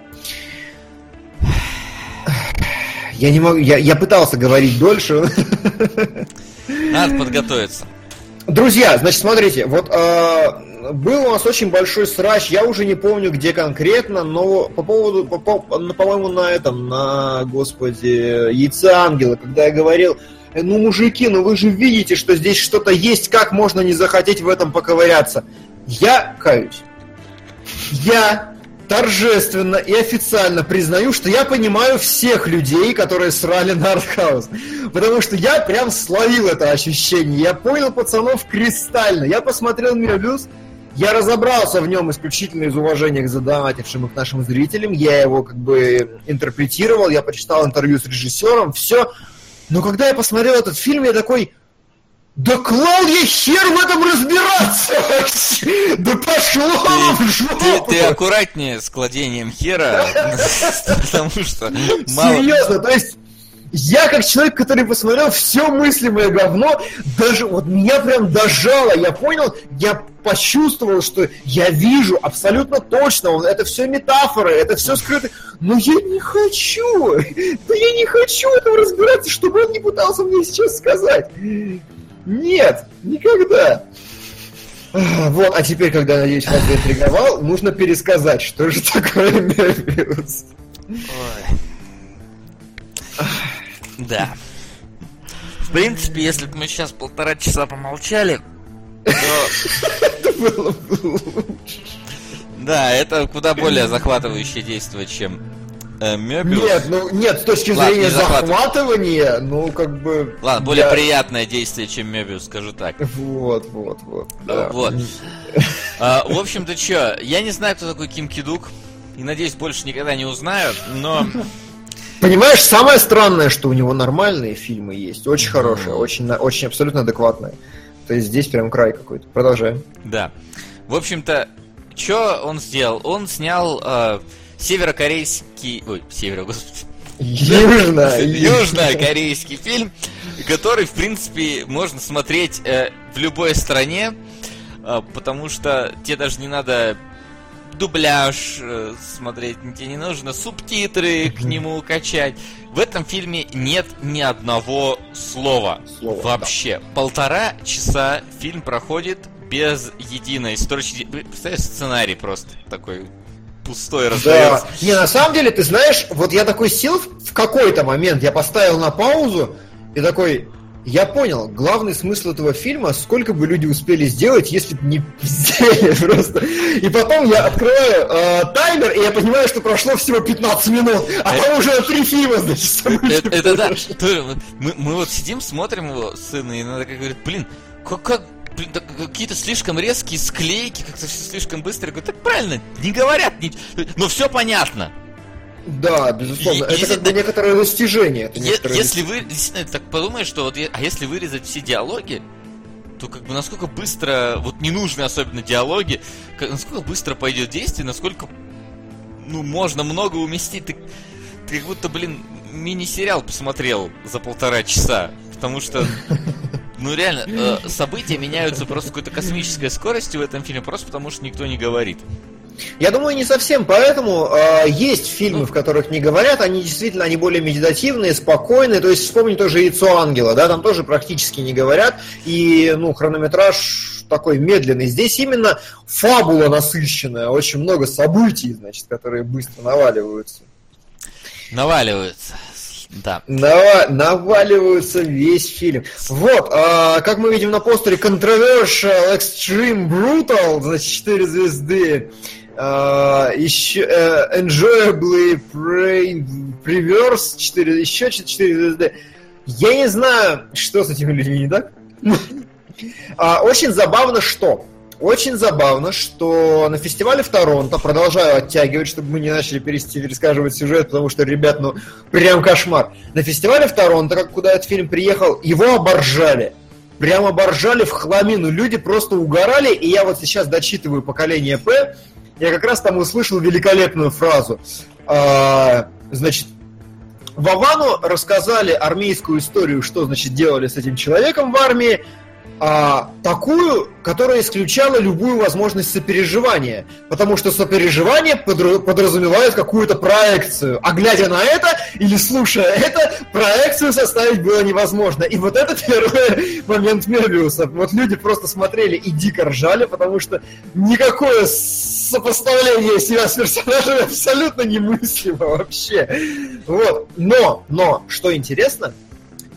Speaker 3: Я не могу, я пытался говорить дольше.
Speaker 5: Надо подготовиться. Друзья,
Speaker 3: значит, смотрите, вот был у нас очень большой срач, я уже не помню, где конкретно, но по поводу, по-моему, на господи, Яйце Ангела, когда я говорил, ну, мужики, ну вы же видите, что здесь что-то есть, как можно не захотеть в этом поковыряться? Я каюсь. Я торжественно и официально признаю, что я понимаю всех людей, которые срали на артхаус. Потому что я прям словил это ощущение. Я понял пацанов кристально. Я посмотрел «Мебиус», я разобрался в нем исключительно из уважения к задонатившим и к нашим зрителям. Я его как бы интерпретировал, я почитал интервью с режиссером, все. Но когда я посмотрел этот фильм, я такой... Да клал я хер в этом разбираться вообще! Да пошло в жопу!
Speaker 5: Ты аккуратнее с кладением хера, потому что мало...
Speaker 3: Серьезно, то есть я как человек, который посмотрел все мыслимое говно, даже вот меня прям дожало, я понял, я почувствовал, что я вижу абсолютно точно, это все метафоры, это все скрыто, но я не хочу, да я не хочу этого разбираться, чтобы он не пытался мне сейчас сказать. Нет, никогда. Вот, а теперь, когда, надеюсь, вас заинтриговал, нужно пересказать, что же такое Мебиус.
Speaker 5: Да. В принципе, если бы мы сейчас 1,5 часа помолчали, то...
Speaker 3: Это было бы лучше.
Speaker 5: Да, это куда более захватывающее действие, чем Мебиус.
Speaker 3: Нет, с точки зрения захватывания, как бы...
Speaker 5: Ладно, более приятное действие, чем Мебиус, скажу так.
Speaker 3: Вот.
Speaker 5: Да. Вот. В общем-то, что, я не знаю, кто такой Ким Ки-дук, и, надеюсь, больше никогда не узнаю, но...
Speaker 3: Понимаешь, самое странное, что у него нормальные фильмы есть, очень хорошие, очень абсолютно адекватные. То есть здесь прям край какой-то. Продолжаем. Да.
Speaker 5: В общем-то, что он сделал? Он снял... северокорейский... Ой, южнокорейский фильм, который, в принципе, можно смотреть в любой стране, потому что тебе даже не надо дубляж смотреть, тебе не нужно субтитры к нему качать. В этом фильме нет ни одного слова вообще. Да. 1,5 часа фильм проходит без единой строчки. Представляешь, сценарий просто такой... пустой раздается.
Speaker 3: Да. Не, на самом деле, ты знаешь, вот я такой сел в какой-то момент, я поставил на паузу и такой, я понял, главный смысл этого фильма, сколько бы люди успели сделать, если бы не пиздели просто. И потом я открываю таймер, и я понимаю, что прошло всего 15 минут, а там уже 3 фильма, значит.
Speaker 5: Это да. Мы вот сидим, смотрим его, сын, и иногда говорит, блин, как какие-то слишком резкие склейки, как-то все слишком быстро. Я говорю, так правильно, не говорят, но все понятно.
Speaker 3: Да, безусловно, это как бы некоторое достижение.
Speaker 5: Если вы действительно так подумаешь, что вот, а если вырезать все диалоги, то как бы насколько быстро, вот ненужные особенно диалоги, насколько быстро пойдет действие, насколько можно много уместить. Ты как будто, мини-сериал посмотрел за 1,5 часа, потому что... реально, события меняются просто какой-то космической скоростью в этом фильме, просто потому что никто не говорит.
Speaker 3: Я думаю, не совсем поэтому. Есть фильмы, в которых не говорят, они действительно более медитативные, спокойные. То есть вспомни тоже «Яйцо ангела», да, там тоже практически не говорят. И, хронометраж такой медленный. Здесь именно фабула насыщенная, очень много событий, значит, которые быстро наваливаются.
Speaker 5: Да.
Speaker 3: Наваливаются весь фильм. Вот, как мы видим на постере, Controversial, Extreme, Brutal, значит, 4 звезды. Еще Enjoyably Preverse, еще 4 звезды. Я не знаю, что с этими людьми не так. Очень забавно, что на фестивале в Торонто, продолжаю оттягивать, чтобы мы не начали пересказывать сюжет, потому что, ребят, прям кошмар. На фестивале в Торонто, куда этот фильм приехал, его оборжали. Прям оборжали в хламину. Люди просто угорали, и я вот сейчас дочитываю «Поколение П», я как раз там услышал великолепную фразу. Значит, Вовану рассказали армейскую историю, что, значит, делали с этим человеком в армии, такую, которая исключала любую возможность сопереживания, потому что сопереживание подразумевает какую-то проекцию, а глядя на это или слушая это, проекцию составить было невозможно. И вот это первый момент Мебиуса. Вот люди просто смотрели и дико ржали, потому что никакое сопоставление себя с персонажем абсолютно немыслимо вообще. Вот. Но, что интересно,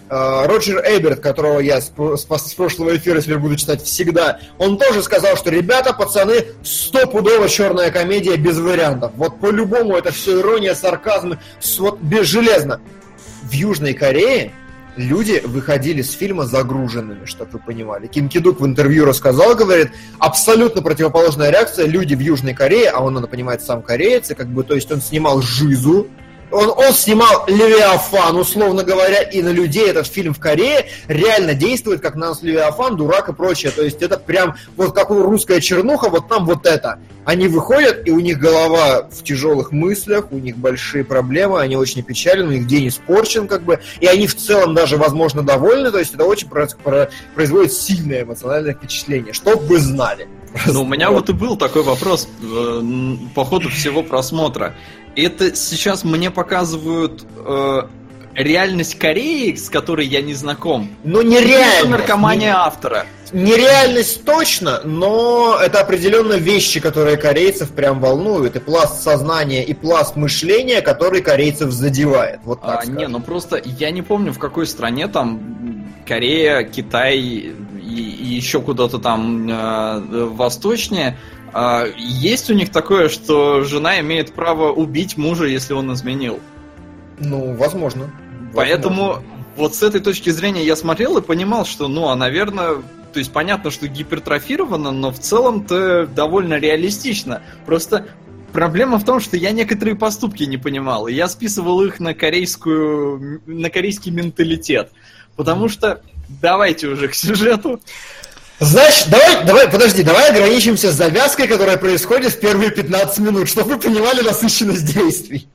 Speaker 3: Роджер Эйберт, которого я с прошлого эфира теперь буду читать всегда, он тоже сказал, что, ребята, пацаны, стопудово черная комедия без вариантов. Вот по-любому это все ирония, сарказм, вот безжелезно. В Южной Корее люди выходили с фильма загруженными, чтобы вы понимали. Ким Ки-дук в интервью рассказал, говорит, абсолютно противоположная реакция. Люди в Южной Корее, а он, надо понимать, сам кореец, и как бы, то есть он снимал «Жизу», он снимал «Левиафан», условно говоря, и на людей этот фильм в Корее реально действует, как на нас «Левиафан», «Дурак» и прочее. То есть это прям вот как русская чернуха, вот там вот это. Они выходят, и у них голова в тяжелых мыслях, у них большие проблемы, они очень опечалены, у них день испорчен, как бы, и они в целом даже, возможно, довольны. То есть это очень производит сильное эмоциональное впечатление, чтоб вы знали.
Speaker 4: Ну, у меня вот и был такой вопрос по ходу всего просмотра. Это сейчас мне показывают реальность Кореи, с которой я не знаком.
Speaker 3: Ну, нереальность.
Speaker 4: Наркомания автора.
Speaker 3: Нереальность точно, но это определенно вещи, которые корейцев прям волнуют. И пласт сознания, и пласт мышления, который корейцев задевает. Вот так скажем.
Speaker 4: Не, ну просто я не помню, в какой стране там Корея, Китай и еще куда-то там восточнее. Есть у них такое, что жена имеет право убить мужа, если он изменил?
Speaker 3: Ну, возможно.
Speaker 4: Поэтому вот с этой точки зрения я смотрел и понимал, что, наверное, то есть понятно, что гипертрофировано, но в целом-то довольно реалистично. Просто проблема в том, что я некоторые поступки не понимал, и я списывал их на корейский менталитет. Потому что давайте уже к сюжету.
Speaker 3: Значит, давай ограничимся завязкой, которая происходит в первые 15 минут, чтобы вы понимали насыщенность действий.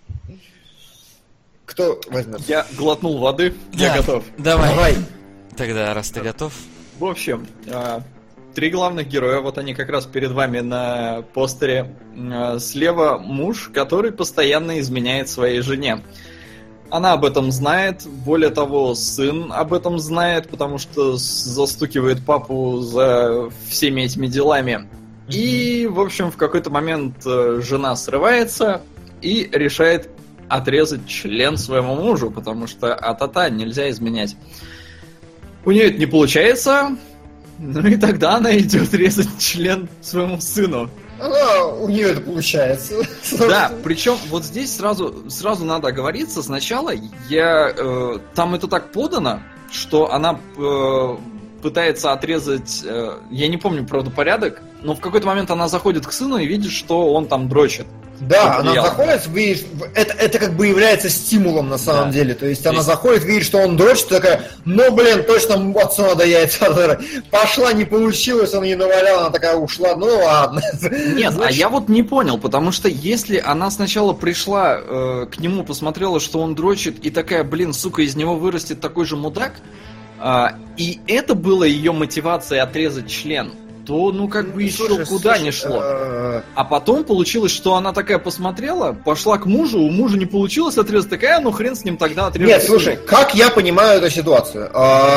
Speaker 3: Кто возьмет?
Speaker 4: Я глотнул воды, я готов.
Speaker 5: Давай. Тогда, раз ты готов.
Speaker 4: В общем, 3 главных героя, вот они как раз перед вами на постере. Слева муж, который постоянно изменяет своей жене. Она об этом знает, более того, сын об этом знает, потому что застукивает папу за всеми этими делами. И, в общем, в какой-то момент жена срывается и решает отрезать член своему мужу, потому что нельзя изменять. У нее это не получается, ну и тогда она идет резать член своему сыну.
Speaker 3: У нее это получается.
Speaker 4: Да, причем вот здесь сразу надо оговориться. Сначала там это так подано, что она пытается отрезать, я не помню, правда, порядок, но в какой-то момент она заходит к сыну и видит, что он там дрочит.
Speaker 3: Да, она заходит, видит, это как бы является стимулом на самом деле. То есть она заходит, видит, что он дрочит, такая, точно отцу надо яйца. Пошла, не получилось, он ей навалял, она такая ушла, ладно.
Speaker 4: Нет, а я вот не понял, потому что если она сначала пришла к нему, посмотрела, что он дрочит, и такая, сука, из него вырастет такой же мудак, и это было ее мотивацией отрезать член, то, еще куда не шло. А потом получилось, что она такая посмотрела, пошла к мужу, у мужа не получилось отрезать, такая, хрен с ним тогда отрезать.
Speaker 3: Нет, слушай, как я понимаю эту ситуацию?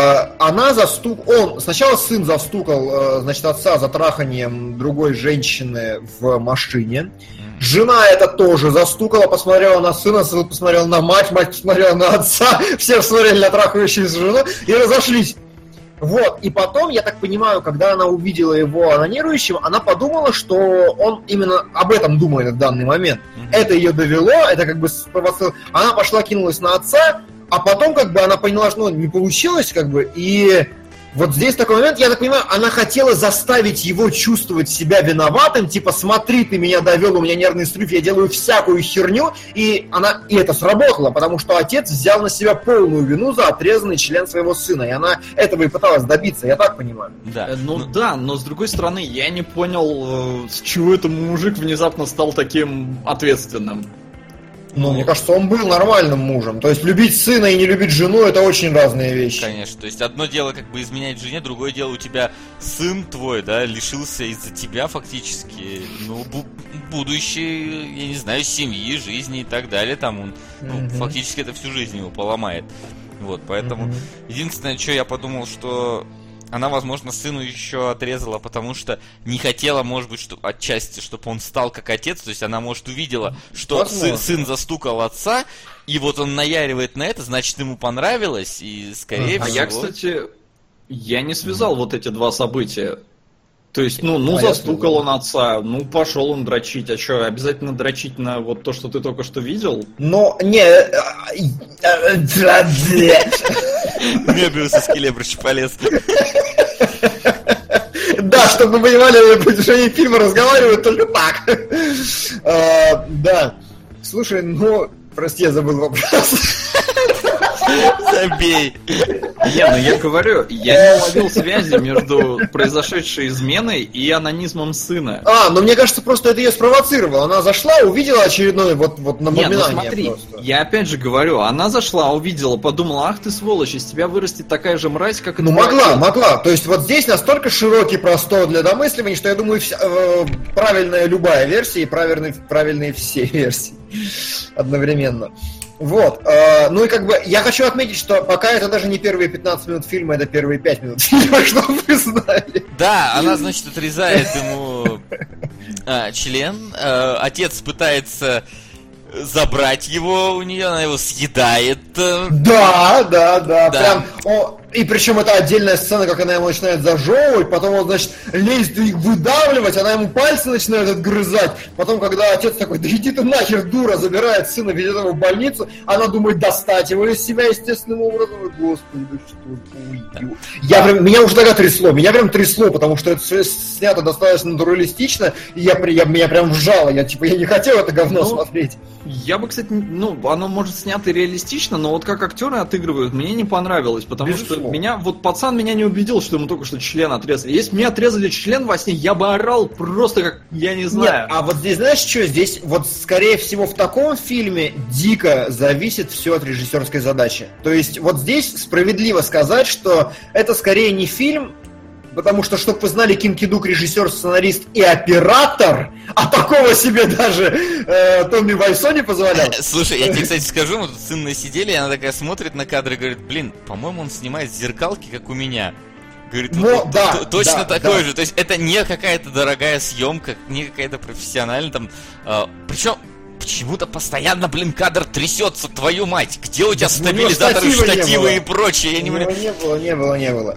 Speaker 3: Сначала сын застукал, отца за траханием другой женщины в машине. Жена это тоже застукала, посмотрела на сына, сын посмотрел на мать посмотрела на отца, все посмотрели на трахающуюся жену и разошлись. Вот, и потом, я так понимаю, когда она увидела его анонирующим, она подумала, что он именно об этом думает в данный момент. Это ее довело, это как бы спровоцировало. Она пошла, кинулась на отца, а потом как бы она поняла, что не получилось, как бы, и вот здесь такой момент, я так понимаю, она хотела заставить его чувствовать себя виноватым, типа, смотри, ты меня довел, у меня нервный срыв, я делаю всякую херню, и это сработало, потому что отец взял на себя полную вину за отрезанный член своего сына, и она этого и пыталась добиться, я так понимаю.
Speaker 4: Да, но с другой стороны, я не понял, с чего этот мужик внезапно стал таким ответственным.
Speaker 3: Мне кажется, он был нормальным мужем. То есть любить сына и не любить жену — это очень разные вещи.
Speaker 5: Конечно, то есть одно дело как бы изменять жене, другое дело у тебя сын твой, да, лишился из-за тебя фактически, будущей, я не знаю, семьи, жизни и так далее. Там он, фактически это всю жизнь его поломает. Вот, поэтому единственное, что я подумал, что она, возможно, сыну еще отрезала, потому что не хотела, может быть, отчасти, чтобы он стал как отец. То есть она, может, увидела, что сын застукал отца, И вот он наяривает на это, значит, ему понравилось, и скорее всего...
Speaker 4: А я, кстати, я не связал вот эти два события. То есть, застукал он отца, пошел он дрочить. А что, обязательно дрочить на вот то, что ты только что видел?
Speaker 2: Но, не...
Speaker 5: Мебиус из Келебрыча полез.
Speaker 2: Да, чтобы вы понимали, на протяжении фильма разговаривают только так. Да. Слушай, прости, я забыл вопрос.
Speaker 5: Забей.
Speaker 4: Я говорю, я не уловил связи между произошедшей изменой и анонизмом сына.
Speaker 2: Но мне кажется, просто это ее спровоцировало. Она зашла, увидела очередное вот напоминание.
Speaker 4: Смотри,
Speaker 2: просто.
Speaker 4: Я опять же говорю, она зашла, увидела, подумала, ах ты сволочь, из тебя вырастет такая же мразь, как и
Speaker 2: могла. То есть вот здесь настолько широкий простор для домысливания, что я думаю, правильная любая версия и правильные все версии одновременно. Вот. И я хочу отметить, что пока это даже не первые 15 минут фильма, это первые 5 минут фильма, чтобы вы знали.
Speaker 5: Да, она, значит, отрезает ему член. Отец пытается забрать его у нее, она его съедает.
Speaker 2: Да. Прям, и причем это отдельная сцена, как она ему начинает зажевывать, потом он, значит, лезет их выдавливать, она ему пальцы начинает отгрызать. Потом, когда отец такой, да иди ты нахер, дура, забирает сына, ведет его в больницу, она думает достать его из себя естественным образом. Ой, господи, да что? Меня уже тогда трясло, потому что это снято достаточно натуралистично, и меня прям вжало, я не хотел это говно смотреть.
Speaker 4: Я бы, кстати, оно может снято реалистично, но вот как актеры отыгрывают, мне не понравилось, потому что пацан меня не убедил, что ему только что член отрезали. Если мне отрезали член во сне, я бы орал просто как, я не знаю.
Speaker 2: Нет, а вот здесь, знаешь что, здесь вот скорее всего в таком фильме дико зависит все от режиссерской задачи. То есть вот здесь справедливо сказать, что это скорее не фильм, потому что, чтобы вы знали, Ким Ки-дук режиссер, сценарист и оператор, а такого себе даже Томми Вайсо не позволял.
Speaker 5: Слушай, я тебе, кстати, скажу, мы тут с Инной сидели, и она такая смотрит на кадры и говорит, по-моему, он снимает зеркалки, как у меня. Говорит, точно такой же. То есть это не какая-то дорогая съемка, не какая-то профессиональная там. Причем почему-то постоянно, кадр трясется, твою мать. Где у тебя стабилизаторы, штативы и прочее?
Speaker 2: Не было.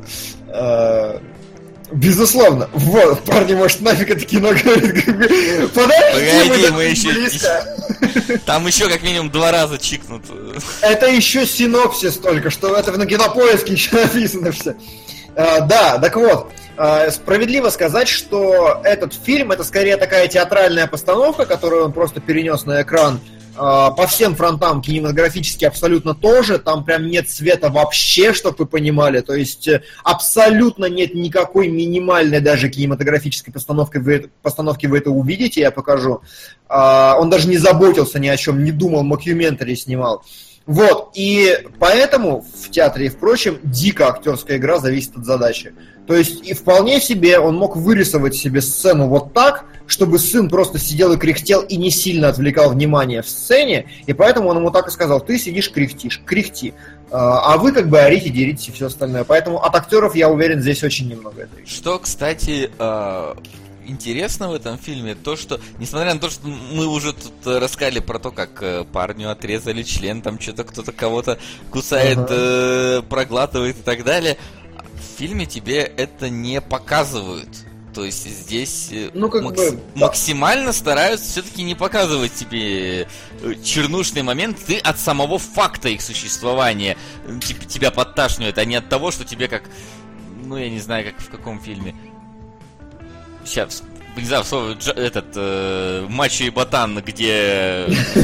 Speaker 2: Безусловно. Вот, парни, может, нафиг это кино говорит.
Speaker 5: Погоди, мы еще... Там еще как минимум 2 раза чикнут.
Speaker 2: Это еще синопсис только, что это на Кинопоиске еще написано все. Да, так вот. Справедливо сказать, что этот фильм это скорее такая театральная постановка, которую он просто перенес на экран. По всем фронтам кинематографически абсолютно тоже. Там прям нет света вообще, чтобы вы понимали. То есть абсолютно нет никакой минимальной даже кинематографической постановки вы это увидите, я покажу. Он даже не заботился ни о чем, не думал, мокюментари снимал. Вот, и поэтому в театре и впрочем дико актерская игра зависит от задачи. То есть и вполне себе он мог вырисовать себе сцену вот так, чтобы сын просто сидел и кряхтел и не сильно отвлекал внимание в сцене, и поэтому он ему так и сказал: ты сидишь, кряхти, а вы как бы орите, деритесь и все остальное. Поэтому от актеров, я уверен, здесь очень немного.
Speaker 5: Что, кстати, интересно в этом фильме, то, что, несмотря на то, что мы уже тут рассказали про то, как парню отрезали член, там что-то кто-то кого-то кусает, проглатывает и так далее, в фильме тебе это не показывают. То есть здесь максимально стараются все-таки не показывать тебе чернушный момент, ты от самого факта их существования тебя подташнивает, а не от того, что тебе как, я не знаю, как в каком фильме. Сейчас, не знаю, этот Мачо и Ботан, где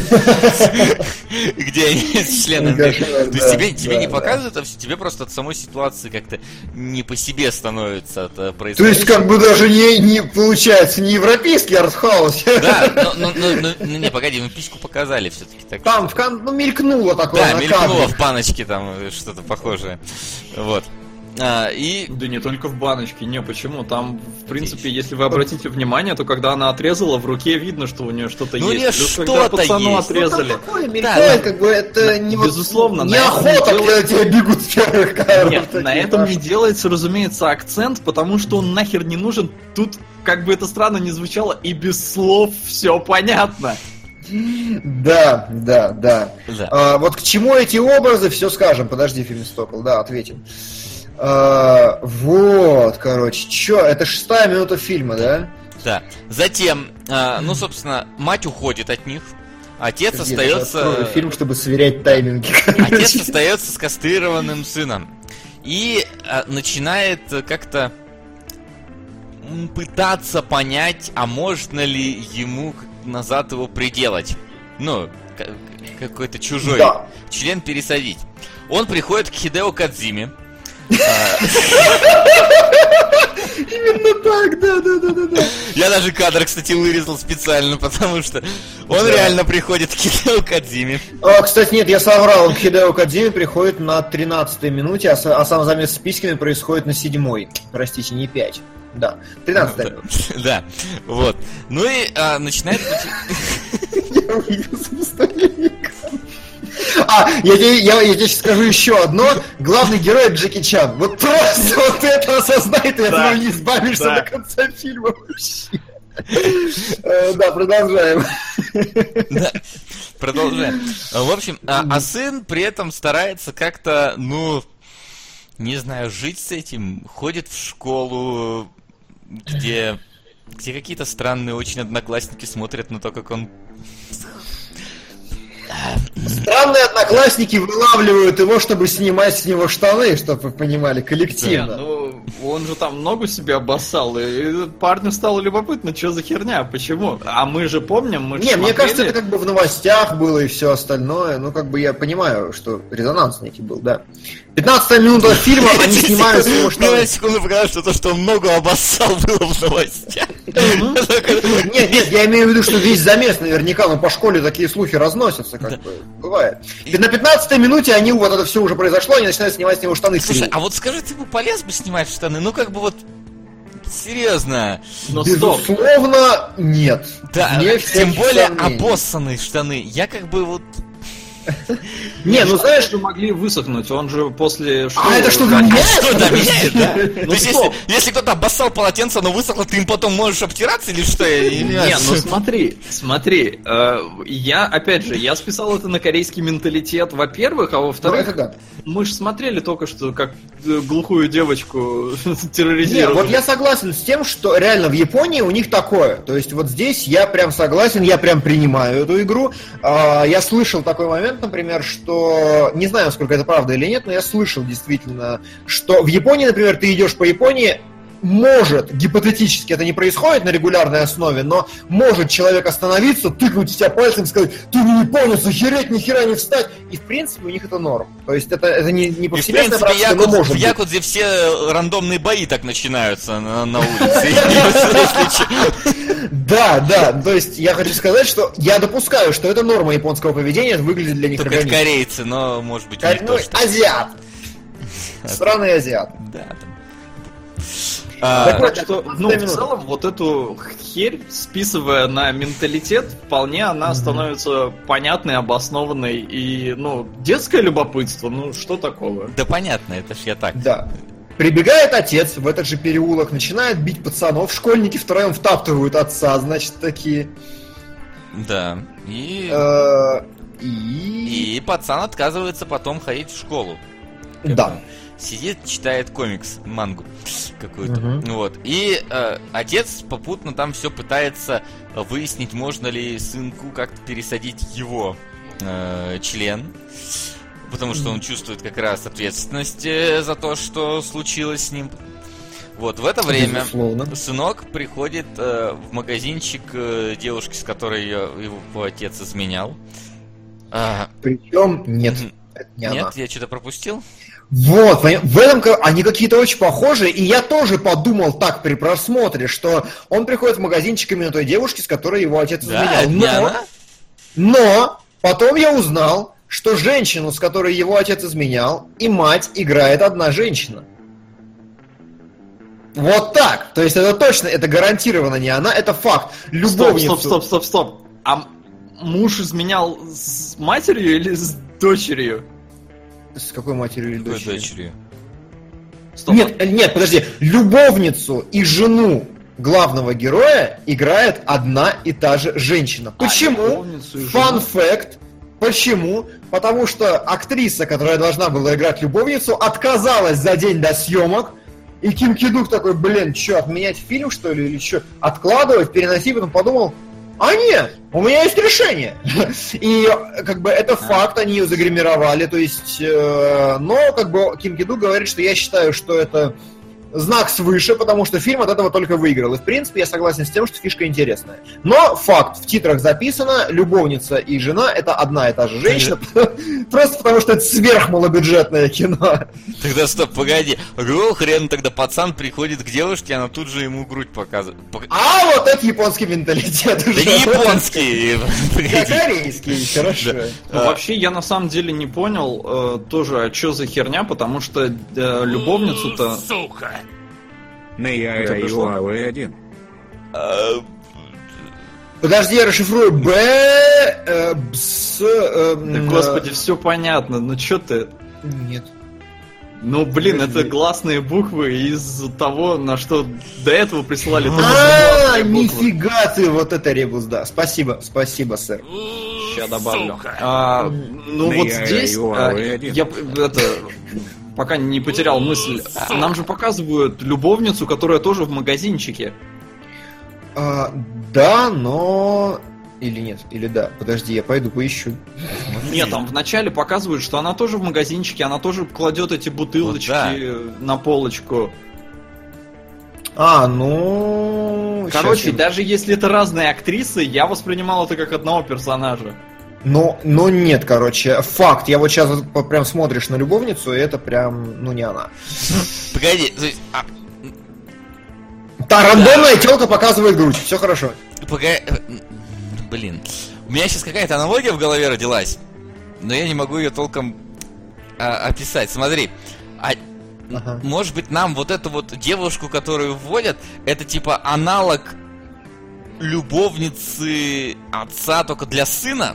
Speaker 5: они с членами. То есть тебе не показывают, а тебе просто от самой ситуации как-то не по себе становится от происходящего.
Speaker 2: То есть как бы даже не получается не европейский артхаус.
Speaker 5: Да, не, погоди, письку показали все-таки.
Speaker 2: Там мелькнуло такое.
Speaker 5: Да, мелькнуло в баночке там что-то похожее. Вот.
Speaker 4: Да не только в баночке, почему? Там, в принципе, если вы обратите внимание, то когда она отрезала, в руке видно, что у нее что-то есть.
Speaker 5: Плюс когда
Speaker 4: пацану
Speaker 5: есть.
Speaker 4: отрезали.
Speaker 2: Такое мелькает, как бы это не
Speaker 4: безусловно,
Speaker 2: неохота, когда тебя бегут с первых кадров.
Speaker 4: Нет, на этом не делается, разумеется, акцент, потому что он нахер не нужен. Тут, как бы это странно ни звучало, и без слов все понятно.
Speaker 3: Да. Вот к чему эти образы, все скажем. Подожди, Фемистокл, да, ответим. Вот, короче, это 6-я минута фильма, да?
Speaker 5: Да. Затем, собственно, мать уходит от них. Отец остается...
Speaker 3: фильм, чтобы сверять тайминги.
Speaker 5: Отец остается с кастрированным сыном. И начинает как-то пытаться понять, а можно ли ему назад его приделать. Какой-то чужой член пересадить. Он приходит к Хидео Кодзиме.
Speaker 3: Именно так, да.
Speaker 5: Я даже кадр, кстати, вырезал специально, потому что он реально приходит к Хидео Кодзиме.
Speaker 3: Кстати, нет, я соврал, он к Хидео Кодзиме приходит на 13-й минуте, а сам замес с письками происходит на 7-й. Простите, не 5. Да, 13-й.
Speaker 5: Да, вот. Ну и начинает...
Speaker 3: Я увидел состояние. Я тебе сейчас скажу еще одно. Главный герой Джеки Чан. Вот просто вот это осознай, ты от него не избавишься до конца фильма вообще. Да, продолжаем.
Speaker 5: Да, продолжаем. В общем, а сын при этом старается как-то, не знаю, жить с этим. Ходит в школу, где какие-то странные очень одноклассники смотрят на то, как он...
Speaker 3: Странные одноклассники вылавливают его, чтобы снимать с него штаны, чтобы вы понимали, коллективно.
Speaker 4: Он же там ногу себе обоссал, и парню стало любопытно, что за херня, почему? А мы же помним,
Speaker 3: мне кажется, это как бы в новостях было и все остальное. Я понимаю, что резонанс некий был, да. 15-я минута фильма, они снимают с него штаны.
Speaker 5: Я секунду показал, что то, что он ногу обоссал, было в новостях.
Speaker 3: Нет, я имею в виду, что весь замес наверняка, по школе такие слухи разносятся, бывает. И на 15-й минуте вот это все уже произошло, они начинают снимать с него штаны.
Speaker 5: Слушай, а вот скажи, ты бы полез бы снимать штаны? Серьезно.
Speaker 3: Безусловно, нет.
Speaker 5: Да, тем более обоссанные штаны. Я
Speaker 4: знаешь, что могли высохнуть, он же после школы...
Speaker 3: это что-то меняет?
Speaker 5: Что-то меняет, да? То есть, если кто-то обоссал полотенце, оно высохло, ты им потом можешь обтираться или что?
Speaker 4: Смотри, я списал это на корейский менталитет, во-первых, а во-вторых, мы же смотрели только что, как глухую девочку терроризировали.
Speaker 3: Вот я согласен с тем, что реально в Японии у них такое. То есть вот здесь я прям согласен, я прям принимаю эту игру. Я слышал такой момент, например, что, не знаю, насколько это правда или нет, но я слышал действительно, что в Японии, например, ты идешь по Японии, может, гипотетически это не происходит на регулярной основе, но может человек остановиться, тыкнуть тебя пальцем и сказать: ты не понял, охереть, ни хера не встать. И в принципе у них это норм. То есть это не повсеместная практика, но может
Speaker 5: быть. В Якудзе все рандомные бои так начинаются на улице.
Speaker 3: Да, то есть я хочу сказать, что я допускаю, что это норма японского поведения, выглядит для них
Speaker 5: как корейцы, но может быть у них тоже.
Speaker 3: Азиат. Странный азиат.
Speaker 5: Да, там.
Speaker 4: Так что, в целом, вот эту херь, списывая на менталитет, вполне она становится понятной, обоснованной и, детское любопытство, что такого?
Speaker 5: Да понятно, это ж я так.
Speaker 3: Да. Прибегает отец в этот же переулок, начинает бить пацанов, школьники втроем втаптывают отца, значит, такие.
Speaker 5: Да. И пацан отказывается потом ходить в школу.
Speaker 3: Да.
Speaker 5: Сидит, читает комикс, мангу какую-то. Вот. И отец попутно там все пытается выяснить, можно ли сынку как-то пересадить его член. Потому что он чувствует как раз ответственность за то, что случилось с ним. Вот, в это время сынок приходит в магазинчик девушки, с которой его отец изменял.
Speaker 3: Причем нет.
Speaker 5: Нет, я что-то пропустил?
Speaker 3: Вот, в этом они какие-то очень похожи, и я тоже подумал так при просмотре, что он приходит в магазинчик именно той девушки, с которой его отец изменял. Но потом я узнал, что женщину, с которой его отец изменял, и мать играет одна женщина. Вот так. То есть это точно, это гарантированно не она, это факт. Любовницу.
Speaker 4: Стоп. А муж изменял с матерью или с дочерью?
Speaker 3: С какой матерью или дочерью?
Speaker 5: Дочерью?
Speaker 3: Нет, подожди. Любовницу и жену главного героя играет одна и та же женщина. Почему? Fun fact. Почему? Потому что актриса, которая должна была играть любовницу, отказалась за день до съемок. И Ким Ки-дук такой, блин, что, отменять фильм, что ли, или что? Откладывать, переносить, потом подумал, а нет, у меня есть решение. И как бы это факт, они ее загримировали, то есть, но как бы Ким Ки-дук говорит, что я считаю, что это знак свыше, потому что фильм от этого только выиграл. И, в принципе, я согласен с тем, что фишка интересная. Но факт, в титрах записано, любовница и жена — это одна и та же женщина, просто потому что это сверхмалобюджетное кино.
Speaker 5: Тогда стоп, погоди. Какого хрена тогда пацан приходит к девушке, она тут же ему грудь показывает?
Speaker 3: А вот это японский менталитет.
Speaker 5: Да не японский.
Speaker 3: Корейский, хорошо.
Speaker 4: Вообще, я на самом деле не понял тоже, а что за херня, потому что любовницу-то...
Speaker 5: Сука!
Speaker 1: На Huawei-1.
Speaker 3: Подожди, я расшифрую.
Speaker 4: Да, господи, все понятно, ну чё ты?
Speaker 3: Нет.
Speaker 4: Ну, блин, это гласные буквы из того, на что до этого присылали.
Speaker 3: Нифига ты, вот это ребус, да. Спасибо, сэр.
Speaker 4: Сейчас добавлю. Ну вот здесь я пока не потерял мысль. Нам же показывают любовницу, которая тоже в магазинчике.
Speaker 3: Да, но... Или нет, или да. Подожди, я пойду поищу.
Speaker 4: Нет, там вначале показывают, что она тоже в магазинчике, она тоже кладет эти бутылочки на полочку.
Speaker 3: Ну...
Speaker 4: Короче, даже если это разные актрисы, я воспринимал это как одного персонажа.
Speaker 3: Но нет, короче, факт. Я вот сейчас прям смотришь на любовницу, и это прям, не она.
Speaker 5: Погоди, то есть...
Speaker 3: Та рандомная тёлка показывает грудь, все хорошо.
Speaker 5: Блин, у меня сейчас какая-то аналогия в голове родилась, но я не могу ее толком описать. Смотри, может быть, нам вот эту вот девушку, которую вводят, это типа аналог любовницы отца только для сына?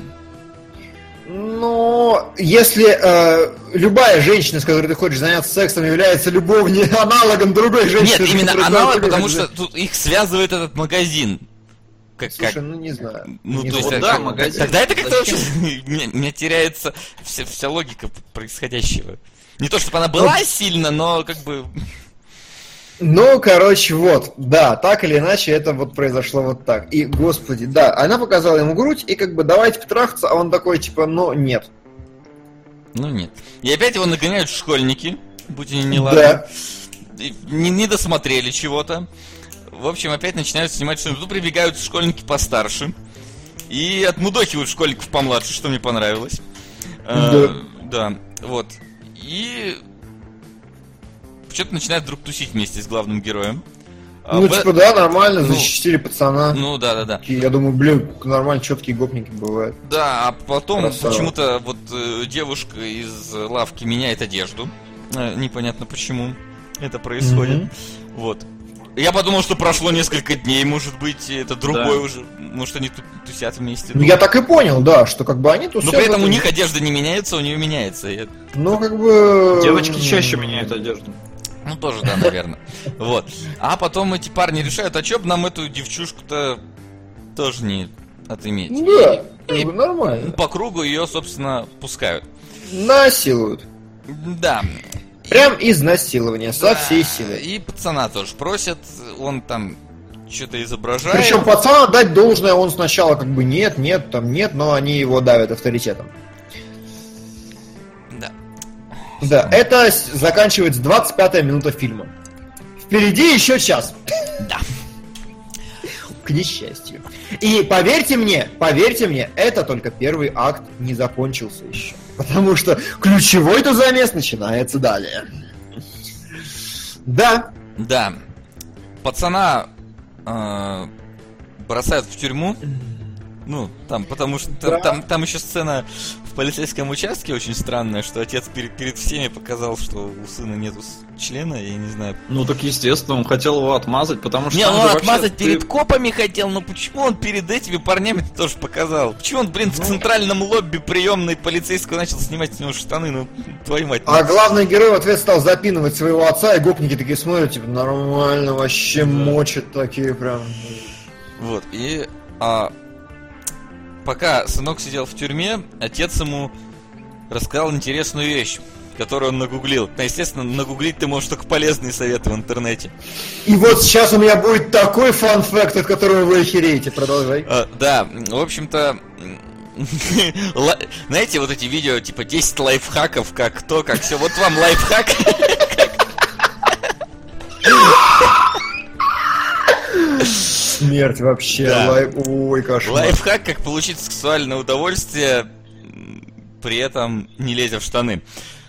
Speaker 3: Но если любая женщина, с которой ты хочешь заняться сексом, является аналогом другой женщины...
Speaker 5: Нет, именно аналог, потому что тут их связывает этот магазин.
Speaker 3: Слушай, не знаю.
Speaker 5: То есть, да, магазин. Тогда это как-то вообще... У меня теряется вся логика происходящего. Не то, чтобы она была сильно, но как бы...
Speaker 3: Короче, вот, да, так или иначе это вот произошло вот так. И, господи, да, она показала ему грудь, и как бы давайте потрахаться, а он такой, типа, нет.
Speaker 5: Нет. И опять его нагоняют школьники, будь они неладны. Да. Не досмотрели чего-то. В общем, опять начинают снимать что-нибудь. Тут прибегают школьники постарше и отмудохивают школьников помладше, что мне понравилось. Да, вот. И... что-то начинает вдруг тусить вместе с главным героем.
Speaker 3: Да, нормально, защитили пацана.
Speaker 5: Да.
Speaker 3: Я думаю, блин, нормально, четкие гопники бывают.
Speaker 5: Да, а потом почему-то вот девушка из лавки меняет одежду. Непонятно почему это происходит. Вот. Я подумал, что прошло несколько дней, может быть, это другой уже. Может, они тут тусят вместе.
Speaker 3: Я так и понял, да, что как бы они тусят.
Speaker 5: Но при этом у них одежда не меняется, у нее меняется.
Speaker 3: Как бы...
Speaker 4: Девочки чаще меняют одежду.
Speaker 5: Тоже, да, наверное. Вот. А потом эти парни решают, а чё бы нам эту девчушку-то тоже не отыметь.
Speaker 3: Да, нормально.
Speaker 5: По кругу ее, собственно, пускают.
Speaker 3: Насилуют.
Speaker 5: Да.
Speaker 3: Прям изнасилование, со всей силы.
Speaker 5: И пацана тоже просят, он там что-то изображает.
Speaker 3: Причем пацана дать должное, он сначала как бы нет, но они его давят авторитетом. Да, это заканчивается 25-я минута фильма. Впереди еще час.
Speaker 5: Да.
Speaker 3: К несчастью. И поверьте мне, это только первый акт не закончился еще. Потому что ключевой-то замес начинается далее. Да.
Speaker 5: Да. Пацана бросают в тюрьму. Потому что там еще сцена в полицейском участке очень странное, что отец перед всеми показал, что у сына нету члена, я не знаю.
Speaker 4: Ну так естественно, он хотел его отмазать, потому что...
Speaker 5: Не, он отмазать перед копами хотел, но почему он перед этими парнями тоже показал? Почему он, блин, в центральном лобби приемной полицейского начал снимать с него штаны, ну, твою мать.
Speaker 3: А главный герой в ответ стал запинывать своего отца, и гопники такие смотрят, типа, нормально, вообще мочат такие прям.
Speaker 5: Вот, и... пока сынок сидел в тюрьме, отец ему рассказал интересную вещь, которую он нагуглил. Ну, естественно, нагуглить ты можешь только полезные советы в интернете.
Speaker 3: И вот сейчас у меня будет такой фан-факт, от которого вы охереете. Продолжай.
Speaker 5: Да, в общем-то... Знаете, вот эти видео, типа 10 лайфхаков, как то, как все. Вот вам лайфхак.
Speaker 3: Смерть вообще.
Speaker 5: Да.
Speaker 3: Ой, кошмар.
Speaker 5: Лайфхак, как получить сексуальное удовольствие, при этом не лезя в штаны.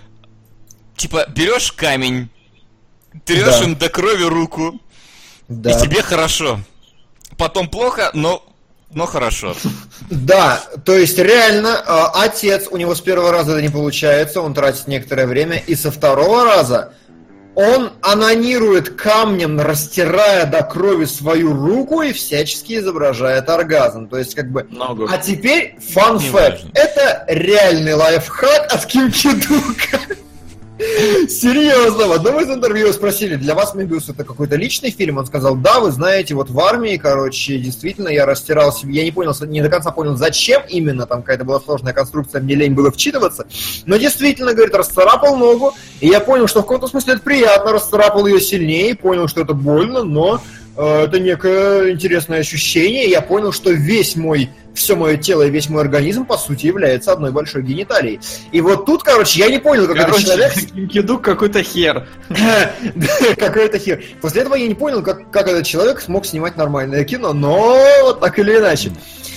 Speaker 5: Типа, берешь камень, трешь им до крови руку, и тебе хорошо. Потом плохо, но хорошо.
Speaker 3: Да, то есть реально отец, у него с первого раза это не получается, он тратит некоторое время, и со второго раза он анонирует камнем, растирая до крови свою руку и всячески изображает оргазм. То есть как бы... А теперь фан-факт. Это реальный лайфхак от Ким Ки-дука. Серьезно, в одном из интервью его спросили, для вас «Мебиус» это какой-то личный фильм? Он сказал, да, вы знаете, вот в армии, короче, действительно, я растирал себе, я не до конца понял, зачем именно, там какая-то была сложная конструкция, мне лень было вчитываться, но действительно, говорит, расцарапал ногу, и я понял, что в каком-то смысле это приятно, расцарапал ее сильнее, понял, что это больно, но это некое интересное ощущение, я понял, что все мое тело и весь мой организм, по сути, является одной большой гениталией. И вот тут, короче, я не понял, как этот человек...
Speaker 4: Ким-Ки-дук какой-то хер.
Speaker 3: Какой-то хер. После этого я не понял, как этот человек смог снимать нормальное кино, но так или иначе.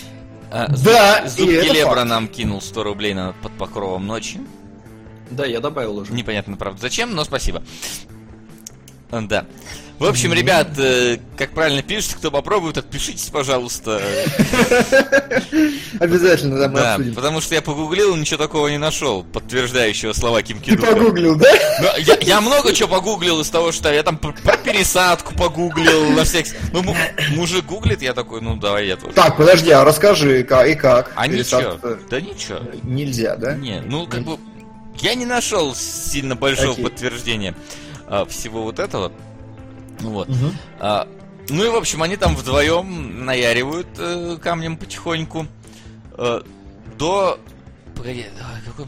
Speaker 5: Да, Зубки Лебра нам кинул 100 рублей под покровом ночи.
Speaker 4: Да, я добавил уже.
Speaker 5: Непонятно, правда, зачем, но спасибо. Да. В общем, ребят, как правильно пишется, кто попробует, отпишитесь, пожалуйста.
Speaker 3: Обязательно, да, мы обсудим.
Speaker 5: Потому что я погуглил, ничего такого не нашел, подтверждающего слова Ким Ки-дука.
Speaker 3: Ты погуглил, да?
Speaker 5: Я много чего погуглил из того, что я там про пересадку погуглил, на всякий... Ну, мужик гуглит, я такой, ну, давай я тоже.
Speaker 3: Так, подожди, а расскажи, и как?
Speaker 5: А ничего, да ничего.
Speaker 3: Нельзя, да?
Speaker 5: Не, ну, как бы, я не нашел сильно большого подтверждения всего вот этого. Вот. Ну и, в общем, они там вдвоем наяривают камнем потихоньку до... Погоди, какой...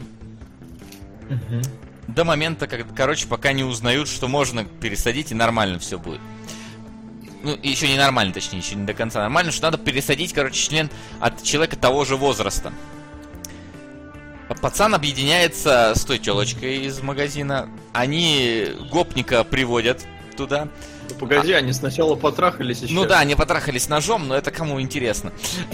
Speaker 5: До момента, короче, пока не узнают, что можно пересадить и нормально все будет. Ну, еще не нормально, точнее, еще не до конца нормально, что надо пересадить, короче, член от человека того же возраста. Пацан объединяется с той телочкой из магазина. Они гопника приводят туда.
Speaker 4: Ну, погоди, они сначала потрахались еще.
Speaker 5: Ну да, они потрахались ножом, но это кому интересно.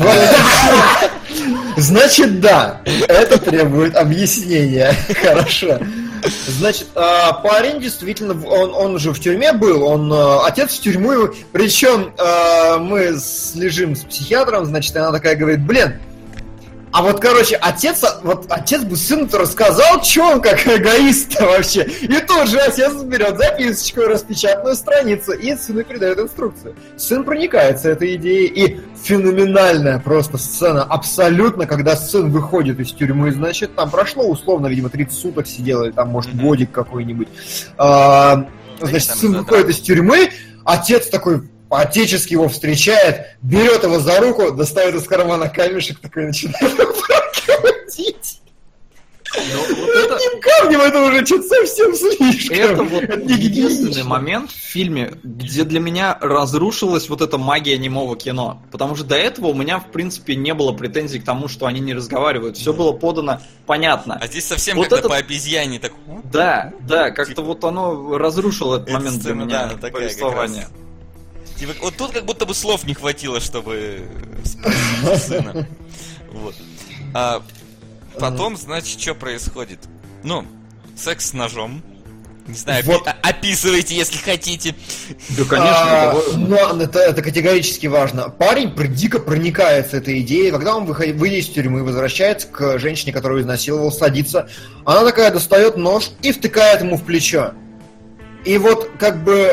Speaker 3: Значит, да, это требует объяснения. Хорошо. Значит, парень действительно, он уже в тюрьме был, отец в тюрьму, причем мы лежим с психиатром, значит, она такая говорит, блин, а вот, короче, отец бы сыну-то рассказал, что он как эгоист вообще. И тут же отец берет записочку, распечатанную страницу, и сыну передает инструкцию. Сын проникается этой идеей, и феноменальная просто сцена, абсолютно, когда сын выходит из тюрьмы, значит, там прошло условно, видимо, 30 суток сидел, или там, может, годик какой-нибудь. Значит, сын выходит из тюрьмы, отец такой... по-отечески его встречает, берет его за руку, достает из кармана камешек, такой начинает его крутить. Одним камнем это уже что-то совсем слишком.
Speaker 4: Это вот единственный момент в фильме, где для меня разрушилась вот эта магия немого кино. Потому что до этого у меня, в принципе, не было претензий к тому, что они не разговаривают. Все было подано понятно.
Speaker 5: А здесь совсем вот как-то по обезьяне так...
Speaker 4: Да, как-то вот оно разрушило этот момент для меня повествования.
Speaker 5: Вот тут как будто бы слов не хватило, чтобы спасти сына. Вот. А потом, значит, что происходит? Ну, секс с ножом. Не знаю, вот. Описывайте, если хотите.
Speaker 3: Да, конечно. Но это категорически важно. Парень дико проникается этой идеей. Когда он, выйдет из тюрьмы, возвращается к женщине, которую изнасиловал, садится, она такая достает нож и втыкает ему в плечо. И вот как бы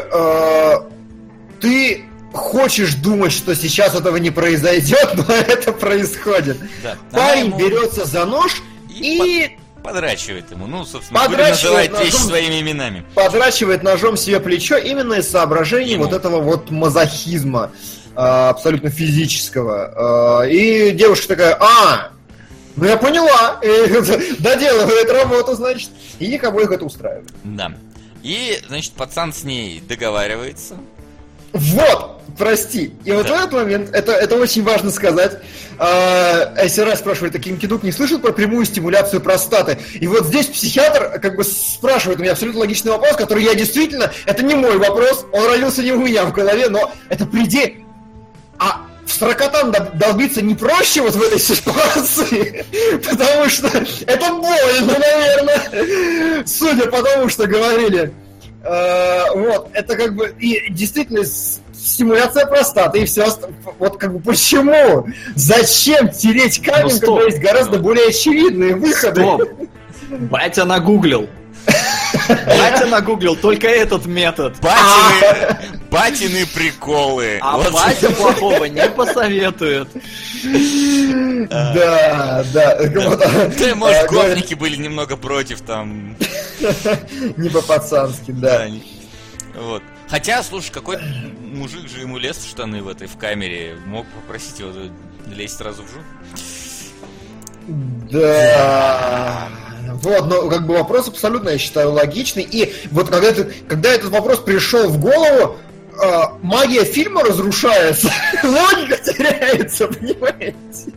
Speaker 3: ты хочешь думать, что сейчас этого не произойдет, но это происходит. Да. Парень берется за нож и...
Speaker 5: Подрачивает ему, ну, собственно, будем называть вещи своими именами.
Speaker 3: Подрачивает ножом себе плечо именно из соображений вот этого вот мазохизма абсолютно физического. И девушка такая, ну я поняла, доделывает работу, значит, и их обоих это устраивает.
Speaker 5: Да. И, значит, пацан с ней договаривается.
Speaker 3: Вот, прости. И вот в этот момент, это очень важно сказать, СРС спрашивает, а Кинкидук не слышал про прямую стимуляцию простаты? И вот здесь психиатр как бы спрашивает у меня абсолютно логичный вопрос, который я действительно, это не мой вопрос, он родился не у меня в голове, но это предельно... А в сорокотан долбиться не проще вот в этой ситуации, потому что это больно, наверное, судя по тому, что говорили. Вот, это как бы и действительно стимуляция простаты и все. Вот как бы почему? Зачем тереть камень, когда есть гораздо более очевидные выходы?
Speaker 4: Стоп. Батя нагуглил. Батя нагуглил только этот метод.
Speaker 5: Батины приколы.
Speaker 4: А вот. Батя плохого не посоветует.
Speaker 3: Да.
Speaker 5: Да, может, гопники были немного против там.
Speaker 3: Не по-пацански, да.
Speaker 5: Вот. Хотя, слушай, какой мужик же ему лез в штаны в камере. Мог попросить его лезть сразу в жопу.
Speaker 3: Да. Вот, но как бы вопрос абсолютно, я считаю, логичный. И вот когда этот вопрос пришел в голову, магия фильма разрушается, логика теряется, понимаете?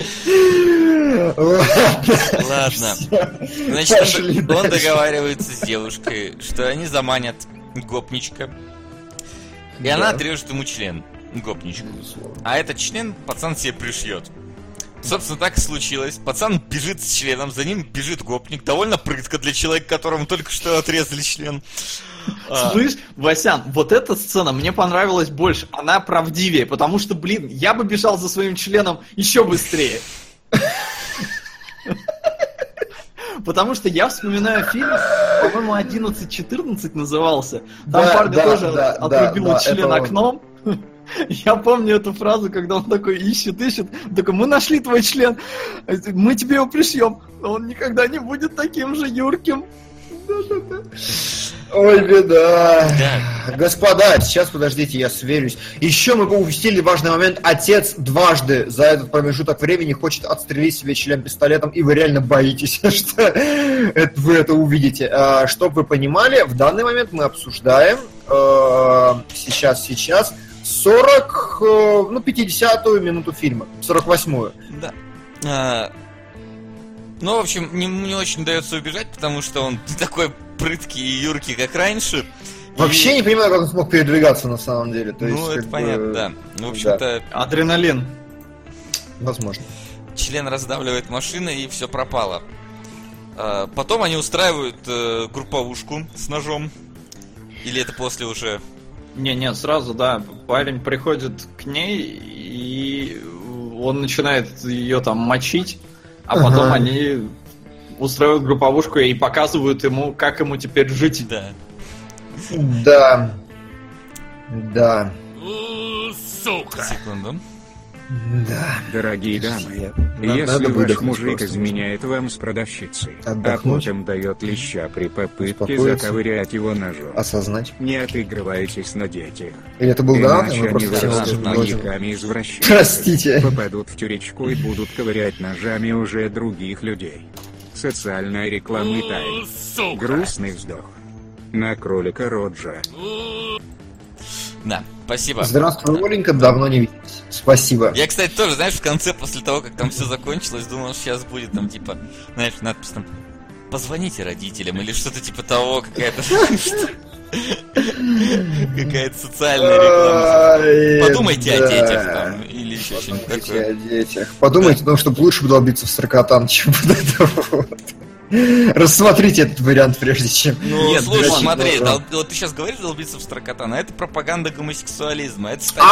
Speaker 5: Ладно. Значит, он договаривается с девушкой, что они заманят гопничка, и она отрежет ему член гопничку. А этот член пацан себе пришьет. Собственно, так и случилось. Пацан бежит с членом, за ним бежит гопник. Довольно прытко для человека, которому только что отрезали член.
Speaker 4: Слышь, Васян, вот эта сцена мне понравилась больше. Она правдивее, потому что, блин, я бы бежал за своим членом еще быстрее. Потому что я вспоминаю фильм, по-моему, 11-14 назывался. Там парня тоже отрубил член окном. Я помню эту фразу, когда он такой ищет, такой, мы нашли твой член, мы тебе его пришьем, он никогда не будет таким же юрким.
Speaker 3: Ой, беда. Господа, сейчас подождите, я сверюсь. Еще мы упустили важный момент. Отец дважды за этот промежуток времени хочет отстрелить себе член пистолетом, и вы реально боитесь, что вы это увидите. Чтоб вы понимали, в данный момент мы обсуждаем сейчас 50-ю минуту фильма, 48-ю.
Speaker 5: Да. Ну, в общем, не очень удается убежать, потому что он такой прыткий и юркий, как раньше.
Speaker 3: Вообще не понимаю, как он смог передвигаться на самом деле. То есть,
Speaker 5: это понятно, да. В общем-то...
Speaker 4: Адреналин.
Speaker 3: Возможно.
Speaker 5: Член раздавливает машины, и все пропало. Потом они устраивают групповушку с ножом. Или это после уже...
Speaker 4: Не, сразу, да. Парень приходит к ней, и он начинает ее там мочить, а потом они устраивают групповушку и показывают ему, как ему теперь жить.
Speaker 3: Да.
Speaker 5: Сука. Секунду.
Speaker 1: Да. Дорогие дамы, если ваш мужик изменяет вам с продавщицей, а потом дает леща при попытке заковырять его ножом,
Speaker 3: осознать,
Speaker 1: не отыгрывайтесь на детях.
Speaker 3: Или это был гранат,
Speaker 1: иначе они вырастут маньяками-извращенцами,
Speaker 3: простите,
Speaker 1: попадут в тюрячку и будут ковырять ножами уже других людей. Социальная реклама тайм. Грустный вздох. На кролика Роджа.
Speaker 5: Да, спасибо.
Speaker 3: Здравствуй, Оленька, давно не виделись. Спасибо.
Speaker 5: Я, кстати, тоже, знаешь, в конце, после того, как там все закончилось, думал, что сейчас будет там, типа, знаешь, надпись там «Позвоните родителям» или что-то типа того, какая-то социальная реклама. Подумайте о детях там, или еще что-нибудь такое.
Speaker 3: Подумайте о детях. Подумайте, потому что лучше бы долбиться в сорокотан, чем вот это вот. Рассмотрите этот вариант, прежде чем...
Speaker 5: Ну, нет, слушай, смотри, вот ты сейчас говоришь долбиться в Стракатана, это пропаганда гомосексуализма, это статья.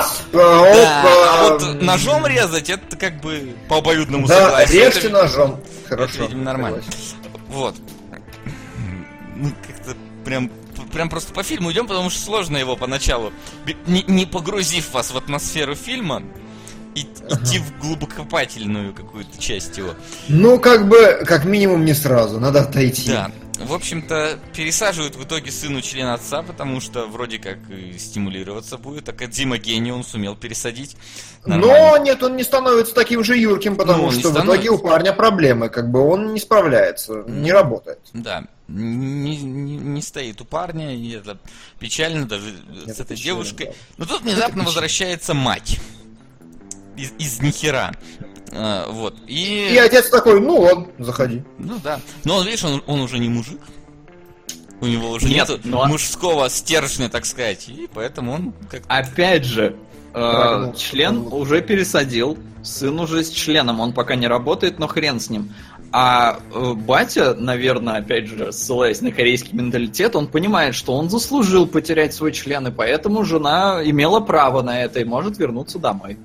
Speaker 5: А вот ножом резать, это как бы по обоюдному согласию.
Speaker 3: Да, режьте ножом. Хорошо.
Speaker 5: Это, видимо, нормально. Вот. Ну, как-то прям просто по фильму идем, потому что сложно его поначалу, не погрузив вас в атмосферу фильма, идти в глубокопательную какую-то часть его.
Speaker 3: Ну, как минимум не сразу, надо отойти.
Speaker 5: Да. В общем-то, пересаживают в итоге сыну член отца, потому что вроде как и стимулироваться будет. А Кодзима гений, он сумел пересадить. Нормально.
Speaker 3: Но нет, он не становится таким же юрким, потому что в итоге у парня проблемы. Он не справляется, не работает.
Speaker 5: Да, не стоит у парня, и это печально даже с этой девушкой. Да. Но тут внезапно возвращается мать. Из нихера. Вот. И
Speaker 3: отец такой, ну ладно, заходи.
Speaker 5: Ну да. Но он, видишь, он уже не мужик. У него уже нету мужского стержня, так сказать. И поэтому он как-то...
Speaker 4: Опять же, член уже пересадил. Сын уже с членом. Он пока не работает, но хрен с ним. А батя, наверное, опять же, ссылаясь на корейский менталитет, он понимает, что он заслужил потерять свой член, и поэтому жена имела право на это и может вернуться домой.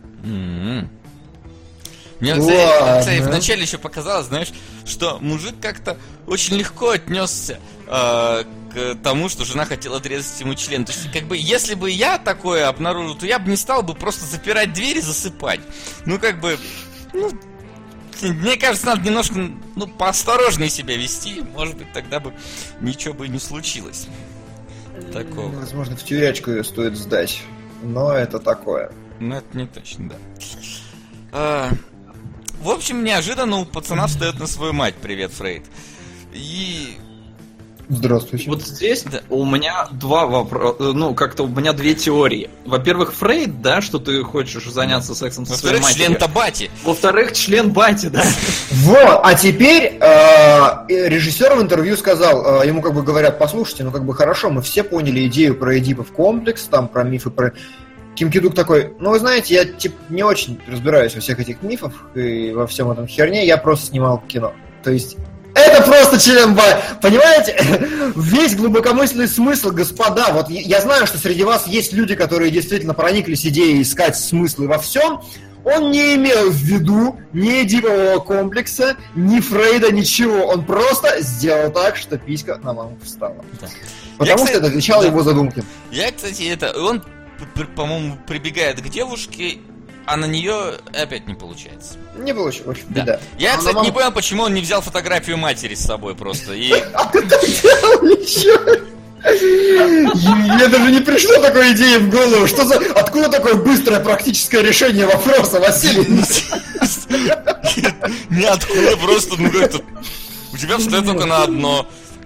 Speaker 5: Мне, кстати, вначале еще показалось, знаешь, что мужик как-то очень легко отнесся к тому, что жена хотела отрезать ему член. То есть, если бы я такое обнаружил, то я бы не стал бы просто запирать дверь и засыпать. Мне кажется, надо немножко, поосторожнее себя вести. Может быть, тогда бы ничего бы и не случилось. Такого.
Speaker 3: Возможно, в тюрячку ее стоит сдать. Но это такое.
Speaker 5: Ну, это не точно, да. В общем, неожиданно у пацана встает на свою мать. Привет, Фрейд. И...
Speaker 3: Здравствуйте.
Speaker 4: Вот здесь у меня два вопроса, у меня две теории. Во-первых, Фрейд, да, что ты хочешь заняться сексом со своей матерью.
Speaker 5: Во-вторых, член-то бати.
Speaker 4: Во-вторых, член бати, да.
Speaker 3: Вот, а теперь режиссер в интервью сказал, ему говорят, послушайте, хорошо, мы все поняли идею про Эдипов комплекс, там про мифы про... Ким Ки-дук такой, вы знаете, я не очень разбираюсь во всех этих мифах и во всем этом херне, я просто снимал кино. То есть, это просто член бати. Понимаете? Весь глубокомысленный смысл, господа, вот я знаю, что среди вас есть люди, которые действительно прониклись идеей искать смыслы во всем. Он не имел в виду ни Эдипового комплекса, ни Фрейда, ничего. Он просто сделал так, что писька на маму встала. Да. Потому что это отвечало его задумке.
Speaker 5: Я, кстати, он, по-моему, прибегает к девушке, а на нее опять не получается.
Speaker 3: Не получилось, очень беда.
Speaker 5: Я, кстати, не понял, почему он не взял фотографию матери с собой просто.
Speaker 3: А ты так делал ничего? Мне даже не пришло такой идеи в голову. Откуда такое быстрое практическое решение вопроса, Василий?
Speaker 5: Ниоткуда, просто, как-то... У тебя встает только на одно.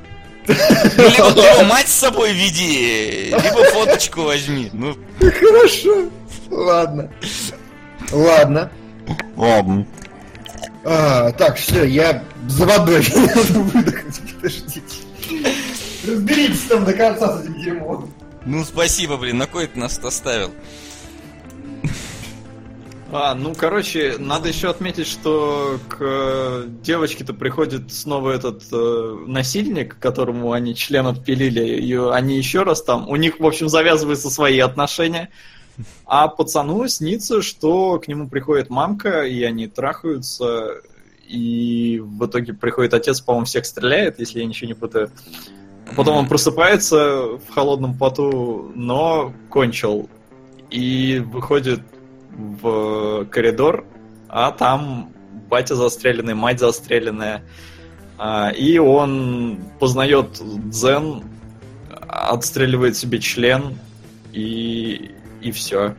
Speaker 5: Либо мать с собой веди, либо фоточку возьми.
Speaker 3: Хорошо. Ладно. Так, все, я за водой. Надо выдохнуть, подождите. Разберитесь там до конца с этим дерьмом.
Speaker 5: Спасибо, на кой ты нас оставил?
Speaker 4: Надо еще отметить, что к девочке-то приходит снова этот насильник, которому они член отпилили, и они еще раз там, у них, в общем, завязываются свои отношения, а пацану снится, что к нему приходит мамка, и они трахаются, и в итоге приходит отец, по-моему, всех стреляет, если я ничего не путаю. Потом он просыпается в холодном поту, но кончил, и выходит в коридор, а там батя застреленный, мать застреленная, и он познает дзен, отстреливает себе член, и все.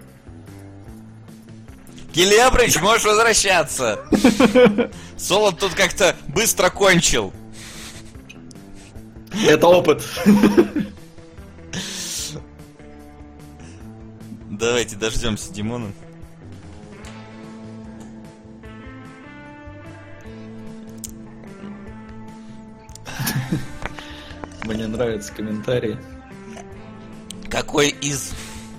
Speaker 5: Келебрыч, можешь возвращаться. Солод тут как-то быстро кончил.
Speaker 4: Это опыт.
Speaker 5: Давайте дождемся Димона.
Speaker 4: Мне нравятся комментарии.
Speaker 5: Какой из?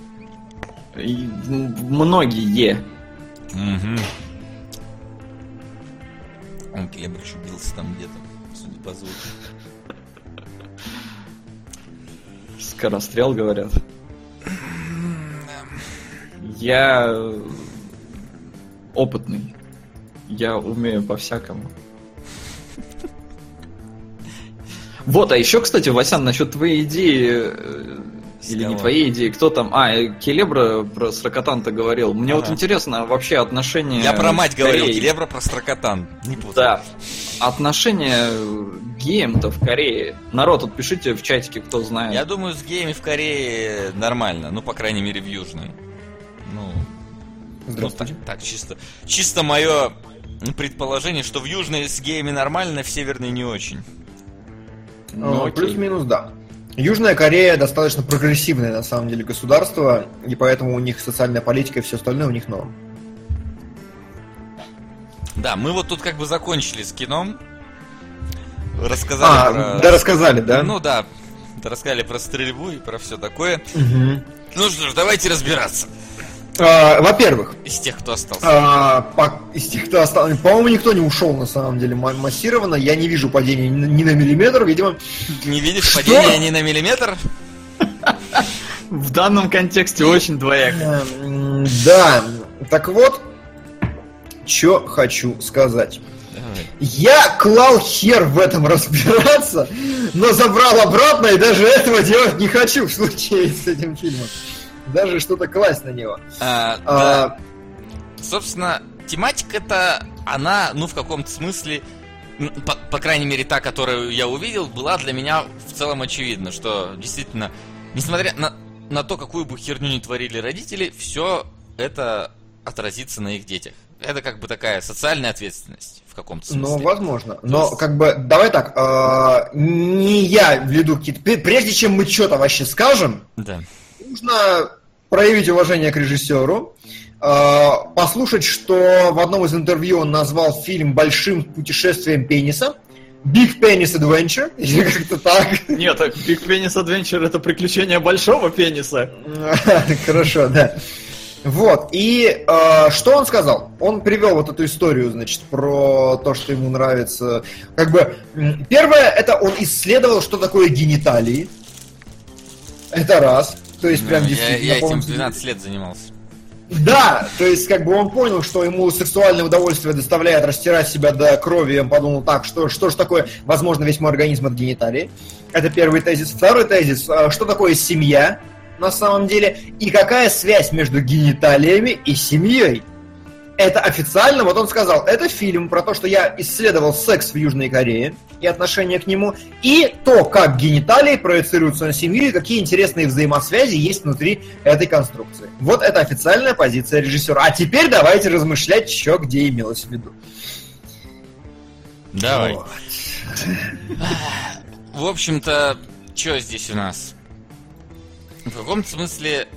Speaker 4: Многие.
Speaker 5: Он Келебрич убился там где-то. судя по звуку.
Speaker 4: Скорострел, говорят. Я опытный. Я умею по-всякому. Вот, а еще, кстати, Васян, насчет твоей идеи, или не твоей идеи, кто там? Келебра про Сракотан-то говорил. Мне вот интересно, вообще отношение...
Speaker 5: Я про мать говорил, Келебра про Сракотан. Не путай.
Speaker 4: Да. Отношение геям-то в Корее. Народ, вот пишите в чатике, кто знает.
Speaker 5: Я думаю, с геями в Корее нормально. Ну, по крайней мере, в Южной. Так, чисто мое предположение, что в Южной с геями нормально, в Северной не очень.
Speaker 3: Плюс-минус, да. Южная Корея достаточно прогрессивное, на самом деле, государство, и поэтому у них социальная политика и все остальное у них норм.
Speaker 5: Да, мы вот тут как бы закончили с кином. Рассказали
Speaker 3: рассказали, да?
Speaker 5: Ну да, рассказали про стрельбу и про все такое. Угу. Ну что ж, давайте разбираться.
Speaker 3: Во-первых,
Speaker 5: из тех, кто остался.
Speaker 3: Из тех, кто остался. По-моему, никто не ушел на самом деле массированно. Я не вижу падения ни на миллиметр, видимо.
Speaker 5: Не видишь падения ни на миллиметр?
Speaker 4: В данном контексте очень двояко.
Speaker 3: Да. Так вот, что хочу сказать.
Speaker 5: Давай.
Speaker 3: Я клал хер в этом разбираться, но забрал обратно и даже этого делать не хочу в случае с этим фильмом. Даже что-то класть на него.
Speaker 5: Да. Собственно, тематика-то, она, в каком-то смысле, по крайней мере, та, которую я увидел, была для меня в целом очевидна, что действительно, несмотря на то, какую бы херню ни творили родители, все это отразится на их детях. Это как бы такая социальная ответственность в каком-то смысле.
Speaker 3: Ну, возможно. Но как бы, давай так, не я введу какие-то... Прежде чем мы что-то вообще скажем...
Speaker 5: Да.
Speaker 3: Нужно проявить уважение к режиссеру, послушать, что в одном из интервью он назвал фильм большим путешествием пениса. Big Penis Adventure, или как-то так.
Speaker 4: Нет, так Big Penis Adventure это приключение большого пениса.
Speaker 3: Хорошо, да. Вот, и что он сказал? Он привел вот эту историю, значит, про то, что ему нравится. Как бы, первое, это он исследовал, что такое гениталии. Это раз. То есть прям действительно...
Speaker 5: Я этим 12 лет занимался.
Speaker 3: Да, то есть как бы он понял, что ему сексуальное удовольствие доставляет растирать себя до крови, и он подумал, так, что ж такое, возможно, весь мой организм от гениталии. Это первый тезис. Второй тезис, что такое семья на самом деле, и какая связь между гениталиями и семьей. Это официально, вот он сказал, это фильм про то, что я исследовал секс в Южной Корее и отношение к нему, и то, как гениталии проецируются на семью, и какие интересные взаимосвязи есть внутри этой конструкции. Вот это официальная позиция режиссера. А теперь давайте размышлять, что где имелось в виду.
Speaker 5: Давай. Вот. В общем-то, что здесь у нас? В каком-то смысле...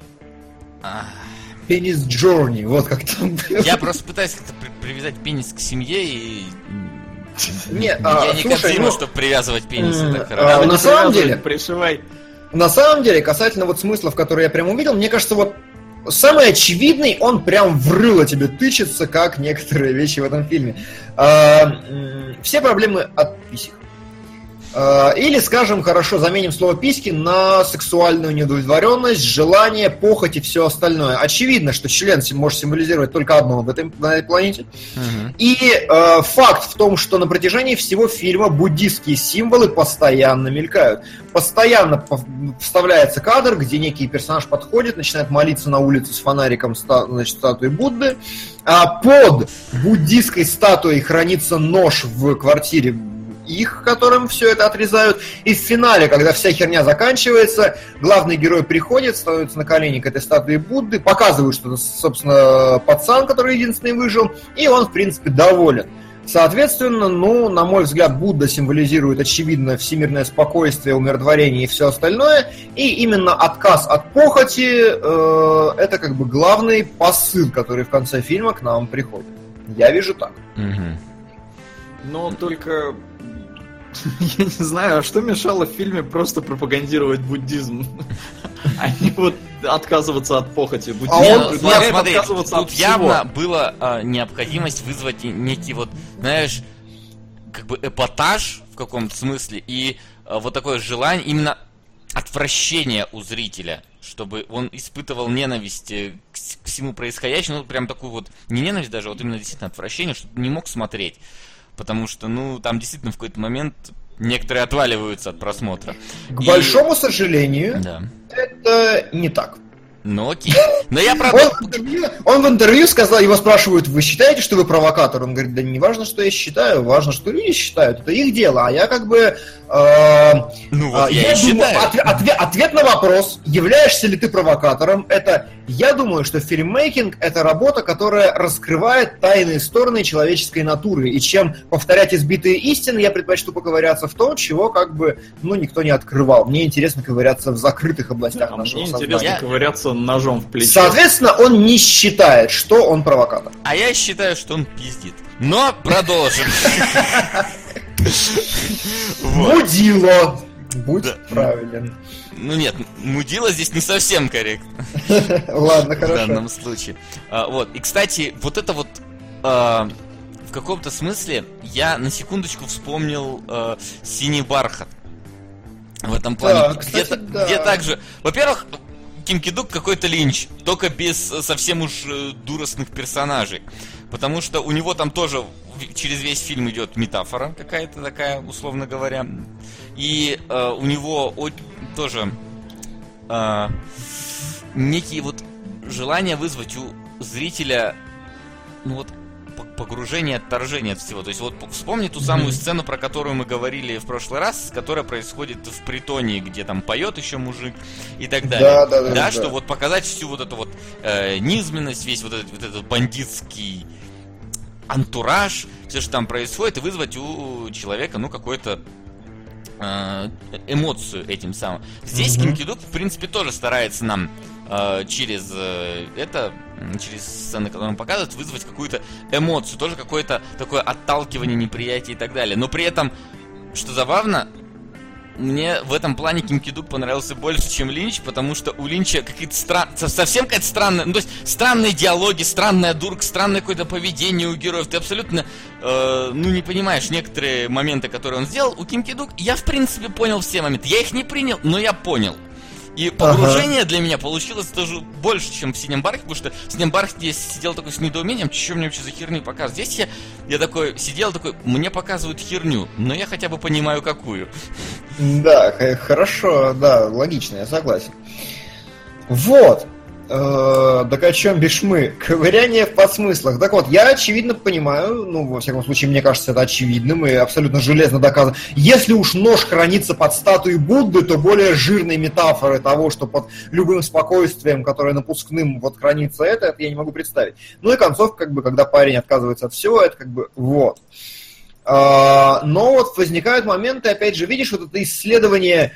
Speaker 3: Пенис Джорни, вот как там было.
Speaker 5: Я просто пытаюсь как-то привязать пенис к семье и...
Speaker 3: Нет,
Speaker 5: я не Кодзима, чтобы привязывать пенис.
Speaker 3: На самом деле...
Speaker 4: Пришивай.
Speaker 3: На самом деле, касательно вот смыслов, которые я прям увидел, мне кажется, вот самый очевидный, он прям в рыло тебе тычется, как некоторые вещи в этом фильме. Все проблемы от писек. Или, скажем, хорошо, заменим слово «письки» на сексуальную неудовлетворенность, желание, похоть и все остальное. Очевидно, что член может символизировать только одно на этой планете. И факт в том, что на протяжении всего фильма буддистские символы постоянно мелькают. Постоянно вставляется кадр, где некий персонаж подходит, начинает молиться на улице с фонариком, значит, статуей Будды. А под буддистской статуей хранится нож в квартире их, которым все это отрезают. И в финале, когда вся херня заканчивается, главный герой приходит, становится на колени к этой статуе Будды, показывает, что это, собственно, пацан, который единственный выжил, и он, в принципе, доволен. Соответственно, на мой взгляд, Будда символизирует, очевидно, всемирное спокойствие, умиротворение и все остальное, и именно отказ от похоти это как бы главный посыл, который в конце фильма к нам приходит. Я вижу так.
Speaker 4: Но только... Я не знаю, а что мешало в фильме просто пропагандировать буддизм? А не вот отказываться от похоти.
Speaker 5: Смотри, тут явно была необходимость вызвать некий вот, знаешь, как бы эпатаж в каком-то смысле и вот такое желание, именно отвращение у зрителя, чтобы он испытывал ненависть к всему происходящему, ну, прям такую вот, не ненависть даже, а вот именно действительно отвращение, чтобы не мог смотреть. Потому что, ну, там действительно в какой-то момент некоторые отваливаются от просмотра.
Speaker 3: К большому сожалению, это не так.
Speaker 5: Ну окей. Но я
Speaker 3: Он в интервью сказал, его спрашивают, вы считаете, что вы провокатор? Он говорит, да не важно, что я считаю, важно, что люди считают, это их дело. А я как бы... Ответ на вопрос, являешься ли ты провокатором, это, я думаю, что фильммейкинг — это работа, которая раскрывает тайные стороны человеческой натуры. И чем повторять избитые истины, я предпочту поковыряться в том, чего как бы, ну, никто не открывал. Мне интересно ковыряться в закрытых областях нашего сознания.
Speaker 4: Мне интересно ковыряться ножом в плечо.
Speaker 3: Соответственно, он не считает, что он провокатор.
Speaker 5: А я считаю, что он пиздит. Но продолжим.
Speaker 3: Мудило! Будь правилен.
Speaker 5: Ну нет, мудило здесь не совсем корректно.
Speaker 3: Ладно, хорошо.
Speaker 5: В данном случае. Вот. И, кстати, вот это вот в каком-то смысле я на секундочку вспомнил «Синий бархат». В этом плане. Где также... Во-первых, Ким Ки-дук какой-то Линч, только без совсем уж дуростных персонажей. Потому что у него там тоже через весь фильм идет метафора какая-то такая, условно говоря. И у него тоже некие вот желания вызвать у зрителя, ну вот, погружение, отторжение от всего. То есть вот вспомни ту самую сцену, про которую мы говорили в прошлый раз, которая происходит в притоне, где там поет еще мужик и так далее. Да, что вот показать всю вот эту вот низменность, весь вот этот бандитский антураж, все, что там происходит, и вызвать у человека, ну, какой-то эмоцию этим самым. Здесь Ким Ки-дук, в принципе, тоже старается нам через сцены, которые он показывает, вызвать какую-то эмоцию, тоже какое-то такое отталкивание, неприятие и так далее. Но при этом, что забавно, мне в этом плане Ким Ки-дук понравился больше, чем Линч, потому что у Линча совсем какая-то странная, ну, то есть странные диалоги, странная дурка, странное какое-то поведение у героев. Ты абсолютно, не понимаешь некоторые моменты, которые он сделал. У Ким Ки-дук я, в принципе, понял все моменты. Я их не принял, но я понял. И погружение для меня получилось даже больше, чем в «Синем бархате», потому что в «Синем бархате» я сидел такой с недоумением, что мне вообще за херню показывают. Здесь я такой сидел, мне показывают херню, но я хотя бы понимаю, какую.
Speaker 3: Да, хорошо, да, логично, я согласен. Вот. Так о чем бишь мы? Ковыряние в подсмыслах. Так вот, я очевидно понимаю, ну, во всяком случае, мне кажется, это очевидным и абсолютно железно доказано. Если уж нож хранится под статуей Будды, то более жирной метафоры того, что под любым спокойствием, которое напускным вот хранится это я не могу представить. Ну и концовка, как бы, когда парень отказывается от всего, это как бы вот. Но вот возникают моменты, опять же, видишь, вот это исследование...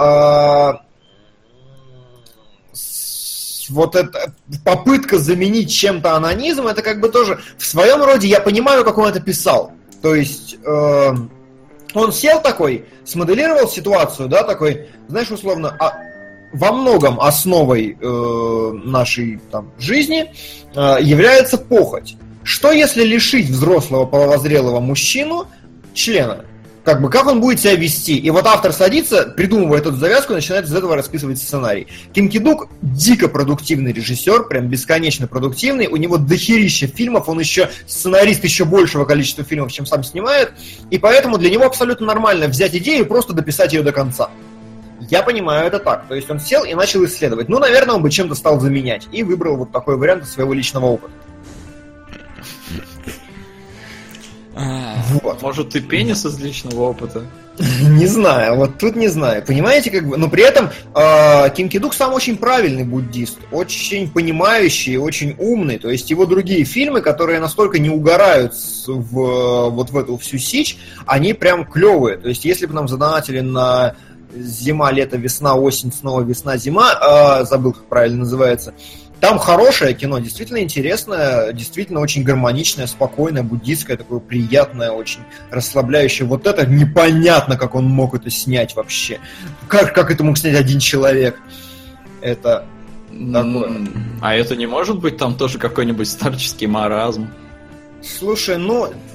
Speaker 3: Вот эта попытка заменить чем-то анонизм, это как бы тоже в своем роде, я понимаю, как он это писал. То есть он сел такой, смоделировал ситуацию, да, такой, знаешь, условно, во многом основой нашей там жизни является похоть. Что если лишить взрослого половозрелого мужчину члена? Как бы, как он будет себя вести? И вот автор садится, придумывает эту завязку и начинает из этого расписывать сценарий. Ким Ки-дук дико продуктивный режиссер, прям бесконечно продуктивный. У него дохерища фильмов, он еще сценарист еще большего количества фильмов, чем сам снимает. И поэтому для него абсолютно нормально взять идею и просто дописать ее до конца. Я понимаю это так. То есть он сел и начал исследовать. Ну, наверное, он бы чем-то стал заменять. И выбрал вот такой вариант из своего личного опыта.
Speaker 4: Вот. Может, и пенис из личного опыта?
Speaker 3: Не знаю, вот тут не знаю. Понимаете, как бы. Но при этом Ким Ки-дук сам очень правильный буддист, очень понимающий, очень умный. То есть его другие фильмы, которые настолько не угорают вот в эту всю сичь, они прям клевые. То есть, если бы нам задонатили на зима, лето, весна, осень, снова весна, зима, забыл, как правильно называется. Там хорошее кино, действительно интересное, действительно очень гармоничное, спокойное, буддистское, такое приятное, очень расслабляющее. Вот это непонятно, как он мог это снять вообще. Как это мог снять один человек? Это такое.
Speaker 4: А это не может быть там тоже какой-нибудь старческий маразм?
Speaker 3: Слушай, ну,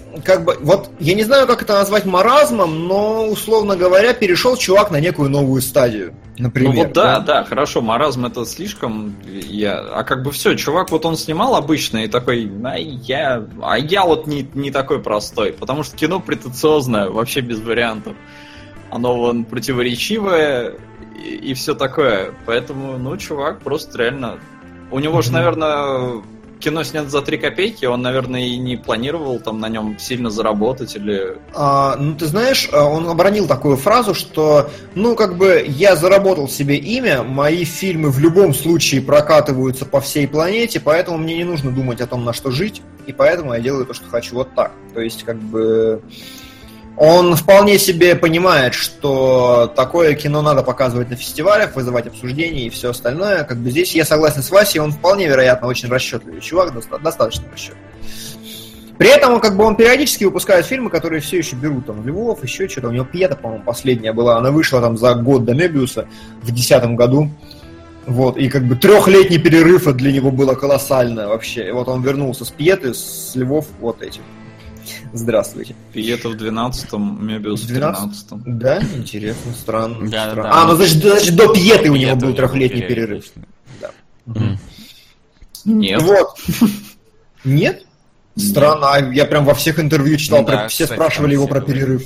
Speaker 3: как бы, вот, я не знаю, как это назвать маразмом, но, условно говоря, перешел чувак на некую новую стадию, например.
Speaker 4: Ну вот да, хорошо, маразм это слишком, а как бы все, чувак, вот он снимал обычно и такой, я вот не такой простой, потому что кино претенциозное, вообще без вариантов. Оно вон противоречивое и все такое, поэтому, ну, чувак просто реально, у него же, наверное... Кино снято за 3 копейки, он, наверное, и не планировал там на нем сильно заработать или...
Speaker 3: Ну, ты знаешь, он обронил такую фразу, что, ну, как бы, я заработал себе имя, мои фильмы в любом случае прокатываются по всей планете, поэтому мне не нужно думать о том, на что жить, и поэтому я делаю то, что хочу, вот так. То есть, как бы... Он вполне себе понимает, что такое кино надо показывать на фестивалях, вызывать обсуждения и все остальное. Как бы здесь я согласен с Васей, он вполне вероятно очень расчетливый чувак, достаточно расчетливый. При этом он периодически выпускает фильмы, которые все еще берут там Львов, еще что-то. У него Пьета, по-моему, последняя была, она вышла там за год до Мебиуса в 2010 году. Вот, и как бы 3-летний перерыв для него было колоссально вообще. И вот он вернулся с Пьеты, с Львов вот этим. Здравствуйте.
Speaker 4: Пьета в 12-м, Мебиус в 13-м.
Speaker 3: Да, интересно, странно.
Speaker 5: Да,
Speaker 3: странно. Ну значит до Пьеты у него был 3-летний перерыв. Да.
Speaker 4: Нет.
Speaker 3: Вот. Нет? Странно, я прям во всех интервью читал, все спрашивали его про перерыв.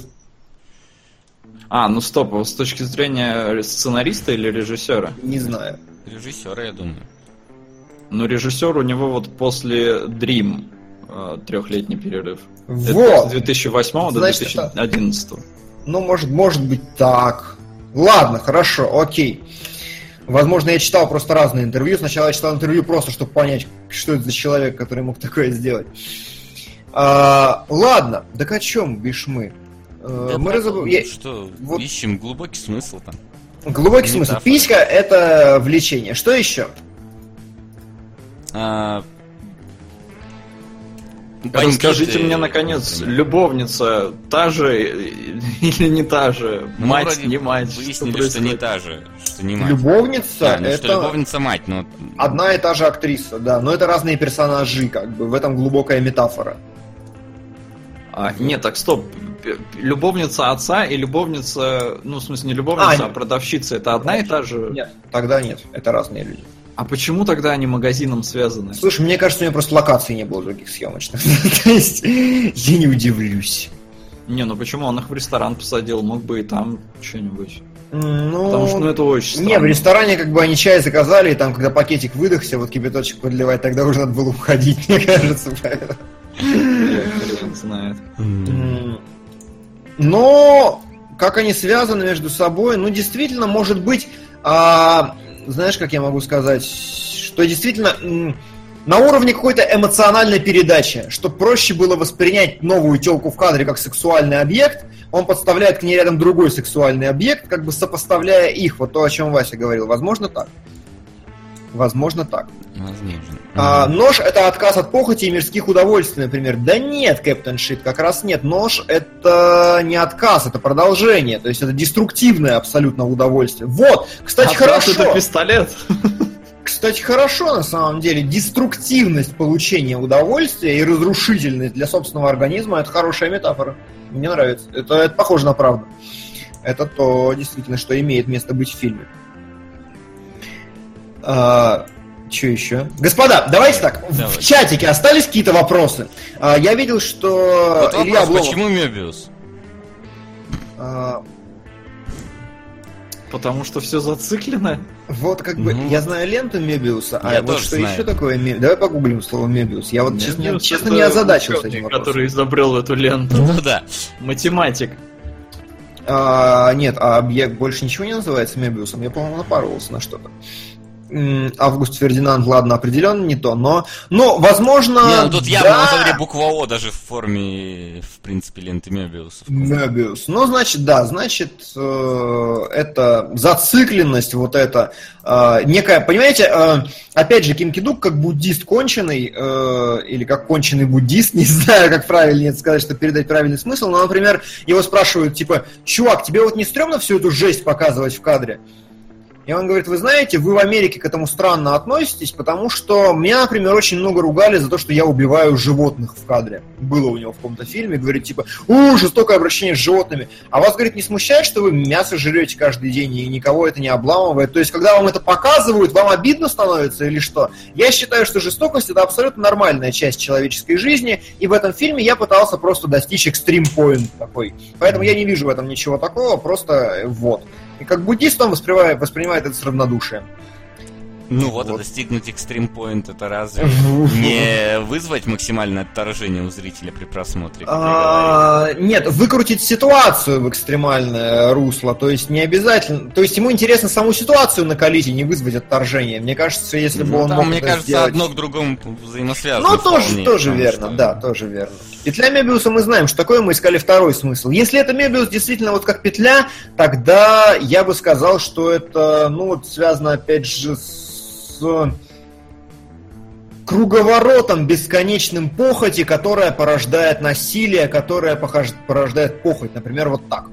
Speaker 4: Ну стоп, с точки зрения сценариста или режиссера?
Speaker 3: Не знаю.
Speaker 5: Режиссера, я думаю.
Speaker 4: Ну, режиссер у него вот после Dream 3-летний перерыв.
Speaker 3: Вот.
Speaker 4: Это с 2008 до 2011.
Speaker 3: Ну, может быть так. Ладно, хорошо, окей. Возможно, я читал просто разные интервью. Сначала я читал интервью просто, чтобы понять, что это за человек, который мог такое сделать. Ладно, так о чем бишь мы?
Speaker 5: Что ищем глубокий смысл там.
Speaker 3: Глубокий смысл. Писька — это влечение. Что еще?
Speaker 4: Расскажите мне, наконец, любовница та же или не та же? Мать, не мать?
Speaker 5: Выяснили, что не та же, что не мать.
Speaker 3: Любовница — это...
Speaker 5: что любовница мать, но...
Speaker 3: Одна и та же актриса, да, но это разные персонажи, как бы, в этом глубокая метафора.
Speaker 4: Нет, так стоп. Любовница отца и любовница... Ну, в смысле, не любовница, а продавщица. Это одна и та же?
Speaker 3: Нет, тогда нет, это разные люди.
Speaker 4: А почему тогда они магазином связаны?
Speaker 3: Слушай, мне кажется, у меня просто локаций не было других съемочных. То есть, я не удивлюсь.
Speaker 4: Не, ну почему? Он их в ресторан посадил, мог бы и там что-нибудь.
Speaker 3: Ну,
Speaker 4: потому что, это очень странно.
Speaker 3: Не, в ресторане как бы они чай заказали, и там, когда пакетик выдохся, вот кипяточек подливать, тогда уже надо было уходить, мне кажется.
Speaker 4: Хрен знает.
Speaker 3: Но, как они связаны между собой, ну, действительно, может быть... Знаешь, как я могу сказать, что действительно на уровне какой-то эмоциональной передачи, чтобы проще было воспринять новую тёлку в кадре как сексуальный объект, он подставляет к ней рядом другой сексуальный объект, как бы сопоставляя их, вот то, о чем Вася говорил. Возможно, так. Возможно, так.
Speaker 5: Возможно.
Speaker 3: Нож — это отказ от похоти и мирских удовольствий, например. Да нет, Кэптен Шит, как раз нет. Нож — это не отказ, это продолжение. То есть это деструктивное абсолютно удовольствие. Вот, кстати, хорошо.
Speaker 4: Это пистолет.
Speaker 3: Кстати, хорошо на самом деле. Деструктивность получения удовольствия и разрушительность для собственного организма — это хорошая метафора. Мне нравится. Это похоже на правду. Это то, действительно, что имеет место быть в фильме. Что еще? Господа, давайте так. В чатике остались какие-то вопросы. Я видел, что
Speaker 5: вот
Speaker 3: Илья Обломов...
Speaker 5: Почему Мебиус?
Speaker 4: Потому что все зациклено.
Speaker 3: Вот как бы я знаю ленту Мебиуса, вот что
Speaker 5: знаю.
Speaker 3: Еще такое Мебиус? Давай погуглим слово Мебиус. Я вот честно не озадачился этим вопросом.
Speaker 4: Который изобрел эту ленту.
Speaker 5: Ну да.
Speaker 4: Математик.
Speaker 3: Нет, объект больше ничего не называется Мебиусом. Я, по-моему, напарывался на что-то. Август Фердинанд, ладно, определенно не то, но возможно...
Speaker 5: Не, ну тут явно на самом деле буква О даже в форме, в принципе, ленты Мебиуса.
Speaker 3: Мебиус. Ну, значит, да, это зацикленность, вот это некая, понимаете, опять же, Ким Ки-дук как буддист конченый, или как конченый буддист, не знаю, как правильнее сказать, чтобы передать правильный смысл, но, например, его спрашивают, типа, чувак, тебе вот не стрёмно всю эту жесть показывать в кадре? И он говорит, вы знаете, вы в Америке к этому странно относитесь, потому что меня, например, очень много ругали за то, что я убиваю животных в кадре. Было у него в каком-то фильме, говорит, типа, жестокое обращение с животными. А вас, говорит, не смущает, что вы мясо жрете каждый день, и никого это не обламывает? То есть, когда вам это показывают, вам обидно становится или что? Я считаю, что жестокость — это абсолютно нормальная часть человеческой жизни, и в этом фильме я пытался просто достичь экстрим-поинт такой. Поэтому я не вижу в этом ничего такого, просто вот. И как буддист он воспринимает это с равнодушием.
Speaker 5: Ну вот, а достигнуть экстрим-поинт, это разве не вызвать максимальное отторжение у зрителя при просмотре?
Speaker 3: Нет, выкрутить ситуацию в экстремальное русло, то есть не обязательно. То есть ему интересно саму ситуацию накалить и не вызвать отторжение. Мне кажется, если бы он мог
Speaker 5: мне
Speaker 3: это
Speaker 5: кажется,
Speaker 3: сделать...
Speaker 5: одно к другому взаимосвязано.
Speaker 3: Ну, тоже верно, что... да, тоже верно. Петля Мебиуса мы знаем, что такое, мы искали второй смысл. Если это Мебиус действительно вот как петля, тогда я бы сказал, что это, связано опять же с круговоротом бесконечным похоти, которая порождает насилие, которая порождает похоть. Например, вот так.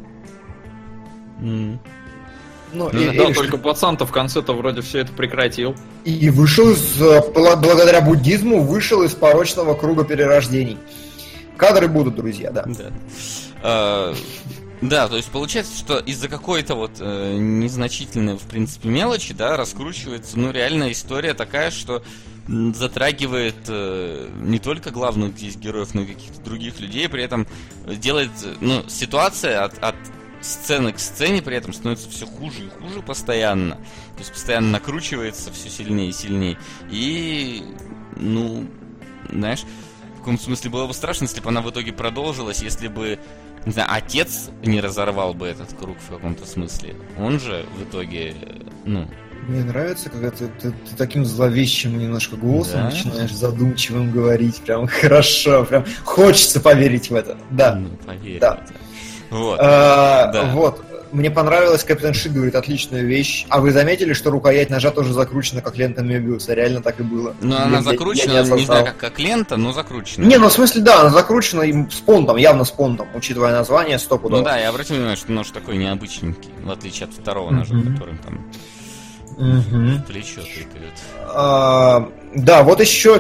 Speaker 4: Только пацан-то в конце-то вроде все это прекратил.
Speaker 3: И вышел благодаря буддизму, вышел из порочного круга перерождений. Кадры будут, друзья, да.
Speaker 5: Да, то есть получается, что из-за какой-то вот незначительной, в принципе, мелочи, да, раскручивается, реально история такая, что затрагивает не только главных здесь героев, но и каких-то других людей, при этом делает, ситуация от сцены к сцене при этом становится все хуже и хуже постоянно, то есть постоянно накручивается все сильнее и сильнее, и, знаешь, в каком смысле было бы страшно, если бы она в итоге продолжилась, если бы, не знаю, отец не разорвал бы этот круг в каком-то смысле. Он же в итоге,
Speaker 3: Мне нравится, когда ты таким зловещим немножко голосом начинаешь задумчивым говорить. Прям хорошо, прям хочется поверить в это. Да.
Speaker 5: Поверь.
Speaker 3: Да.
Speaker 5: Вот.
Speaker 3: Мне понравилось, Капитан Шит говорит отличную вещь. А вы заметили, что рукоять ножа тоже закручена, как лента Мебиуса? Реально так и было.
Speaker 5: Она закручена, не знаю, как лента, но закручена.
Speaker 3: Не, в смысле, да, она закручена с понтом, явно с понтом, учитывая название, стопудово.
Speaker 5: Я обратил внимание, что нож такой необычненький, в отличие от второго ножа, которым там в плечо тыкают.
Speaker 3: Да, вот еще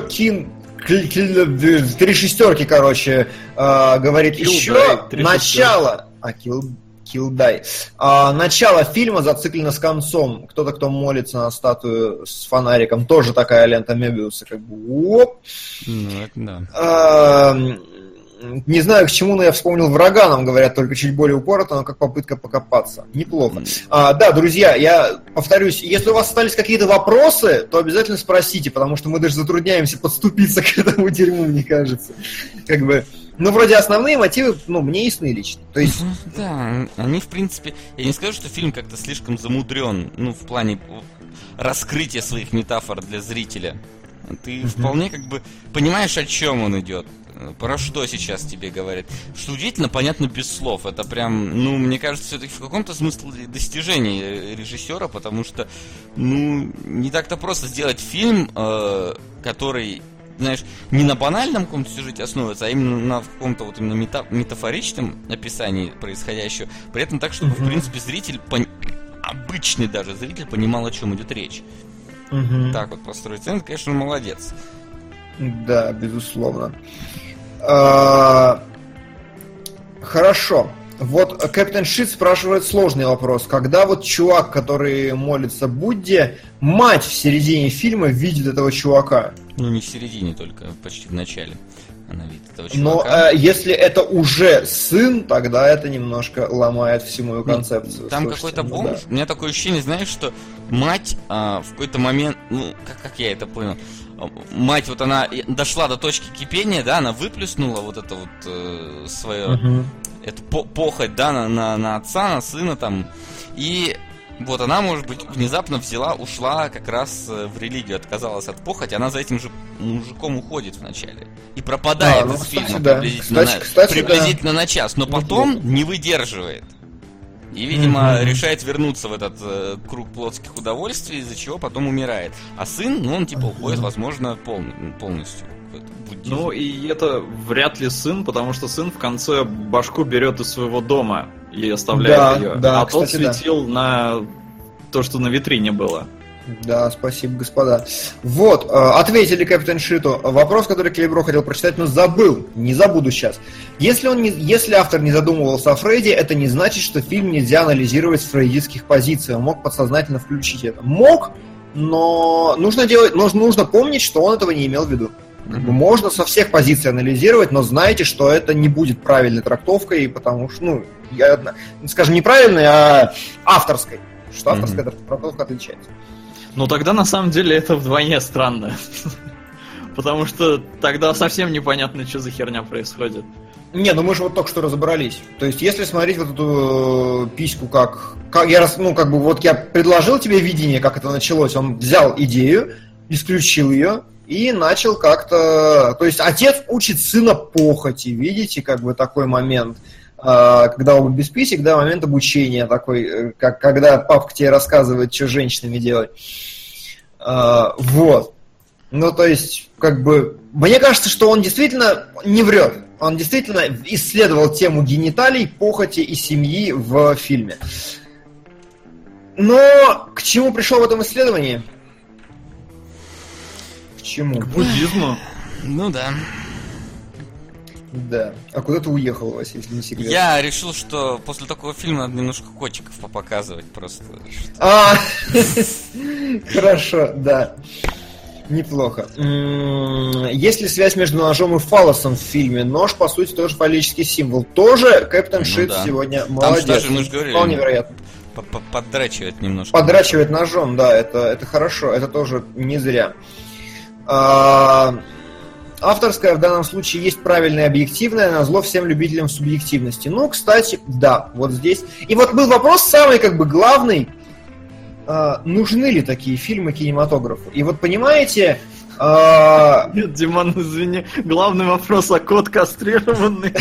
Speaker 3: три шестерки, говорит, еще начало. Килдай. Начало фильма зациклено с концом. Кто-то, кто молится на статую с фонариком, тоже такая лента Мебиуса, оп. Не знаю, к чему, но я вспомнил «Врага», нам говорят, только чуть более упорото, но как попытка покопаться. Неплохо. Да, друзья, я повторюсь, если у вас остались какие-то вопросы, то обязательно спросите, потому что мы даже затрудняемся подступиться к этому дерьму, мне кажется. Вроде основные мотивы, мне ясны лично. То есть...
Speaker 5: Да, они, в принципе... Я не скажу, что фильм как-то слишком замудрен, в плане раскрытия своих метафор для зрителя. Ты вполне понимаешь, о чем он идет. Про что сейчас тебе говорят. Что удивительно, понятно без слов. Это прям, мне кажется, все-таки в каком-то смысле достижение режиссера, потому что, не так-то просто сделать фильм, который, знаешь, не на банальном каком-то сюжете основывается, а именно на каком-то вот именно метафоричном описании происходящего. При этом так, чтобы, в принципе, зритель, обычный даже зритель, понимал, о чем идет речь. Так вот построить сцену, конечно, молодец.
Speaker 3: Да, безусловно. Хорошо. Вот Капитан Шит спрашивает сложный вопрос. Когда вот чувак, который молится Будде, мать в середине фильма видит этого чувака?
Speaker 5: Не в середине только, почти в начале она видит этого чувака.
Speaker 3: Но если это уже сын, тогда это немножко ломает всю мою концепцию.
Speaker 5: Там какой-то бомж. У меня такое ощущение, знаешь, что мать в какой-то момент, как я это понял, мать, вот она дошла до точки кипения, да, она выплеснула вот это вот свое, эту похоть, да, на отца, на сына там, и вот она, может быть, внезапно ушла как раз в религию, отказалась от похоти, она за этим же мужиком уходит вначале и пропадает из фильма приблизительно на час, но потом не выдерживает. И, видимо, решает вернуться в этот круг плотских удовольствий, из-за чего потом умирает. А сын, он уходит, возможно, полностью.
Speaker 4: И это вряд ли сын, потому что сын в конце башку берет из своего дома и оставляет ее.
Speaker 3: Да,
Speaker 4: тот светил на то, что на витрине было.
Speaker 3: Да, спасибо, господа. Вот, ответили Капитан Шиту. Вопрос, который Клейбро хотел прочитать, но забыл. Не забуду сейчас. Если автор не задумывался о Фредди, это не значит, что фильм нельзя анализировать с фрейдистских позиций. Он мог подсознательно включить это. Мог, но нужно помнить, что он этого не имел в виду. Можно со всех позиций анализировать, но знайте, что это не будет правильной трактовкой, потому что, скажем, неправильной, а авторской. Что авторская трактовка отличается.
Speaker 4: Ну тогда на самом деле это вдвойне странно. Потому что тогда совсем непонятно, что за херня происходит.
Speaker 3: Не, ну мы же вот только что разобрались. То есть, если смотреть вот эту письку, как я предложил тебе видение, как это началось. Он взял идею, исключил ее и начал как-то... То есть, отец учит сына похоти. Видите, как бы такой момент. Когда оба без писек, да, момент обучения такой, как когда папка тебе рассказывает, что с женщинами делать. Вот. Ну, то есть, как бы, мне кажется, что он действительно не врет. Он действительно исследовал тему гениталий, похоти и семьи в фильме. Но к чему пришел в этом исследовании? К чему?
Speaker 4: К буддизму.
Speaker 5: Ну да.
Speaker 3: Да. А куда ты уехал, Вася, если не секрет?
Speaker 5: Я решил, что после такого фильма надо немножко котиков попоказывать просто.
Speaker 3: Хорошо, да. Неплохо. Есть ли связь между ножом и фаллосом в фильме? Нож, по сути, тоже фаллический символ. Тоже Кэптен Шит сегодня молодец.
Speaker 5: Там даже, мы же говорили,
Speaker 3: вполне вероятно.
Speaker 5: Поддрачивает немножко.
Speaker 3: Поддрачивает ножом, да, это хорошо. Это тоже не зря. Авторская в данном случае есть правильное и объективное, назло всем любителям субъективности. Ну, кстати, да, вот здесь. И вот был вопрос самый, как бы, главный. Нужны ли такие фильмы кинематографу? И вот понимаете...
Speaker 4: Нет, Диман, извини, главный вопрос, а кот кастрированный?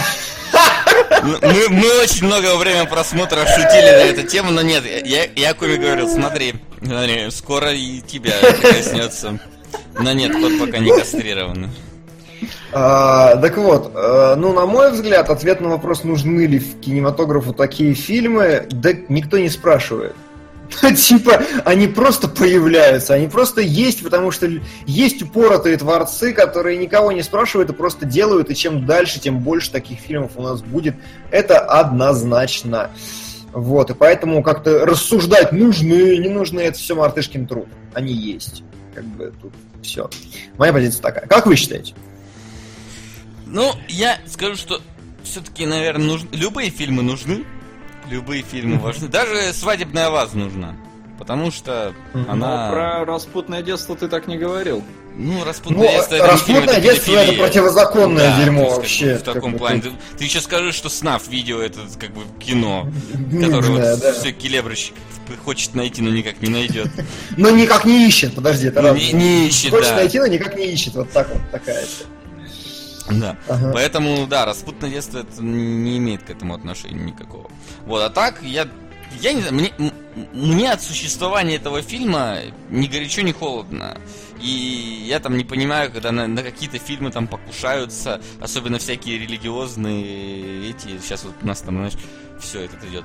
Speaker 5: Мы очень много во время просмотра шутили на эту тему, но нет, я Коме говорил, смотри, скоро и тебя коснется. Но нет, кот пока не кастрированный.
Speaker 3: Так вот, на мой взгляд, ответ на вопрос, нужны ли в кинематографу такие фильмы, да никто не спрашивает. Типа, они просто появляются, они просто есть, потому что есть упоротые творцы, которые никого не спрашивают и просто делают, и чем дальше, тем больше таких фильмов у нас будет. Это однозначно. Вот, и поэтому как-то рассуждать, нужны, не нужны, это все мартышкин труд. Они есть. Как бы тут все. Моя позиция такая. Как вы считаете?
Speaker 5: Ну, я скажу, что все-таки, наверное, любые фильмы нужны. Любые фильмы важны. Даже «Свадебная ваза» нужна. Потому что она...
Speaker 4: Но про «Распутное детство» ты так не говорил.
Speaker 5: Ну, «Распутное детство» это
Speaker 3: «Распутное детство» это противозаконное дерьмо вообще.
Speaker 5: В таком плане. Ты еще скажешь, что «СНАФ» видео это как бы кино, которое все келебрыч хочет найти, но никак не найдет.
Speaker 3: Но никак не ищет, подожди, это раз.
Speaker 5: Не ищет,
Speaker 3: хочет найти, но никак не ищет. Вот так вот, такая.
Speaker 5: Да. Поэтому, да, «Распутное детство» это не имеет к этому отношения никакого. Вот, а так, я не знаю, мне от существования этого фильма ни горячо, ни холодно. И я там не понимаю, когда на какие-то фильмы там покушаются, особенно всякие религиозные эти. Сейчас вот у нас там, знаешь, все это идет.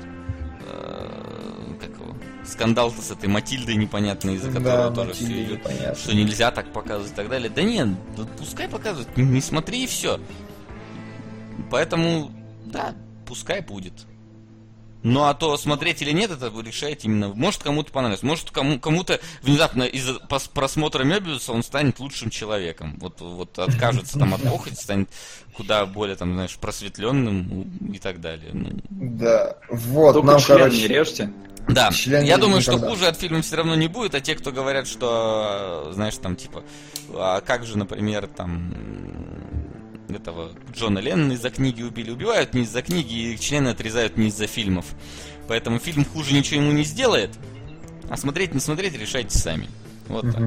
Speaker 5: Скандал-то с этой Матильдой непонятной, из-за которого тоже все идет, что нельзя так показывать и так далее. Да нет, пускай показывают, не смотри и все. Поэтому, да, пускай будет. Ну а то смотреть или нет, это вы решаете именно. Может кому-то понравится, может кому-то внезапно из-за просмотра Мёбиуса он станет лучшим человеком. Вот откажется там от похоти, станет куда более там, знаешь, просветленным и так далее.
Speaker 3: Да, вот.
Speaker 4: Только
Speaker 3: нам,
Speaker 4: член не режьте.
Speaker 5: Да, я думаю, что хуже от фильма все равно не будет, а те, кто говорят, что, знаешь, там, типа, а как же, например, там, этого Джона Леннона из-за книги убивают не из-за книги, и члены отрезают не из-за фильмов. Поэтому фильм хуже ничего ему не сделает, а смотреть, не смотреть, решайте сами. Вот так.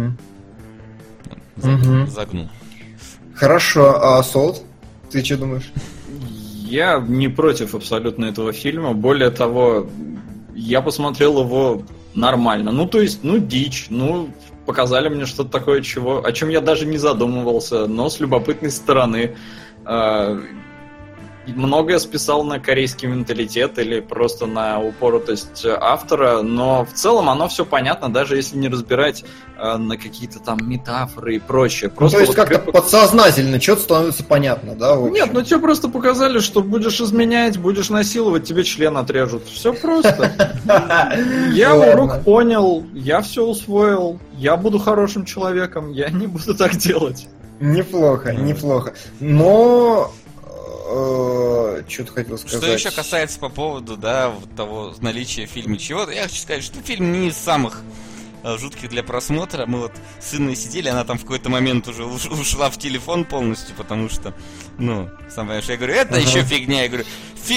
Speaker 5: Загнул.
Speaker 3: Хорошо, а Солт, ты что думаешь?
Speaker 4: Я не против абсолютно этого фильма, более того... Я посмотрел его нормально. Ну, то есть, дичь. Показали мне что-то такое, о чем я даже не задумывался, но с любопытной стороны. многое списал на корейский менталитет или просто на упоротость автора, но в целом оно все понятно, даже если не разбирать на какие-то там метафоры и прочее.
Speaker 3: Просто то есть как-то подсознательно что-то становится понятно, да?
Speaker 4: Нет, ну тебе просто показали, что будешь изменять, будешь насиловать, тебе член отрежут. Все просто. Я урок понял, я все усвоил, я буду хорошим человеком, я не буду так делать.
Speaker 3: Неплохо, неплохо. Но... что-то хотел сказать.
Speaker 5: Что еще касается по поводу, да, вот того наличия в фильме чего-то, я хочу сказать, что фильм не из самых жутких для просмотра. Мы вот с Инной сидели, она там в какой-то момент уже ушла в телефон полностью, потому что, ну, сам понимаешь, я говорю, это еще фигня. Я говорю, в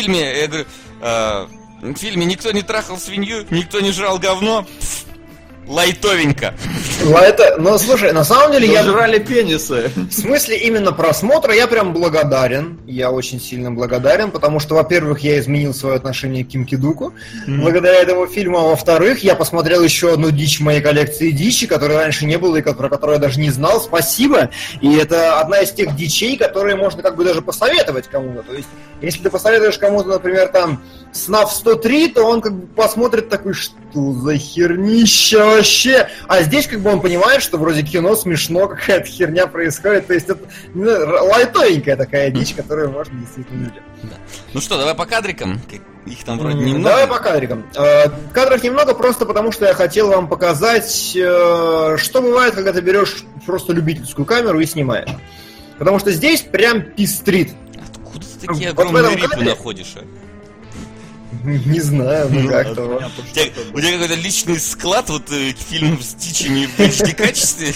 Speaker 5: фильме никто не трахал свинью, никто не жрал говно. Лайтовенько.
Speaker 3: Но слушай, на самом деле я...
Speaker 4: Жрали пенисы.
Speaker 3: В смысле именно просмотра я прям благодарен. Я очень сильно благодарен, потому что, во-первых, я изменил свое отношение к Ким Ки-дуку благодаря этому фильму, а во-вторых, я посмотрел еще одну дичь в моей коллекции дичи, которой раньше не было и про которую я даже не знал. Спасибо. И это одна из тех дичей, которые можно как бы даже посоветовать кому-то. То есть, если ты посоветуешь кому-то, например, там СНАФ 103, то он как бы посмотрит такой, что за хернища вообще. А здесь как бы он понимает, что вроде кино смешно, какая-то херня происходит. То есть это лайтовенькая такая дичь, которую можно действительно видеть.
Speaker 5: Да. Ну что, давай по кадрикам. Их там вроде немного.
Speaker 3: Давай по кадрикам. Кадров немного просто потому, что я хотел вам показать, что бывает, когда ты берешь просто любительскую камеру и снимаешь. Потому что здесь прям пестрит.
Speaker 5: Откуда ты такие огромные рипы находишь?
Speaker 3: Не знаю, ну как-то.
Speaker 5: У тебя какой-то личный склад вот фильмов с дичами в HD качестве?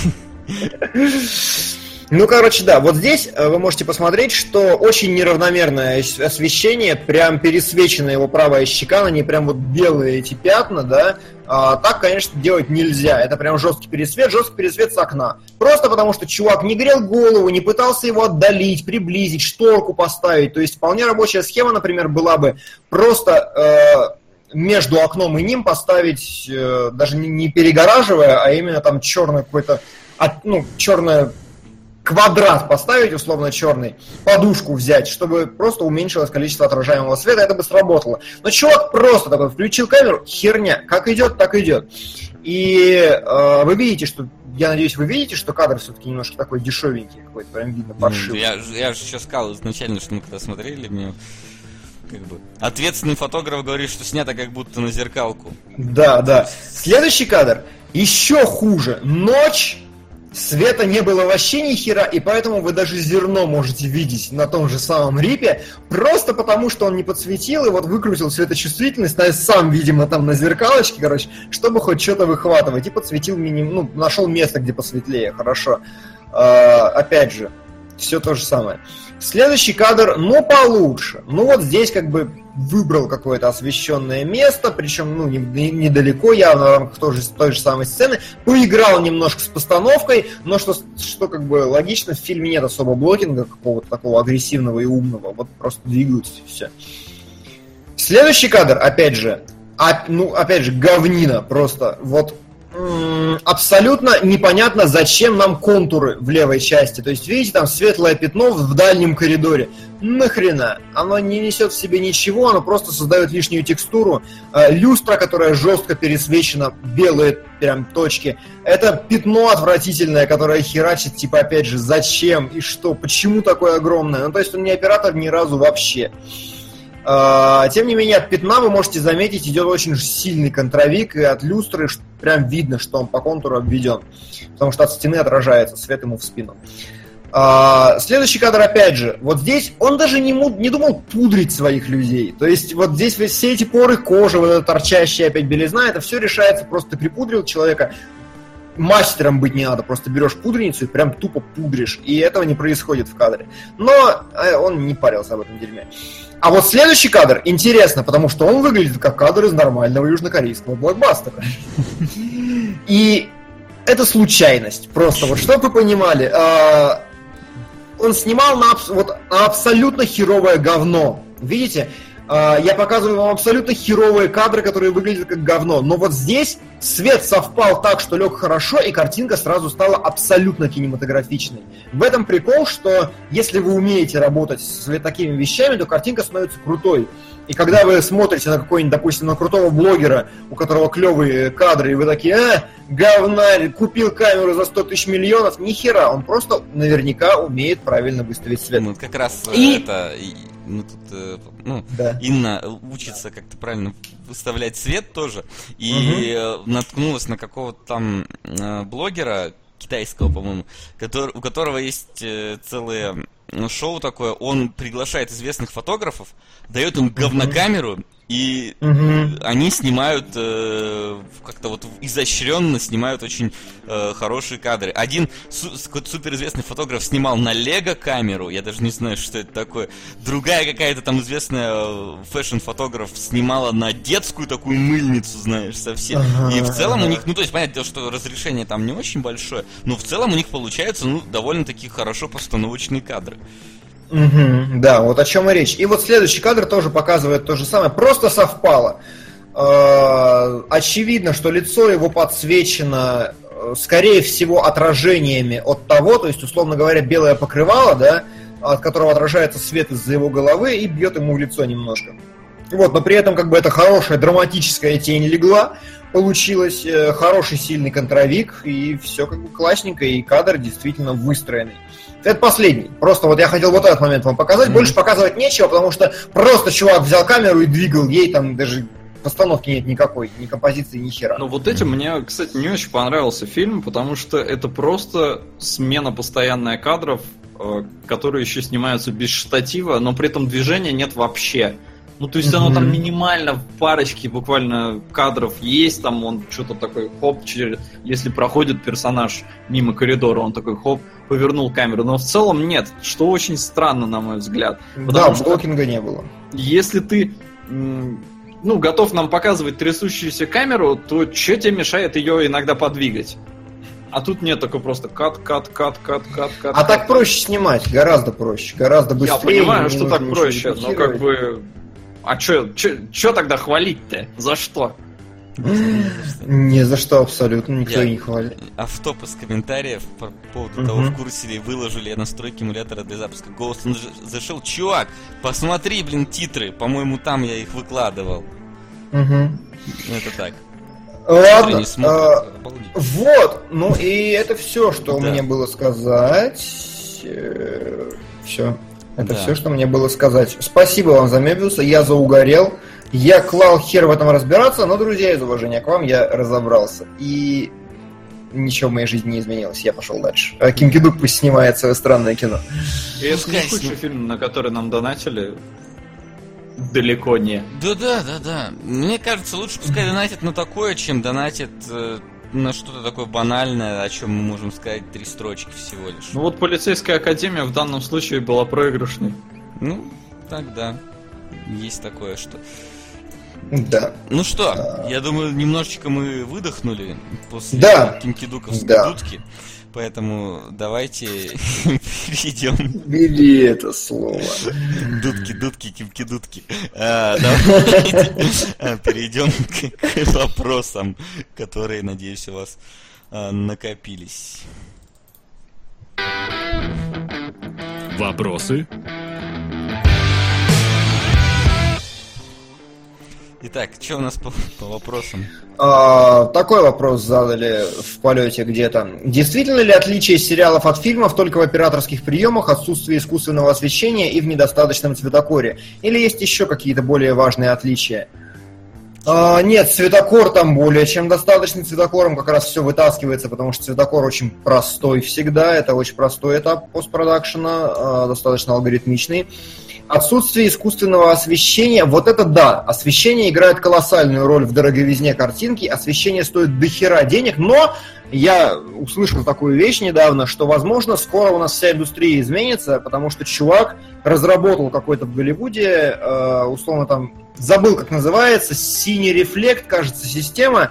Speaker 3: Ну, короче, да, вот здесь вы можете посмотреть, что очень неравномерное освещение, прям пересвечена его правая щека, на ней прям вот белые эти пятна, да, так, конечно, делать нельзя, это прям жесткий пересвет с окна. Просто потому, что чувак не грел голову, не пытался его отдалить, приблизить, шторку поставить, то есть вполне рабочая схема, например, была бы просто... между окном и ним поставить, даже не перегораживая, а именно там черный какой-то, ну, черное квадрат поставить, условно черный, подушку взять, чтобы просто уменьшилось количество отражаемого света, это бы сработало. Но чувак просто такой включил камеру, херня, как идет, так идет. И вы видите, что, я надеюсь, вы видите, что кадр все-таки немножко такой дешевенький, какой-то прям видно паршивый.
Speaker 5: Я же еще сказал изначально, что мы когда смотрели, мне... Как бы. Ответственный фотограф говорит, что снято как будто на зеркалку.
Speaker 3: Да, да. Следующий кадр еще хуже. Ночь, света не было вообще ни хера, и поэтому вы даже зерно можете видеть на том же самом рипе, просто потому что он не подсветил и вот выкрутил светочувствительность, сам, видимо, там на зеркалочке, короче, чтобы хоть что-то выхватывать, и подсветил ну, нашел место, где посветлее, хорошо. Опять же, все то же самое. Следующий кадр, ну, получше. Ну, вот здесь как бы выбрал какое-то освещенное место, причем, ну, недалеко, явно в рамках той же самой сцены. Поиграл немножко с постановкой, но что как бы логично, в фильме нет особо блокинга какого-то такого агрессивного и умного. Вот просто двигаются и все. Следующий кадр, опять же, говнина просто. Вот абсолютно непонятно, зачем нам контуры в левой части. То есть, видите, там светлое пятно в дальнем коридоре. Нахрена? Оно не несет в себе ничего, оно просто создает лишнюю текстуру. Люстра, которая жестко пересвечена, белые прям точки. Это пятно отвратительное, которое херачит, типа, опять же, зачем и что, почему такое огромное? Ну, то есть, он не оператор ни разу вообще. Тем не менее, от пятна вы можете заметить, идет очень сильный контровик, и от люстры прям видно, что он по контуру обведен, потому что от стены отражается свет ему в спину. Следующий кадр, опять же, вот здесь он даже не думал пудрить своих людей, то есть вот здесь все эти поры кожи, вот эта торчащая опять белизна, это все решается, просто ты припудрил человека, мастером быть не надо, просто берешь пудреницу и прям тупо пудришь, и этого не происходит в кадре. Но он не парился об этом дерьме. А вот следующий кадр интересно, потому что он выглядит как кадр из нормального южнокорейского блокбастера. И это случайность. Просто вот, чтобы вы понимали, он снимал на абсолютно херовое говно. Видите? Я показываю вам абсолютно херовые кадры, которые выглядят как говно. Но вот здесь свет совпал так, что лег хорошо, и картинка сразу стала абсолютно кинематографичной. В этом прикол, что если вы умеете работать с такими вещами, то картинка становится крутой. И когда вы смотрите на какой-нибудь, допустим, на крутого блогера, у которого клевые кадры, и вы такие, говнарь, купил камеру за 100 тысяч миллионов, нихера, он просто наверняка умеет правильно выставить свет.
Speaker 5: Ну, как раз это... Ну, тут,
Speaker 3: да.
Speaker 5: Инна учится как-то правильно выставлять свет тоже. И наткнулась на какого-то там блогера, китайского, по-моему, у которого есть целое шоу такое. Он приглашает известных фотографов, дает им говнокамеру, и они снимают как-то вот изощренно, снимают очень хорошие кадры. Один суперизвестный фотограф снимал на Лего камеру, я даже не знаю, что это такое. Другая какая-то там известная фэшн-фотограф снимала на детскую такую мыльницу, знаешь, совсем. И в целом у них, ну то есть понятно, что разрешение там не очень большое, но в целом у них получаются, ну, довольно-таки хорошо постановочные кадры.
Speaker 3: Да, вот о чем и речь. И вот следующий кадр тоже показывает то же самое. Просто совпало. Очевидно, что лицо его подсвечено, скорее всего, отражениями от того, то есть, условно говоря, белое покрывало, да, от которого отражается свет из-за его головы и бьет ему в лицо немножко. Вот, но при этом как бы это хорошая драматическая тень легла, получилось хороший сильный контровик, и все как бы классненько, и кадр действительно выстроенный. Это последний. Просто вот я хотел вот этот момент вам показать. Больше показывать нечего, потому что просто чувак взял камеру и двигал ей, там даже постановки нет никакой, ни композиции, ни хера.
Speaker 4: Ну вот этим мне, кстати, не очень понравился фильм, потому что это просто смена постоянная кадров, которые еще снимаются без штатива, но при этом движения нет вообще. Ну, то есть оно там минимально в парочке буквально кадров есть, там он что-то такой, хоп, если проходит персонаж мимо коридора, он такой, хоп, повернул камеру. Но в целом нет, что очень странно, на мой взгляд.
Speaker 3: Да, блокинга не было.
Speaker 4: Если ты, готов нам показывать трясущуюся камеру, то что тебе мешает ее иногда подвигать? А тут нет, такой просто кат.
Speaker 3: А так проще снимать, гораздо проще, гораздо быстрее.
Speaker 4: Я понимаю, что так проще, но как бы... А чё тогда хвалить-то? За что?
Speaker 3: Не за что абсолютно, никто не хвалит.
Speaker 5: Автоп из комментариев по поводу того, в курсе ли выложили я настройки эмулятора для запуска Ghost in the Shell. Чувак, посмотри, титры, по-моему, там я их выкладывал. Это так.
Speaker 3: Ладно, вот, ну и это все, что мне было сказать. Все. Это все, что мне было сказать. Спасибо вам за Мебиуса, я заугорел. Я клал хер в этом разбираться, но, друзья, из уважения к вам я разобрался. И ничего в моей жизни не изменилось, я пошел дальше. А Ким Ки-дук пусть снимает свое странное кино.
Speaker 4: И это не худший фильм, на который нам донатили. Далеко не.
Speaker 5: Да. Мне кажется, лучше пускай донатят на такое, чем донатят на что-то такое банальное, о чем мы можем сказать 3 строчки всего лишь.
Speaker 4: Ну вот полицейская академия в данном случае была проигрышной.
Speaker 5: Ну, тогда есть такое, что...
Speaker 3: Да.
Speaker 5: Ну что, я думаю, немножечко мы выдохнули после кинкидуковской дудки. Поэтому давайте перейдем.
Speaker 3: Бери это слово.
Speaker 5: Дудки, кимки-дудки. Давайте перейдем к вопросам, которые, надеюсь, у вас накопились.
Speaker 6: Вопросы?
Speaker 5: Итак, что у нас по вопросам?
Speaker 3: Такой вопрос задали в полете где-то. Действительно ли отличие сериалов от фильмов только в операторских приемах, отсутствии искусственного освещения и в недостаточном цветокоре? Или есть еще какие-то более важные отличия? Нет, цветокор там более чем достаточный. Цветокором как раз все вытаскивается, потому что цветокор очень простой всегда. Это очень простой этап постпродакшена, достаточно алгоритмичный. Отсутствие искусственного освещения, вот это да, освещение играет колоссальную роль в дороговизне картинки, освещение стоит дохера денег, но я услышал такую вещь недавно, что, возможно, скоро у нас вся индустрия изменится, потому что чувак разработал какой-то в Голливуде, условно там, забыл, как называется, синий рефлект, кажется, система,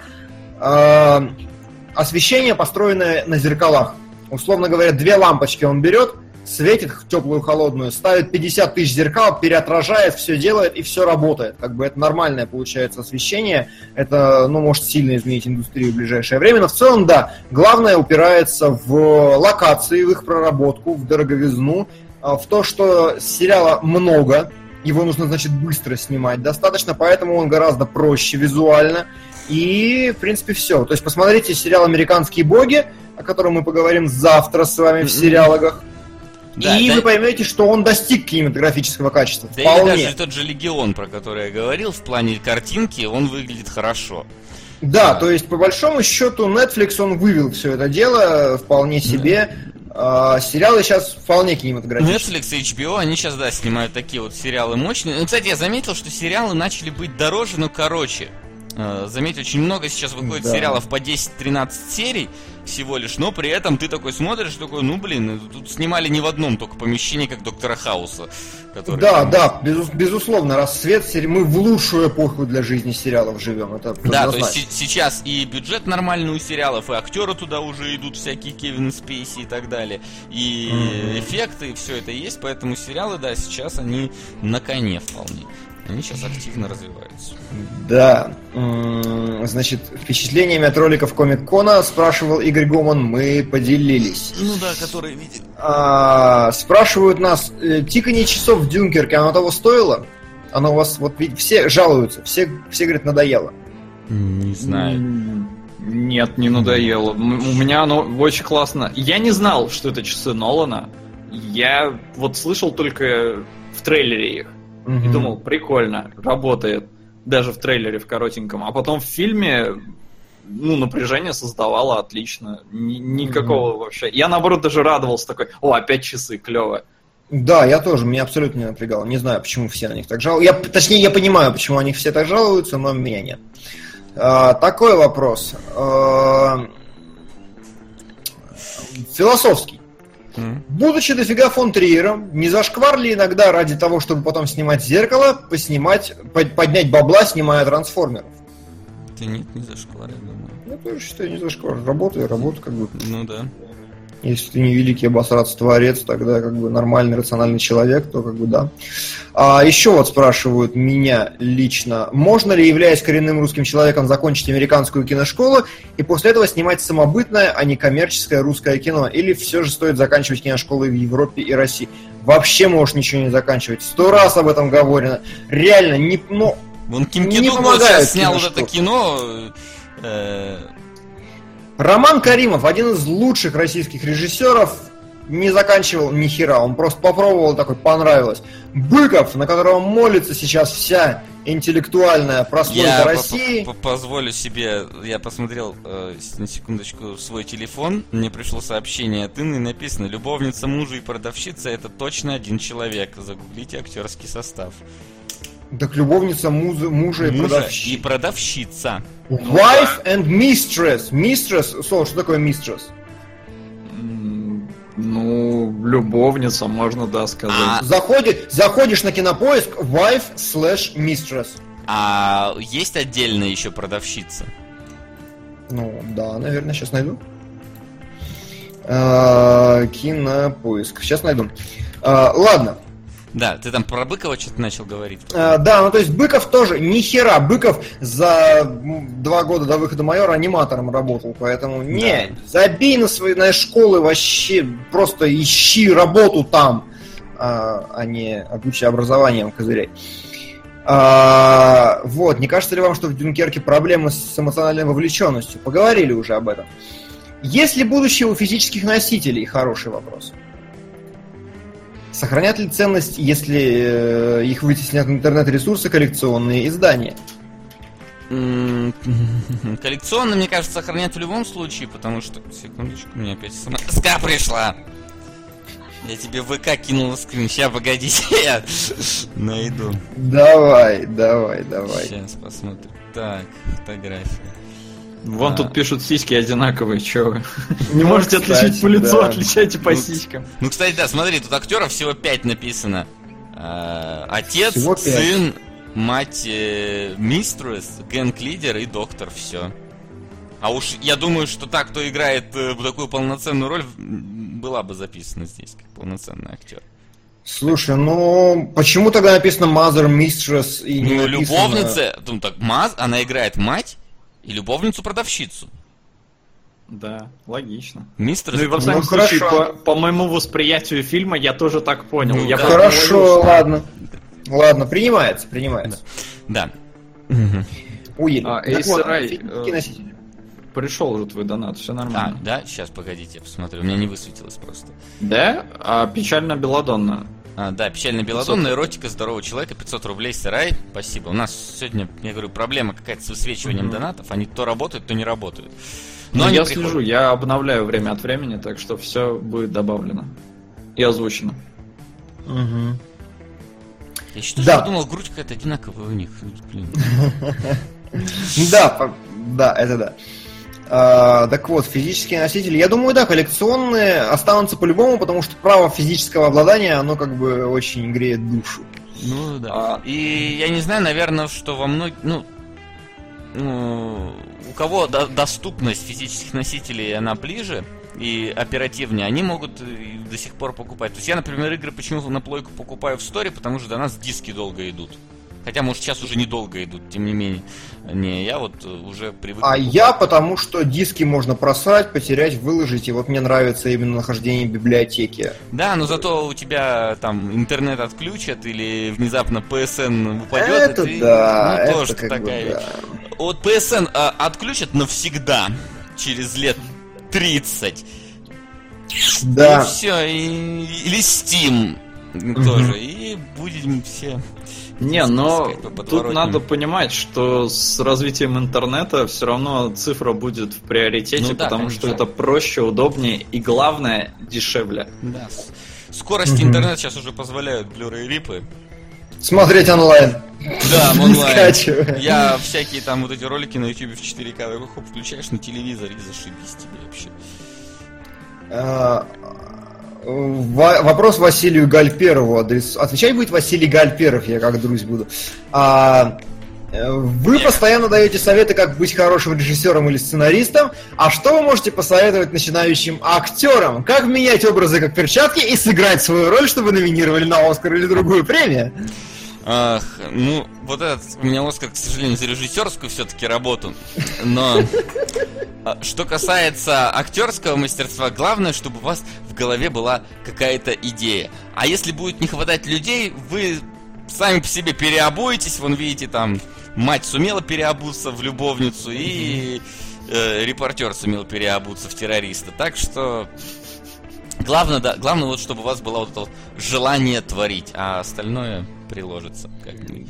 Speaker 3: освещение, построенное на зеркалах. Условно говоря, 2 лампочки он берет, светит теплую, холодную, ставит 50 тысяч зеркал, переотражает, все делает и все работает. Как бы это нормальное получается освещение. Это, может сильно изменить индустрию в ближайшее время. Но в целом, да, главное упирается в локации, в их проработку, в дороговизну, в то, что сериала много, его нужно, значит, быстро снимать достаточно, поэтому он гораздо проще визуально. И, в принципе, все. То есть посмотрите сериал «Американские боги», о котором мы поговорим завтра с вами в сериалогах. Да, и вы поймете, что он достиг кинематографического качества.
Speaker 5: Да, вполне. Или даже тот же «Легион», про который я говорил, в плане картинки он выглядит хорошо.
Speaker 3: Да, то есть, по большому счету, Netflix, он вывел все это дело вполне себе. Сериалы сейчас вполне кинематографические.
Speaker 5: Netflix и HBO, они сейчас, да, снимают такие вот сериалы мощные. Ну, кстати, я заметил, что сериалы начали быть дороже, но короче. Заметь, очень много сейчас выходит сериалов по 10-13 серий всего лишь, но при этом ты такой смотришь, такой, тут снимали не в одном только помещении, как Доктора Хауса.
Speaker 3: Который... Да, безусловно, «Рассвет», мы в лучшую эпоху для жизни сериалов живем. Это
Speaker 5: да, то есть сейчас и бюджет нормальный у сериалов, и актеры туда уже идут, всякие Кевин Спейси и так далее, и эффекты, и все это есть, поэтому сериалы, да, сейчас они на коне вполне. Они сейчас активно развиваются.
Speaker 3: Да. Значит, впечатлениями от роликов Комик-Кона, спрашивал Игорь Гоман, мы поделились.
Speaker 5: Ну да, которые видели.
Speaker 3: Спрашивают нас, тиканье часов в Дюнкерке, оно того стоило? Оно у вас, вот видите, все жалуются, все говорят, надоело.
Speaker 5: Не знаю.
Speaker 4: Нет, не надоело. У меня оно очень классно. Я не знал, что это часы Нолана. Я вот слышал только в трейлере их. И думал, прикольно, работает. Даже в трейлере, в коротеньком. А потом в фильме, напряжение создавало отлично. Никакого вообще. Я, наоборот, даже радовался такой, опять часы, клево.
Speaker 3: Да, я тоже, меня абсолютно не напрягало. Не знаю, почему все на них так жалуются. Точнее, я понимаю, почему они все так жалуются, но меня нет. Такой вопрос. Философский. Будучи дофига фон Триером, не зашквар ли иногда ради того, чтобы потом снимать «Зеркало», поднять бабла, снимая «Трансформеров»?
Speaker 5: Да нет, не зашквар, я думаю.
Speaker 3: Я тоже считаю, не зашквар. Работа как бы.
Speaker 5: Ну да.
Speaker 3: Если ты не великий обосраться-творец, тогда как бы нормальный, рациональный человек, то как бы да. Еще вот спрашивают меня лично, можно ли, являясь коренным русским человеком, закончить американскую киношколу и после этого снимать самобытное, а не коммерческое русское кино? Или все же стоит заканчивать киношколы в Европе и России? Вообще можешь ничего не заканчивать. 100 раз об этом говорено. Реально,
Speaker 5: Вон Ким Ки-дук сейчас снял вот это кино...
Speaker 3: Роман Каримов, один из лучших российских режиссеров, не заканчивал ни хера, он просто попробовал, такой, понравилось. Быков, на которого молится сейчас вся интеллектуальная прослойка России.
Speaker 5: Позволю себе, я посмотрел на секундочку свой телефон, мне пришло сообщение от Инны, написано: любовница мужа и продавщица — это точно один человек. Загуглите актерский состав.
Speaker 3: Так любовница мужа
Speaker 5: и продавщица.
Speaker 3: Wife and mistress. Mistress, что такое mistress?
Speaker 4: Любовница, можно, да, сказать.
Speaker 3: Заходишь на Кинопоиск, wife/mistress.
Speaker 5: А есть отдельно еще продавщица?
Speaker 3: Да, наверное, сейчас найду. Кинопоиск, сейчас найду. Ладно.
Speaker 5: Да, ты там про Быкова что-то начал говорить.
Speaker 3: Да, то есть Быков тоже, ни хера. Быков за 2 года до выхода «Майора» аниматором работал, поэтому забей на свои школы вообще, просто ищи работу там, а не обучай образованием козырей. Вот, не кажется ли вам, что в «Дюнкерке» проблемы с эмоциональной вовлеченностью? Поговорили уже об этом. Есть ли будущее у физических носителей? Хороший вопрос. Сохранят ли ценность, если их вытеснят интернет-ресурсы, коллекционные издания?
Speaker 5: Коллекционные, мне кажется, сохранят в любом случае, потому что... Секундочку, у меня опять СК пришла. Я тебе в ВК кинул скрин. Сейчас, погодите, я найду.
Speaker 3: Давай.
Speaker 5: Сейчас посмотрим. Так, фотография.
Speaker 4: Вон тут пишут, сиськи одинаковые, чё вы? Не можете отличить по лицу, отличайте по сиськам.
Speaker 5: Кстати, да, смотри, тут актеров всего 5 написано. Отец, сын, мать, мистресс, гэнг-лидер и доктор, все. А уж я думаю, что так, кто играет такую полноценную роль, была бы записана здесь как полноценный актер.
Speaker 3: Слушай, ну почему тогда написано Mother, Mistress и не написано...
Speaker 5: любовница, ну так, она играет мать и любовницу-продавщицу.
Speaker 4: Да, логично.
Speaker 5: Мистер...
Speaker 4: Ну и во всяком случае, по моему восприятию фильма я тоже так понял.
Speaker 3: Ну, хорошо, ладно. Ладно, принимается.
Speaker 5: Да.
Speaker 3: Уедем.
Speaker 4: Acer Rai, пришел уже твой донат, все нормально.
Speaker 5: Да? Сейчас, погодите, я посмотрю. У меня не высветилось просто.
Speaker 4: Да? А печально Белладонна.
Speaker 5: Да, печально Белладонна, эротика здорового человека, 500 рублей, Сарай. Спасибо. У нас сегодня, я говорю, проблема какая-то с высвечиванием донатов. Они то работают, то не работают.
Speaker 4: Но я слежу, я обновляю время от времени, так что все будет добавлено и озвучено.
Speaker 5: Я еще тоже подумал, грудь какая-то одинаковая у них.
Speaker 3: Да, это да. Так вот, физические носители, я думаю, да, коллекционные останутся по-любому, потому что право физического обладания, оно как бы очень греет душу.
Speaker 5: Ну да. И я не знаю, наверное, что во многих... у кого доступность физических носителей, она ближе и оперативнее, они могут до сих пор покупать. То есть я, например, игры почему на плойку покупаю в сторе, потому что до нас диски долго идут. Хотя, может, сейчас уже недолго идут, тем не менее. Не, я вот уже привык.
Speaker 3: Я потому что диски можно просрать, потерять, выложить, и вот мне нравится именно нахождение в библиотеке.
Speaker 5: Да, но зато у тебя там интернет отключат или внезапно PSN упадет.
Speaker 3: Это да,
Speaker 5: это
Speaker 3: тоже
Speaker 5: такая вещь. Вот PSN отключат навсегда, через лет 30.
Speaker 3: Да.
Speaker 5: И все, или Steam тоже, и будем все...
Speaker 4: Не, но тут надо понимать, что с развитием интернета все равно цифра будет в приоритете, потому что это проще, удобнее и, главное, дешевле.
Speaker 5: Да. Скорости интернета сейчас уже позволяют Blu-ray рипы
Speaker 3: смотреть онлайн.
Speaker 5: Да, онлайн. Я всякие там вот эти ролики на YouTube в 4К, хоп, включаешь на телевизоре и зашибись тебе вообще.
Speaker 3: Вопрос Василию Гальперову. Отвечать будет Василий Гальперов, я как друзь буду. Вы постоянно даете советы, как быть хорошим режиссером или сценаристом. А что вы можете посоветовать начинающим актерам? Как менять образы как перчатки и сыграть свою роль, чтобы номинировали на Оскар или другую премию?
Speaker 5: Ну, вот этот у меня Оскар, к сожалению, за режиссерскую все-таки работу. Но что касается актерского мастерства, главное, чтобы у вас в голове была какая-то идея. А если будет не хватать людей, вы сами по себе переобуетесь. Вон, видите, там мать сумела переобуться в любовницу, и репортер сумел переобуться в террориста. Так что главное вот, чтобы у вас было вот это вот желание творить, а остальное приложится как-нибудь.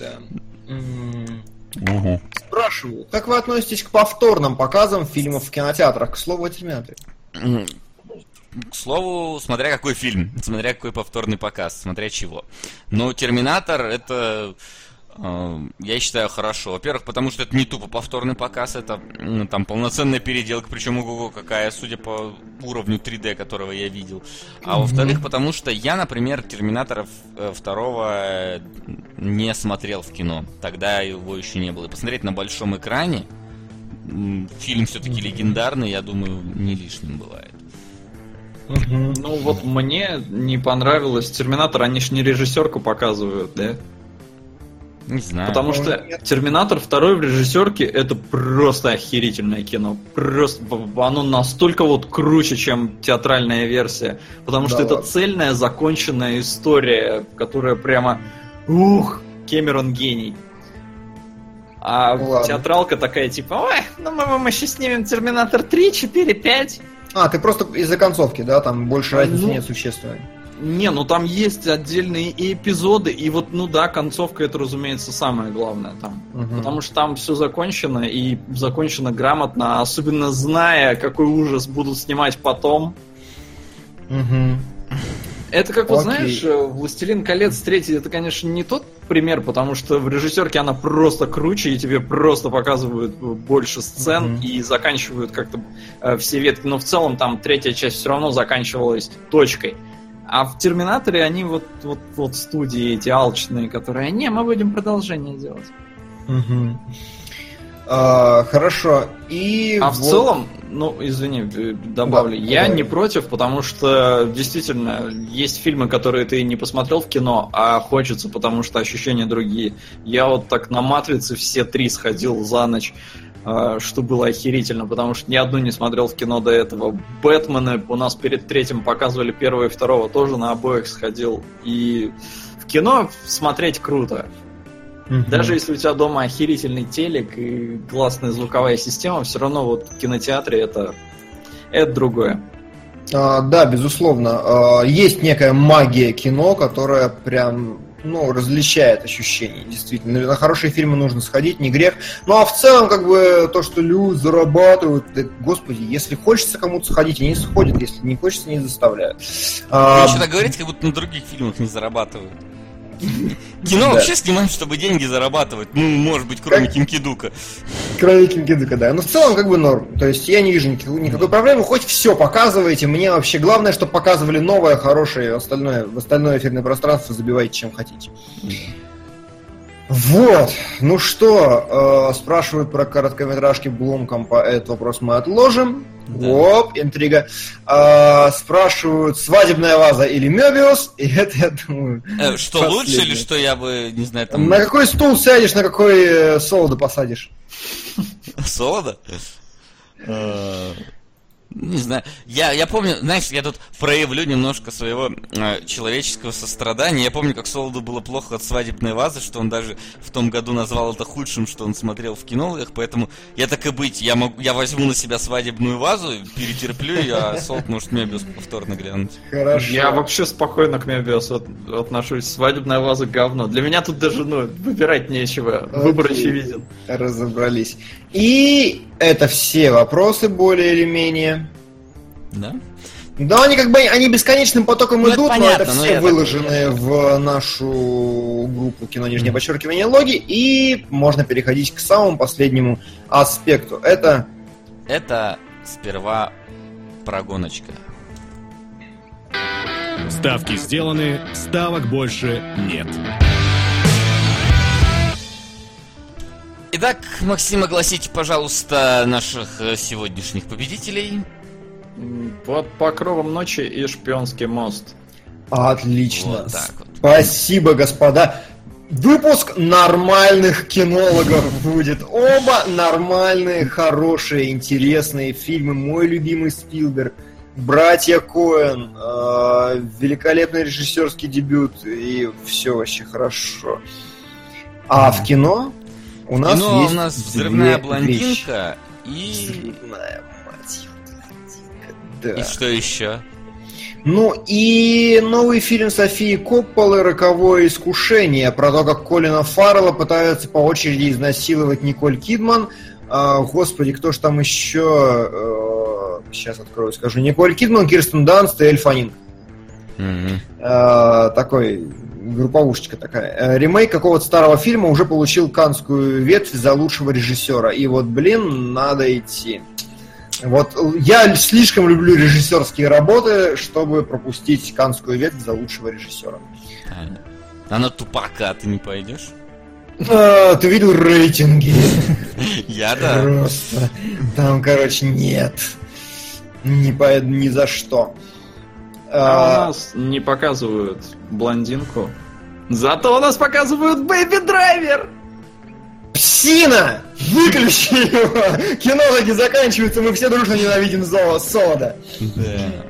Speaker 3: Да. Спрашиваю, как вы относитесь к повторным показам фильмов в кинотеатрах? К слову о Терминаторе.
Speaker 5: К слову, смотря какой фильм, смотря какой повторный показ, смотря чего. Но Терминатор это, я считаю, хорошо. Во-первых, потому что это не тупо повторный показ, это там полноценная переделка, причем ого-го какая, судя по уровню 3D, которого я видел. А во-вторых, потому что я, например, Терминатора 2 не смотрел в кино. Тогда его еще не было. И посмотреть на большом экране, фильм все-таки легендарный, я думаю, не лишним бывает.
Speaker 4: Ну вот мне не понравилось Терминатор, они ж не режиссерку показывают, да?
Speaker 5: Не знаю.
Speaker 4: Потому что Терминатор 2 в режиссерке это просто охерительное кино. Просто оно настолько вот круче, чем театральная версия. Потому что это цельная, законченная история, которая прямо... Кэмерон гений. А театралка такая типа, ой, ну мы сейчас снимем Терминатор 3, 4, 5.
Speaker 3: Ты просто из-за концовки, да? Там больше разницы нет существенной.
Speaker 4: Не, ну там есть отдельные и эпизоды, и вот, концовка это, разумеется, самое главное там. Потому что там все закончено, и закончено грамотно, особенно зная, какой ужас будут снимать потом. Это как, вот знаешь, «Властелин колец 3», это, конечно, не тот пример, потому что в режиссерке она просто круче, и тебе просто показывают больше сцен и заканчивают как-то все ветки. Но в целом там 3-я часть все равно заканчивалась точкой. А в Терминаторе они вот студии эти алчные, которые, мы будем продолжение делать.
Speaker 3: Хорошо. И
Speaker 4: в целом, Ну, извини, добавлю. Да, я не против, потому что действительно есть фильмы, которые ты не посмотрел в кино, а хочется, потому что ощущения другие. Я вот так на «Матрице» все 3 сходил за ночь, что было охерительно, потому что ни одну не смотрел в кино до этого. «Бэтмены» у нас перед 3-м показывали 1 и 2, тоже на обоих сходил. И в кино смотреть круто. Даже если у тебя дома охерительный телек и классная звуковая система, все равно вот в кинотеатре это другое.
Speaker 3: Да, безусловно. Есть некая магия кино, которая прям, различает ощущения, действительно. На хорошие фильмы нужно сходить, не грех. Ну, а в целом, как бы, то, что люди зарабатывают, господи, если хочется кому-то сходить, они сходят, если не хочется, не заставляют.
Speaker 5: Вы еще так говорите, как будто на других фильмах не зарабатывают. Кино вообще снимаем, чтобы деньги зарабатывать. Ну, может быть, кроме Кимкидука.
Speaker 3: Кроме Кимкидука, да. Но в целом, как бы, норм. То есть я не вижу никакой проблемы. Хоть все показываете. Мне вообще главное, чтобы показывали новое, хорошее, в остальное эфирное пространство забивайте, чем хотите. Вот. Ну что, спрашивают про короткометражки Блумкампа. Этот вопрос мы отложим. Да. Оп, интрига. Спрашивают, «Свадебная ваза» или «Мёбиус». И это, я думаю,
Speaker 5: что последнее. Лучше или что я бы, не знаю, там...
Speaker 3: На какой стул сядешь, на какой солода посадишь?
Speaker 5: Солода? Не знаю. Я помню, знаешь, я тут проявлю немножко своего человеческого сострадания. Я помню, как Солоду было плохо от «Свадебной вазы», что он даже в том году назвал это худшим, что он смотрел в кинологах. Поэтому я так и быть, я возьму на себя «Свадебную вазу», перетерплю ее, а Солод может «Мёбиус» повторно глянуть.
Speaker 4: Хорошо. Я вообще спокойно к «Мёбиусу» отношусь. «Свадебная ваза» говно. Для меня тут даже, выбирать нечего. Выбор очевиден.
Speaker 3: Разобрались. И это все вопросы более или менее.
Speaker 5: Да?
Speaker 3: Да, они бесконечным потоком идут, понятно, но это все выложены в нашу группу «Кино нижнее подчеркивание логи», и можно переходить к самому последнему аспекту. Это
Speaker 5: сперва прогоночка.
Speaker 6: Ставки сделаны, ставок больше нет.
Speaker 5: Итак, Максим, огласите, пожалуйста, наших сегодняшних победителей.
Speaker 4: «Под покровом ночи» и «Шпионский мост».
Speaker 3: Отлично.
Speaker 5: Вот так вот.
Speaker 3: Спасибо, господа. Выпуск нормальных кинологов будет. Оба нормальные, хорошие, интересные фильмы. Мой любимый Спилберг, «Братья Коэн», великолепный режиссерский дебют, и все вообще хорошо. А в кино у нас есть
Speaker 5: «Взрывная блондинка» и...
Speaker 3: «Взрывная, мать его, блондинка», да.
Speaker 5: И что еще?
Speaker 3: Ну и новый фильм Софии Копполы «Роковое искушение», про то, как Колина Фаррелла пытаются по очереди изнасиловать Николь Кидман. Господи, кто ж там еще? Сейчас открою, скажу. Николь Кидман, Кирстен Данст и Эль Фаннинг. Такой... групповушечка такая. Ремейк какого-то старого фильма уже получил Каннскую ветвь за лучшего режиссера. И вот, надо идти. Вот я слишком люблю режиссерские работы, чтобы пропустить Каннскую ветвь за лучшего режиссера.
Speaker 5: А на Тупака ты не пойдешь?
Speaker 3: Ты видел рейтинги?
Speaker 5: Я да.
Speaker 3: Просто. Там, короче, нет. Ни за что.
Speaker 4: У нас не показывают блондинку. Зато у нас показывают Бэйби Драйвер.
Speaker 3: Псина! Выключи его! Кинологи заканчиваются, мы все дружно ненавидим Солода.
Speaker 5: Да.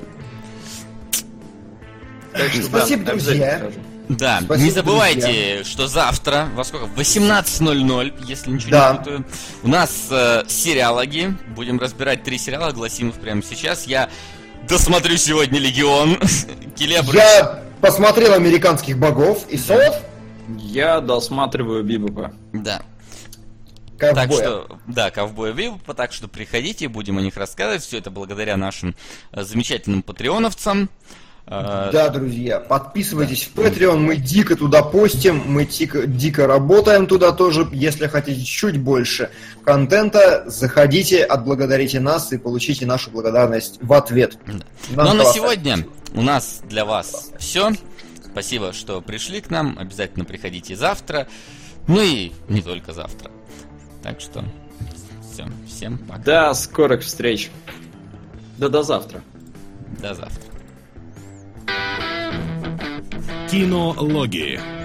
Speaker 3: Спасибо, друзья.
Speaker 5: Да, спасибо, не забывайте, друзья, что завтра, во сколько? В 18:00, если ничего не путаю, у нас сериалоги. Будем разбирать 3 сериала, огласим их прямо сейчас. Я досмотрю сегодня «Легион».
Speaker 3: Я посмотрел «Американских богов» и «Солод».
Speaker 4: Я досматриваю «Бибопа».
Speaker 5: Да.
Speaker 3: Ковбоя.
Speaker 5: Так что, да, «Ковбоя Бибопа», так что приходите, будем о них рассказывать. Все это благодаря нашим замечательным патреоновцам.
Speaker 3: Да, друзья, подписывайтесь в Patreon, мы дико туда постим, мы дико работаем туда тоже. Если хотите чуть больше контента, заходите, отблагодарите нас и получите нашу благодарность в ответ.
Speaker 5: Ну а на сегодня у нас для вас все. Спасибо, что пришли к нам. Обязательно приходите завтра. Ну и не только завтра. Так что Все, всем пока.
Speaker 4: До скорых встреч. Да до завтра.
Speaker 5: До завтра.
Speaker 6: Кинологии.